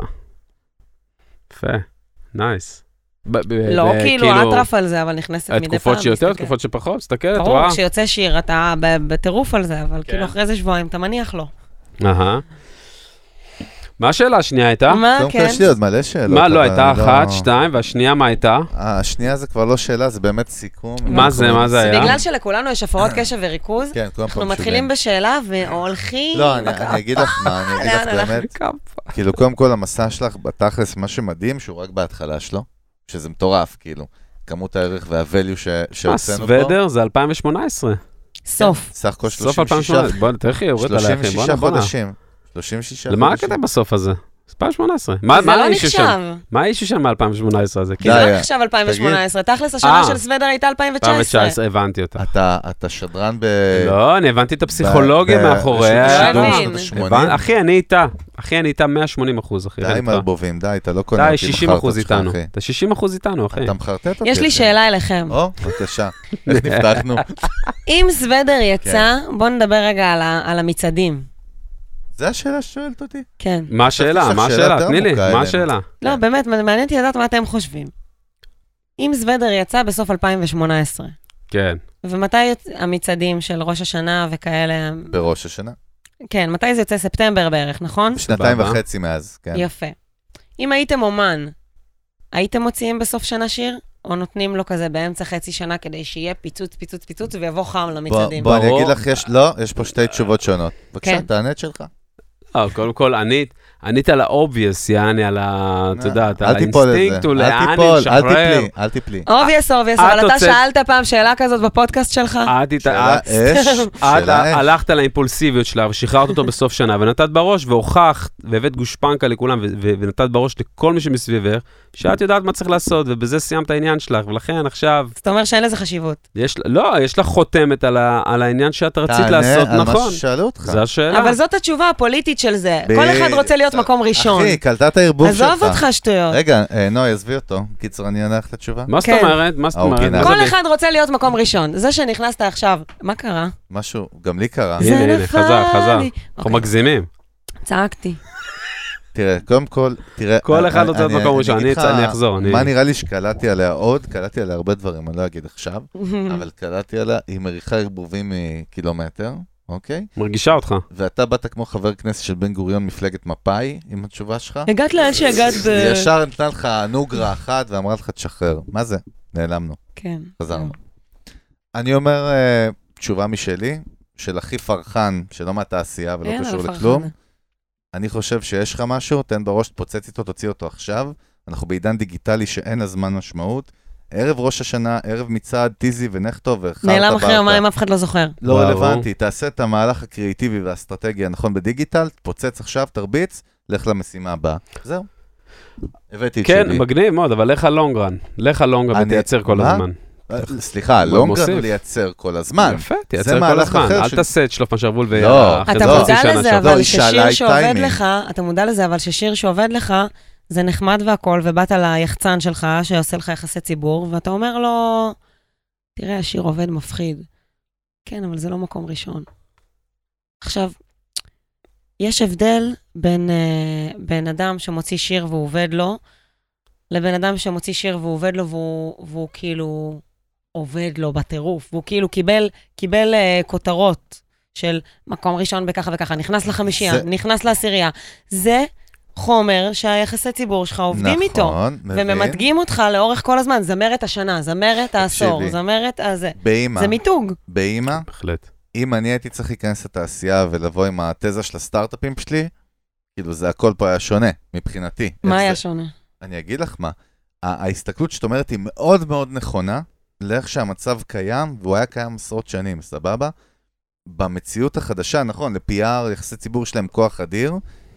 יפה, נייס. ב- ב- לא ב- כאילו אטרף על זה, אבל נכנסת מדי פעם. תקופות שיותר, מסתכלת. תקופות שפחות, מסתכלת, ברור, רואה. כשיוצא שיר אתה ב- בטירוף על זה, אבל כן. כאילו אחרי זה שבועיים אתה מניח לו. אהה. מה השאלה השנייה הייתה? מה, קודם כל כן? יש לי עוד מלא שאלות. מה, לא, אבל הייתה אני אחת, שתיים, והשנייה מה הייתה? אה, השנייה זה כבר לא שאלה, זה באמת סיכום. מה זה, מה זה היה? בגלל שלכולנו יש הפרעות קשב וריכוז, כן, כולם פה אנחנו מתחילים בשאלה והולכים... לא, אני בקרב. אני אגיד לך מה, אני אגיד לאן לך הלך? באמת, כאילו, קודם כל, המסע שלך בתכלס, מה שמדהים, שהוא רק בהתחלה שלו, שזה מטורף, כאילו, כמות הערך וה-value ש- מה, שהוצאנו פה. סוודר זה אלפיים שמונה עשרה. סוף. סך הכל סוף שלושים אלפיים ושישה שמונה עשרה. בוא, תראה איך היא יורדת עליי, אחי. שלושים בואנה, ושישה בואנה. חודשים. שלושים ושישה למה חודשים. הקטע בסוף הזה? אלפיים שמונה עשרה. מה זה מה לא האישו שם? נחשב. מה האישו שם מ-אלפיים שמונה עשרה הזה? די, כאילו, זה אה, רק עכשיו אלפיים שמונה עשרה, תכלס השנה אה. של סוודר הייתה אלפיים תשע אלפיים עשרה. תשע עשרה, הבנתי אותה. אתה אתה שדרן ב... לא, אני הבנתי את הפסיכולוגיה ב- מאחורי ברשות השידור לא שנות מבין. ה-שמונים. הבנ- אחי, אני איתה. אחי, אני איתה מאה ושמונים אחוז, אחי. די רד עם איתך. הערבובים, די, אתה לא קונה די, אותי שישים בחרטות אחוז שלך, איתנו. אחי. אתה שישים אחוז איתנו, אחי. אתה מחרטט אותי. יש לי אחי. שאלה אליכם. או, בבקשה. איך נפתחנו? אם סוודר יצא, כן. בואו נדבר רגע על ה- על המצעדים. זה השאלה ששואלת אותי? כן. מה השאלה? חשבתי מה שזו השאלה? שאלה תני לי, יותר מה עמוקה השאלה? לא, כן. באמת, מעניין אותי לדעת מה אתם חושבים. אם זוודר יצא בסוף אלפיים שמונה עשרה. כן. ומתי המצעדים של ראש השנה וכאלה? בראש השנה. כן, מתי זה יוצא? ספטמבר בערך, נכון? שנתיים וחצי מאז, כן. יפה. אם הייתם אומן, הייתם מוציאים בסוף שנה שיר? או נותנים לו כזה באמצע חצי שנה כדי שיהיה פיצוץ, פיצוץ, פיצוץ, ויבוא חם למצעדים? בוא, בוא אני אגיד לך, יש, לא, יש פה שתי תשובות שונות. בבקשה, תענה את שלך. אה, קודם כל, ענית, ענית על האובייס, יעני, על ה... אתה יודע, על האינסטינקט, הוא לאן לשחרר. אל תיפלי, אל תיפלי. אובייס, אובייס, אבל אתה שאלת פעם שאלה כזאת בפודקאסט שלך? את הלכת על האימפולסיביות שלה, ושחררת אותו בסוף שנה, ונתת בראש, והוכחת, והבאת גושפנקה לכולם, ונתת בראש לכל מי שמסביבך, שאת יודעת מה צריך לעשות, ובזה סיימת העניין שלך, ולכן עכשיו... זאת אומרת שאין לזה חשיבות. לא, יש לך חותמת על העניין שאת רצית לעשות, נכון. תענה על מה ששאלו אותך. זו השאלה. אבל זאת התשובה הפוליטית של זה. כל אחד רוצה להיות מקום ראשון. אחי, קלטת הערבוב שלך. עזוב אותך שטויות. רגע, נוי, עזבי אותו. קיצור, אני אענה לך את התשובה. מה זאת אומרת? מה זאת אומרת? כל אחד רוצה להיות מקום ראשון. זה שנכנסת עכשיו, מה קרה? משהו, גם לי קרה. הנה, הנה, חזר, חזר. אנחנו מגזימים. צעקתי. תראה, קודם כל, תראה... כל אחד רוצה להיות מקום ראשון, אני אחזור. מה נראה לי שקלטתי עליה עוד? קלטתי עליה הרבה דברים, אני לא אגיד עכשיו, אבל קלטתי עליה, היא מריחה ערבובים מקילומטר, אוקיי? מרגישה אותך. ואתה באת כמו חבר כנסת של בן גוריון מפלגת מפאי, עם התשובה שלך. הגעת לאן שהגעת ב... ישר נתנה לך נוגרה אחת ואמרה לך תשחרר. מה זה? נעלמנו. כן. חזרנו. אני אומר, תשובה משלי, של הכי פרחן, שלא מהתעשייה ולא קשור לכלום. אני חושב שיש לך משהו, תן בראש, תפוצץ איתו, תוציא אותו עכשיו. אנחנו בעידן דיגיטלי שאין הזמן משמעות. ערב ראש השנה, ערב מצעד, טיזי ונכתו וחרת ברטה. נעלם אחרי יומיים, אף אחד לא זוכר. לא רלוונטי, תעשה את המהלך הקריאיטיבי והאסטרטגי הנכון בדיגיטל, תפוצץ עכשיו, תרביץ, לך למשימה הבאה. זהו. הבאתי את שלי. כן, מגניב מאוד, אבל לך הלונגרן. לך הלונגרן ותייצר כל הזמן. סליחה, לונגרן הוא לייצר כל הזמן. יפה, תייצר כל הזמן. אל תעשה את שלוף השרוול ואחרי אתה מודע לזה, אבל ששיר שעובד לך, אתה מודע לזה, אבל ששיר שעובד לך, זה נחמד והכל, ובאת ליחצן שלך, שעושה לך יחסי ציבור, ואתה אומר לו, תראה, השיר עובד מפחיד. כן, אבל זה לא מקום ראשון. עכשיו, יש הבדל בין, uh, בין אדם שמוציא שיר והוא עובד לו, לבין אדם שמוציא שיר והוא עובד לו, והוא, והוא כאילו עובד לו בטירוף, והוא כאילו קיבל, קיבל uh, כותרות של מקום ראשון בככה וככה, נכנס לחמישייה, זה... נכנס לעשירייה. זה חומר שהיחסי ציבור שלך עובדים נכון, איתו. נכון, מבין. וממתגים אותך לאורך כל הזמן, זמרת השנה, זמרת העשור, זמרת הזה. באמא. זה מיתוג. באמא. בהחלט. אם אני הייתי צריך להיכנס לתעשייה ולבוא עם התזה של הסטארט-אפים שלי, כאילו זה הכל פה היה שונה, מבחינתי. מה היה זה... שונה? אני אגיד לך מה. ההסתכלות שאת אומרת היא מאוד מאוד נכונה, לאיך שהמצב קיים, והוא היה קיים עשרות שנים, סבבה? במציאות החדשה, נכון, ל-פי אר, יחסי ציבור שלהם כוח אדיר,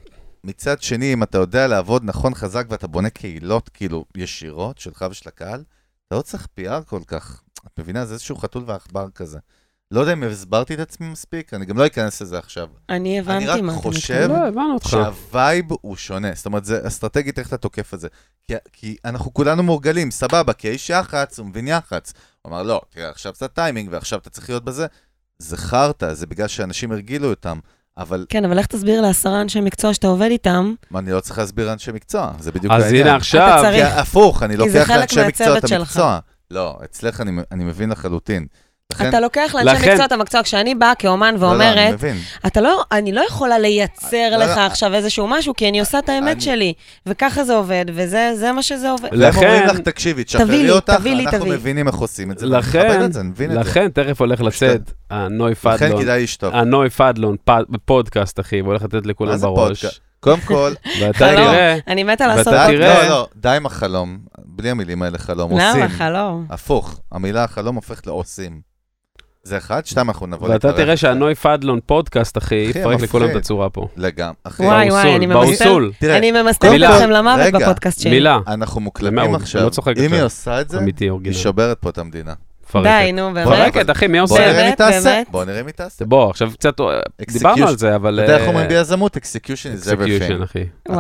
מצד שני, אם אתה יודע לעבוד נכון חזק, ואתה בונה קהילות כאילו ישירות שלך ושל הקהל, אתה לא צריך פי אר כל כך. את מבינה? זה איזשהו חתול ואחבר כזה. לא יודע אם הסברתי את עצמי מספיק, אני גם לא אכנס לזה עכשיו. אני הבנתי מה אתה מתכוון. אני רק חושב שהווייב הוא שונה. זאת אומרת, זה אסטרטגית איך אתה תוקף את זה. כי, כי אנחנו כולנו מורגלים, סבבה, כי האיש יחץ, הוא מבין יחץ. הוא אמר, לא, תראה, עכשיו זה טיימינג, ועכשיו אתה צריך להיות בזה. זה חרטה, זה בגלל שאנשים הרגילו אותם. אבל... כן, אבל איך תסביר לעשרה אנשי מקצוע שאתה עובד איתם? מה, אני לא צריך להסביר אנשי מקצוע, זה בדיוק העניין. אז הנה עכשיו... כי הפוך, אני לוקח לאנשי מקצוע את המקצוע. לא, אצלך אני, אני מבין לחלוטין. לכן... אתה לוקח לאנשי לכן... מקצוע את המקצוע, כשאני באה כאומן ואומרת, לא, לא, אני מבין. אתה לא, אני לא יכולה לייצר לא, לך לא, עכשיו איזשהו משהו, כי אני עושה את האמת אני... שלי, וככה זה עובד, וזה זה מה שזה עובד. לכן... והם אומרים לך, תקשיבי, תשחררי אותך, אנחנו תביא. מבינים איך עושים את זה, לכן, את זה, נבין לכן, את זה. תכף הולך לצאת, הנוי פדלון, לכן כדאי לשתוק. הנוי פדלון, בפודקאסט, אחי, והולך לתת לכולם בראש. קודם כל, ואתה תראה, אני מתה לעשות פודקאסט. לא, לא, די עם החלום, בלי המילים האלה חלום, עושים. למה חלום? הפוך, המילה החלום הופכת לעושים. זה אחד, שתיים אנחנו נבוא להתארח. ואתה תראה שהנוי פדלון פודקאסט, אחי, יפרק לכולם את הצורה פה. לגמרי, אחי. וואי וואי, אני ממסתר. אני ממסתר אתכם למוות בפודקאסט שלי. מילה. אנחנו מוקלטים עכשיו. אם היא עושה את זה, היא שוברת פה את המדינה. די, נו, באמת. פרקת, אחי, מי עושה? בוא נראה מי תעשה. בוא נראה מי תעשה. בוא, עכשיו קצת דיברנו על זה, אבל... אתה יודע איך אומרים ביזמות, execution is everything.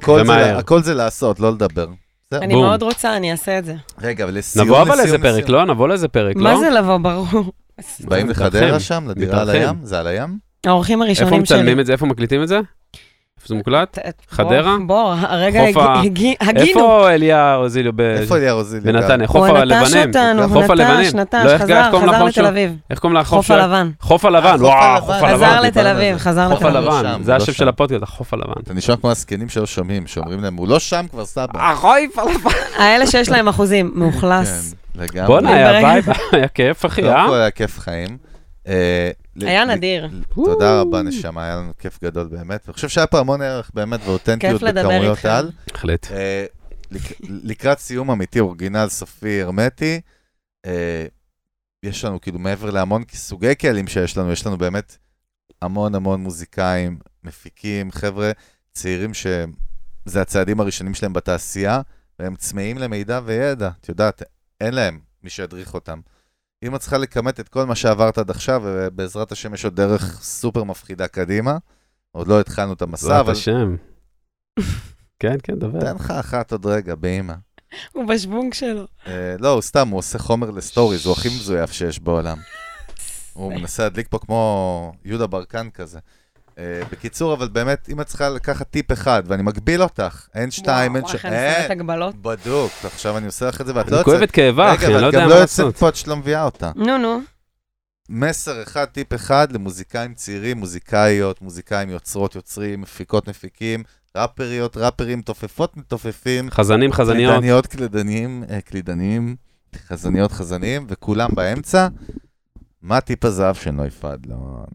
הכל זה לעשות, לא לדבר. אני מאוד רוצה, אני אעשה את זה. רגע, ולסיום, נבוא אבל איזה פרק, לא? נבוא לאיזה פרק, לא? מה זה לבוא, ברור? באים לחדרה שם, לדירה על הים? זה על הים? האורחים הראשונים שלי. איפה שלי. מצלמים את זה? איפה מקליטים את זה? איפה זה מוקלט? ת- חדרה? בוא, בוא, הרגע חוף הג- ה- הג- הגינו. איפה אליה רוזיליו ב- איפה אליה רוזיליו? בנתניה? חוף הוא הלבנים. נטש אותנו, חוף הוא הלבנים. נטש, נטש, לא, איך- איך חזר, קוראים חזר לחוף לתל שם? אביב. איך קוראים לחוף חוף שם? הלבן. חוף הלבן, אה, חוף וואו, הלבן. חוף חזר הלבן. חזר הלבן. לתל אביב, חזר חוף לתל אביב. לא הלבן, שם, זה לא השם שם. של הפודקאסט, החוף הלבן. אתה נשמע כמו הזקנים שלא שומעים, שאומרים להם, הוא לא שם כבר סבא. החוף הלבן. האלה שיש להם אחוזים, מאוכלס. כן, לגמרי. בואנה, היה ברגע- וייב, היה כיף, אחי, קודם אה? כל היה כיף חיים. אה, היה ל- נדיר. תודה רבה, נשמה, היה לנו כיף גדול באמת. ואני חושב שהיה פה המון ערך באמת ואותנטיות כיף לדבר בכמויות איתכם. על. בהחלט. אה, לק- לקראת סיום אמיתי, אורגינל, סופי, הרמטי, אה, יש לנו כאילו מעבר להמון סוגי כלים שיש לנו, יש לנו באמת המון המון מוזיקאים, מפיקים, חבר'ה צעירים שזה הצעדים הראשונים שלהם בתעשייה, והם צמאים למידע וידע. את יודעת, אין להם מי שידריך אותם. אם את צריכה לכמת את כל מה שעברת עד עכשיו, ובעזרת השם יש עוד דרך סופר מפחידה קדימה, עוד לא התחלנו את המסע, בעזרת אבל השם. כן, כן, דבר. תן לך אחת עוד רגע, באמא. הוא בשוונג שלו. אה, לא, הוא סתם, הוא עושה חומר לסטוריז, הוא הכי מזויף שיש בעולם. הוא מנסה להדליק פה כמו יהודה ברקן כזה. אה, בקיצור, אבל באמת, אם את צריכה לקחת טיפ אחד, ואני מגביל אותך, אין שתיים, אין וואו, ש... איך אני שמת הגבלות. בדוק, עכשיו אני עושה לך את זה, ואת לא אני כואב את כאבה, אחי, אני לא יודע רגע, מה ואת גם לא יוצאת לעשות. פה עד שלא מביאה אותה. נו, נו. מסר אחד, טיפ אחד, למוזיקאים צעירים, מוזיקאיות, מוזיקאים יוצרות, יוצרים, מפיקות, מפיקים, ראפריות, ראפרים, תופפות, מתופפים, חזנים, חזניות. קלידניות, קלידנים, אה, קלידנים, חזניות, חזנים, וכולם באמצע. מה טיפ הזהב של נוי פדלון?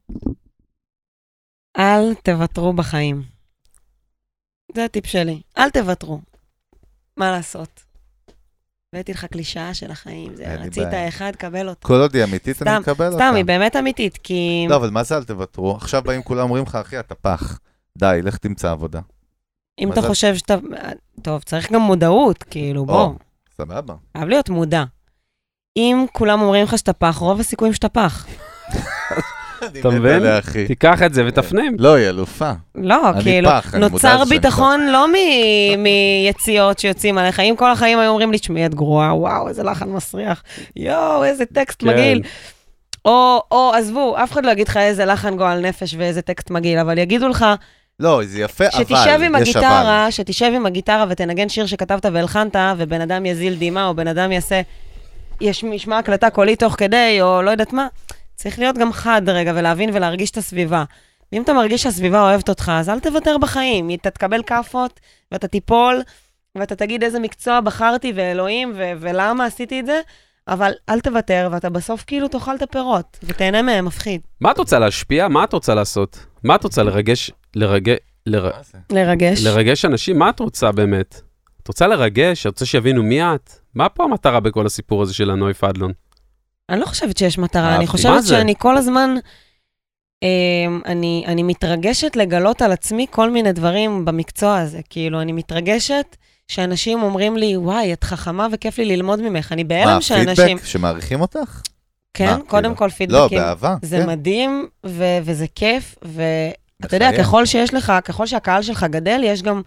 אל תוותרו בחיים. זה הטיפ שלי. אל תוותרו. מה לעשות? הבאתי לך קלישאה של החיים. זה אין לי רצית בעיה. אחד, קבל אותה. כל עוד היא אמיתית, סתם, אני מקבל אותה. סתם, היא באמת אמיתית, כי... לא, אבל מה זה אל תוותרו? עכשיו באים כולם אומרים לך, אחי, אתה פח. די, לך תמצא עבודה. אם מה אתה זה? חושב שאתה... טוב, צריך גם מודעות, כאילו, בוא. או, סבבה. חייב להיות מודע. אם כולם אומרים לך שאתה פח, רוב הסיכויים שאתה פח. אתה מבין? תיקח את זה ותפנים. לא, היא אלופה. לא, אני כאילו, פח, אני מודע נוצר לזה שאני ביטחון לא מ- מיציאות שיוצאים עליך. אם כל החיים היו אומרים לי, תשמעי, את גרועה, וואו, איזה לחן מסריח, יואו, איזה טקסט כן. מגעיל. או, או, עזבו, אף אחד לא יגיד לך איזה לחן גועל נפש ואיזה טקסט מגעיל, אבל יגידו לך, לא, זה יפה, אבל שתשב עם יש אבל. הגיטרה, שתשב עם הגיטרה ותנגן שיר שכתבת והלחנת, ובן אדם יזיל דימה, או בן אדם יעשה, יש משמע הקלטה קולי תוך כדי, או לא יודעת מה. צריך להיות גם חד רגע, ולהבין ולהרגיש את הסביבה. ואם אתה מרגיש שהסביבה אוהבת אותך, אז אל תוותר בחיים. אתה תקבל כאפות, ואתה תיפול, ואתה תגיד איזה מקצוע בחרתי, ואלוהים, ו- ולמה עשיתי את זה, אבל אל תוותר, ואתה בסוף כאילו תאכל את הפירות, ותהנה מהם, מפחיד. מה את רוצה להשפיע? מה את רוצה לעשות? מה את רוצה לרגש, לרג... לר... מה זה? לרגש. לרגש אנשים? מה את רוצה באמת? את רוצה לרגש? את רוצה שיבינו מי את? מה פה המטרה בכל הסיפור הזה של הנוי פדלון? אני לא חושבת שיש מטרה, אהבתי. אני מה חושבת זה? שאני כל הזמן, אמ, אני, אני מתרגשת לגלות על עצמי כל מיני דברים במקצוע הזה. כאילו, אני מתרגשת שאנשים אומרים לי, וואי, את חכמה וכיף לי ללמוד ממך. אני בהלם מה, שאנשים... פידבק שמעריכים אותך? כן, מה, קודם כאילו? כל לא, פידבקים. באהבה. זה כן. מדהים, ו- וזה כיף, ואתה יודע, מחייב. ככל שיש לך, ככל שהקהל שלך גדל, יש גם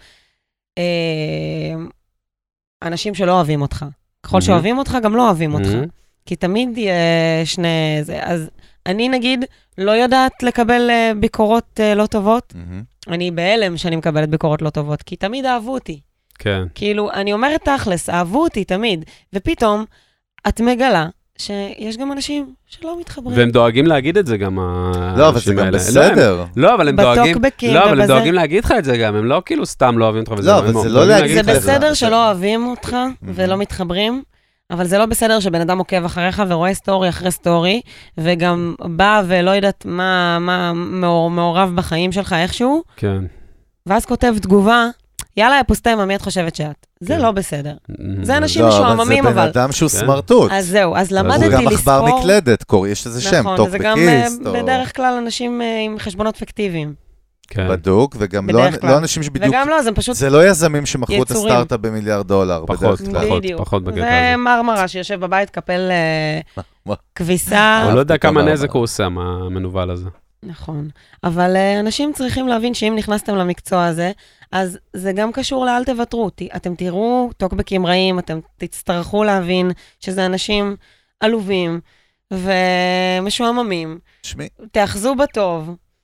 אה, אנשים שלא אוהבים אותך. ככל מהמם. שאוהבים אותך, גם לא אוהבים אותך. מהמם. כי תמיד יש שני... זה. אז אני, נגיד, לא יודעת לקבל אה, ביקורות אה, לא טובות. מהמם. אני בהלם שאני מקבלת ביקורות לא טובות, כי תמיד אהבו אותי. כן. כאילו, אני אומרת תכלס, אהבו אותי תמיד. ופתאום, את מגלה שיש גם אנשים שלא מתחברים. והם דואגים להגיד את זה גם, לא, אבל זה האנשים גם האלה. בסדר. לא, הם- לא, אבל הם דואגים... בטוקבקים לא, אבל הם ובזה. דואגים להגיד לך את זה גם, הם לא כאילו סתם לא אוהבים אותך וזה. לא, הם אבל זה דואגים לא להגיד זה לך את זה. בסדר זה- שלא אוהבים אותך ולא מתחברים, אבל זה לא בסדר שבן אדם עוקב אחריך ורואה סטורי אחרי סטורי, וגם בא ולא יודעת מה, מה מעור- מעורב בחיים שלך איכשהו, כן. ואז כותב תגובה, יאללה, יא פוסטמה, מי את חושבת שאת? זה כן. לא בסדר. זה אנשים לא, משועממים, אבל זה אבל. בן אדם שהוא כן. סמרטוט. אז זהו, אז הוא הוא למדתי גם עכבר לספור. מקלדת, קורא, יש לזה שם, נכון, זה גם טוקבקיסט, אה, או בדרך כלל אנשים אה, עם חשבונות פיקטיביים. כן. בדוק, וגם לא בדרך כלל. לא אנשים שבדיוק... וגם לא, זה פשוט זה לא יזמים שמכרו את יצורים. הסטארט-אפ במיליארד דולר, פחות, בדרך כלל. פחות, בדיוק. פחות בקטע זה הזה. מרמרה שיושב בבית, קפל אה, מה? כביסה. הוא לא יודע אהבתי, כמה תודה נזק רבה. הוא עושה, המנוול הזה. נכון. אבל uh, אנשים צריכים להבין שאם נכנסתם למקצוע הזה, אז זה גם קשור לאל תוותרו. ת, אתם תראו טוקבקים רעים, אתם תצטרכו להבין שזה אנשים עלובים ומשועממים. תשמעי, תאחזו בטוב,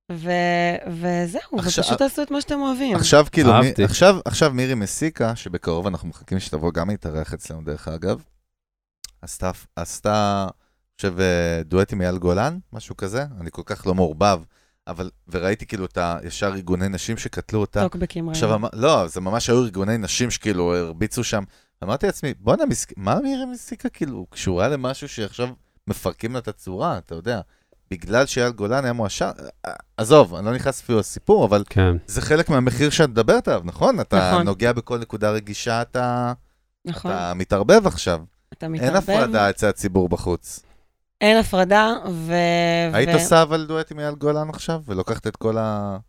ו- וזהו, עכשיו- ופשוט תעשו את מה שאתם אוהבים. עכשיו כאילו, מי- אהבתי. עכשיו, עכשיו מירי מסיקה, שבקרוב אנחנו מחכים שתבוא גם להתארח אצלנו דרך אגב, עשתה, עשתה, אני חושב, אה, דואט עם אייל גולן, משהו כזה, אני כל כך לא מעורבב, אבל, וראיתי כאילו את הישר ארגוני נשים שקטלו אותה. טוקבקים ראינו. עכשיו, אמ- לא, זה ממש היו ארגוני נשים שכאילו הרביצו שם. אמרתי לעצמי, בוא'נה, מסק... מה מירי מסיקה כאילו? קשורה למשהו שעכשיו מפרקים לה את הצורה, אתה יודע. בגלל שאייל גולן היה מואשם, עזוב, אני לא נכנס אפילו לסיפור, אבל כן. זה חלק מהמחיר שאת מדברת עליו, נכון? אתה נכון. נוגע בכל נקודה רגישה, אתה, נכון, אתה מתערבב עכשיו. אתה אין מתערבב. הפרדה אצל הציבור בחוץ. אין הפרדה, ו... היית ו- עושה אבל דואט עם אייל גולן עכשיו, ולוקחת את כל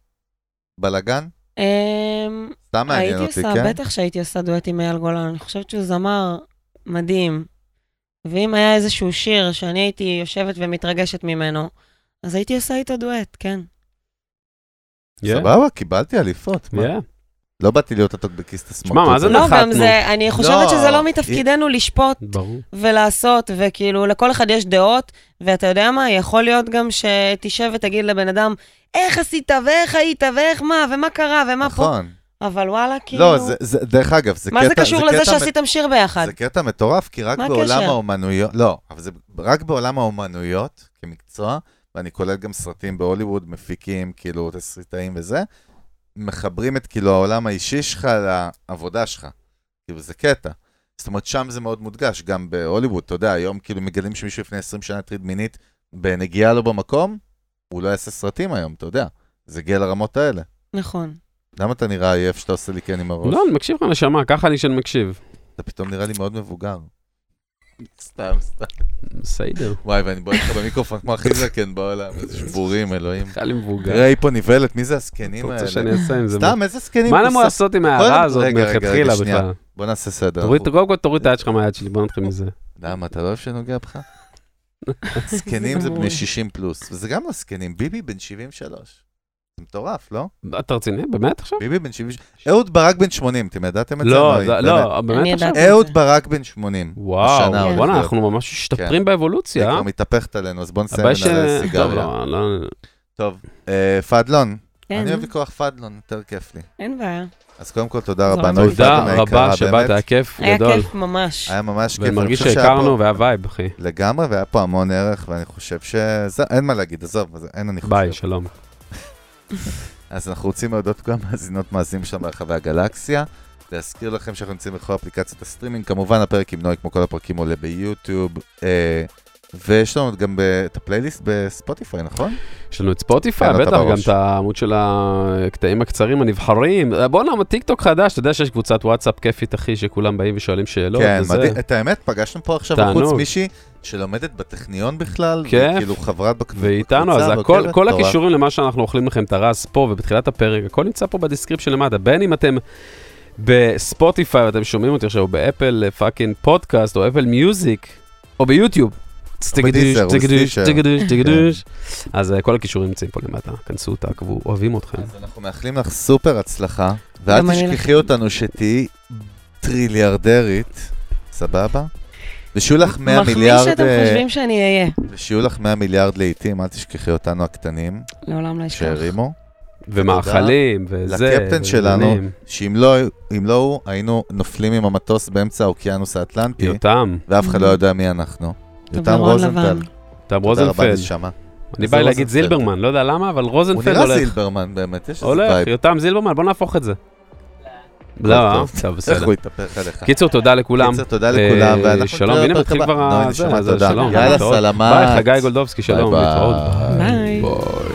הבלגן? אמ, סתם מעניין הייתי אותי, עושה, כן? בטח שהייתי עושה דואט עם אייל גולן, אני חושבת שהוא זמר מדהים. ואם היה איזשהו שיר שאני הייתי יושבת ומתרגשת ממנו, אז הייתי עושה איתו דואט, כן. Yeah. סבבה, קיבלתי אליפות. מה? Yeah. לא באתי להיות הטוקבקיסט הסמרטוט. שמע, מה זה לא, נחתנו? גם זה, אני חושבת לא, שזה לא מתפקידנו לשפוט ברור. ולעשות, וכאילו לכל אחד יש דעות, ואתה יודע מה, יכול להיות גם שתשב ותגיד לבן אדם, איך עשית ואיך היית ואיך מה ומה קרה ומה פה, נכון. אבל וואלה, כאילו, לא, זה, זה, דרך אגב, זה מה קטע... זה קשור לזה קטע שעשיתם שיר ביחד? זה קטע מטורף, כי רק מה בעולם הקשר? האומנויות, לא, אבל זה רק בעולם האומנויות, כמקצוע, ואני כולל גם סרטים בהוליווד, מפיקים, כאילו, תסריטאים וזה, מחברים את כאילו העולם האישי שלך לעבודה שלך. כאילו, זה קטע. זאת אומרת, שם זה מאוד מודגש, גם בהוליווד, אתה יודע, היום כאילו מגלים שמישהו לפני עשרים שנה טריד מינית, בנגיעה לו במקום, הוא לא יעשה סרטים היום, אתה יודע. זה הגיע לרמות האלה. נכון. למה אתה נראה עייף שאתה עושה לי כן עם הראש? לא, אני מקשיב לך נשמה, ככה אני שאני מקשיב. אתה פתאום נראה לי מאוד מבוגר. סתם, סתם. בסדר. וואי, ואני בוא איתך במיקרופון כמו הכי זקן בעולם, איזה שבורים, אלוהים. חיילי מבוגר. תראה, היא פה ניבלת, מי זה הזקנים אתה האלה? רוצה שאני אעשה עם זה? סתם, איזה זקנים? מה למה לעשות עם ההערה הזאת רגע, רגע, מלכתחילה רגע, שנייה. בכלל? בוא נעשה סדר. תוריד, קודם כל תוריד את היד שלך מהיד שלי, בוא נתחיל מזה. למה, אתה לא אוהב שנוגע בך? זקנים זה בני שישים פלוס, וזה גם לא זקנים, ביבי בן שבעים ושלוש. זה מטורף, לא? אתה רציני? באמת עכשיו? ביבי בן שבעים ושלוש. אהוד ברק בן שמונים, אתם ידעתם את זה? לא, נוי? זה- באמת. לא, באמת אני עכשיו? ידעתי. אהוד ברק בן שמונים. וואו, השנה הולך בוא'נה, להיות. אנחנו ממש משתפרים זה באבולוציה. כבר מתהפכת עלינו, אז בוא נסיים הבעיה ש... ונעלה טוב, סיגריה. לא, לא... טוב, אה, פדלון. כן, אני אוהב לקרוח פדלון, יותר כיף לי. אין בעיה. אז קודם כל, תודה זו רבה. רבה. נוי תודה פדלון היקרה, רבה שבאת, באמת. היה כיף היה גדול. כיף ממש. היה ממש כיף. ואני מרגיש חושב שהיה פה- שהכרנו והיה וייב, אחי. לגמרי, והיה פה המון ערך, ואני חושב שזה, אין מה להגיד, עזוב, אז אין אני חושב. ביי, שלום. אז אנחנו רוצים להודות גם מאזינות מאזינים שלנו ברחבי הגלקסיה, להזכיר לכם שאנחנו נמצאים בכל אפליקציות הסטרימינג, כמובן הפרק עם נוי, כמו כל הפרקים עולה ביוטיוב, אה, ויש לנו גם ב- את הפלייליסט בספוטיפיי, נכון? יש לנו את ספוטיפיי, כן, אתה בטח, גם בראש. את העמוד של הקטעים הקצרים הנבחרים. בוא'נה, טיק טוק חדש, אתה יודע שיש קבוצת וואטסאפ כיפית, אחי, שכולם באים ושואלים שאלות. כן, וזה. מדהים. את האמת, פגשנו פה עכשיו תענוג. בחוץ מישהי שלומדת בטכניון בכלל, כיף. וכאילו חברת בק- בקבוצה, ואיתנו, אז הכל, ועוקבת, כל מטורף. הכישורים למה שאנחנו אוכלים לכם את הרס פה ובתחילת הפרק, הכל נמצא פה בדיסקריפשן למטה. בין אם אתם בספוטיפיי ואתם שומעים אותי עכשיו, או באפל פאקינג פודקאסט, או אפל מיוזיק, או ביוטיוב. בדיזר, או סטישר. אז אה, כל הכישורים נמצאים פה למטה. כנסו, תעקבו, אוהבים אתכם. אז אנחנו מאחלים לך סופר הצלחה, ואל גם אני תשכחי לכם. אותנו שתהיי טריליארדרית, סבבה? ושיהיו לך מאה מיליארד, מחמיא שאתם אה, חושבים שאני אהיה. ושיהיו לך מאה מיליארד לעיתים, אל תשכחי אותנו הקטנים, לעולם לא אשכח. שהרימו, ומאכלים, וזה. לקפטן שלנו, ובנים. שאם לא, אם לא הוא, היינו נופלים עם המטוס באמצע האוקיינוס האטלנטי, יותם, ואף אחד לא יודע מי אנחנו. יותם דברון רוזנטל. לבן. יותם תודה רבה, רוזנפלד. נשמה. אני איזה בא להגיד רוזנפלד? זילברמן, לא יודע למה, אבל הוא רוזנפלד נראה הולך. זילברמן באמת, יש איזה הולך, וייב. יותם זילברמן, בוא נהפוך את זה. לא, אה? טוב, איך בסדר. הוא יתהפך עליך? קיצור, תודה לכולם. קיצר, תודה לכולם, אה, ואנחנו שלום, נתראה הנה בפרק מתחיל הבא. כבר נוי, ה... נשמה, זה, תודה. שלום. יאללה, להתראות. סלמת. ביי, חגי גולדובסקי, שלום, ביי להתראות. ביי. ביי. ביי.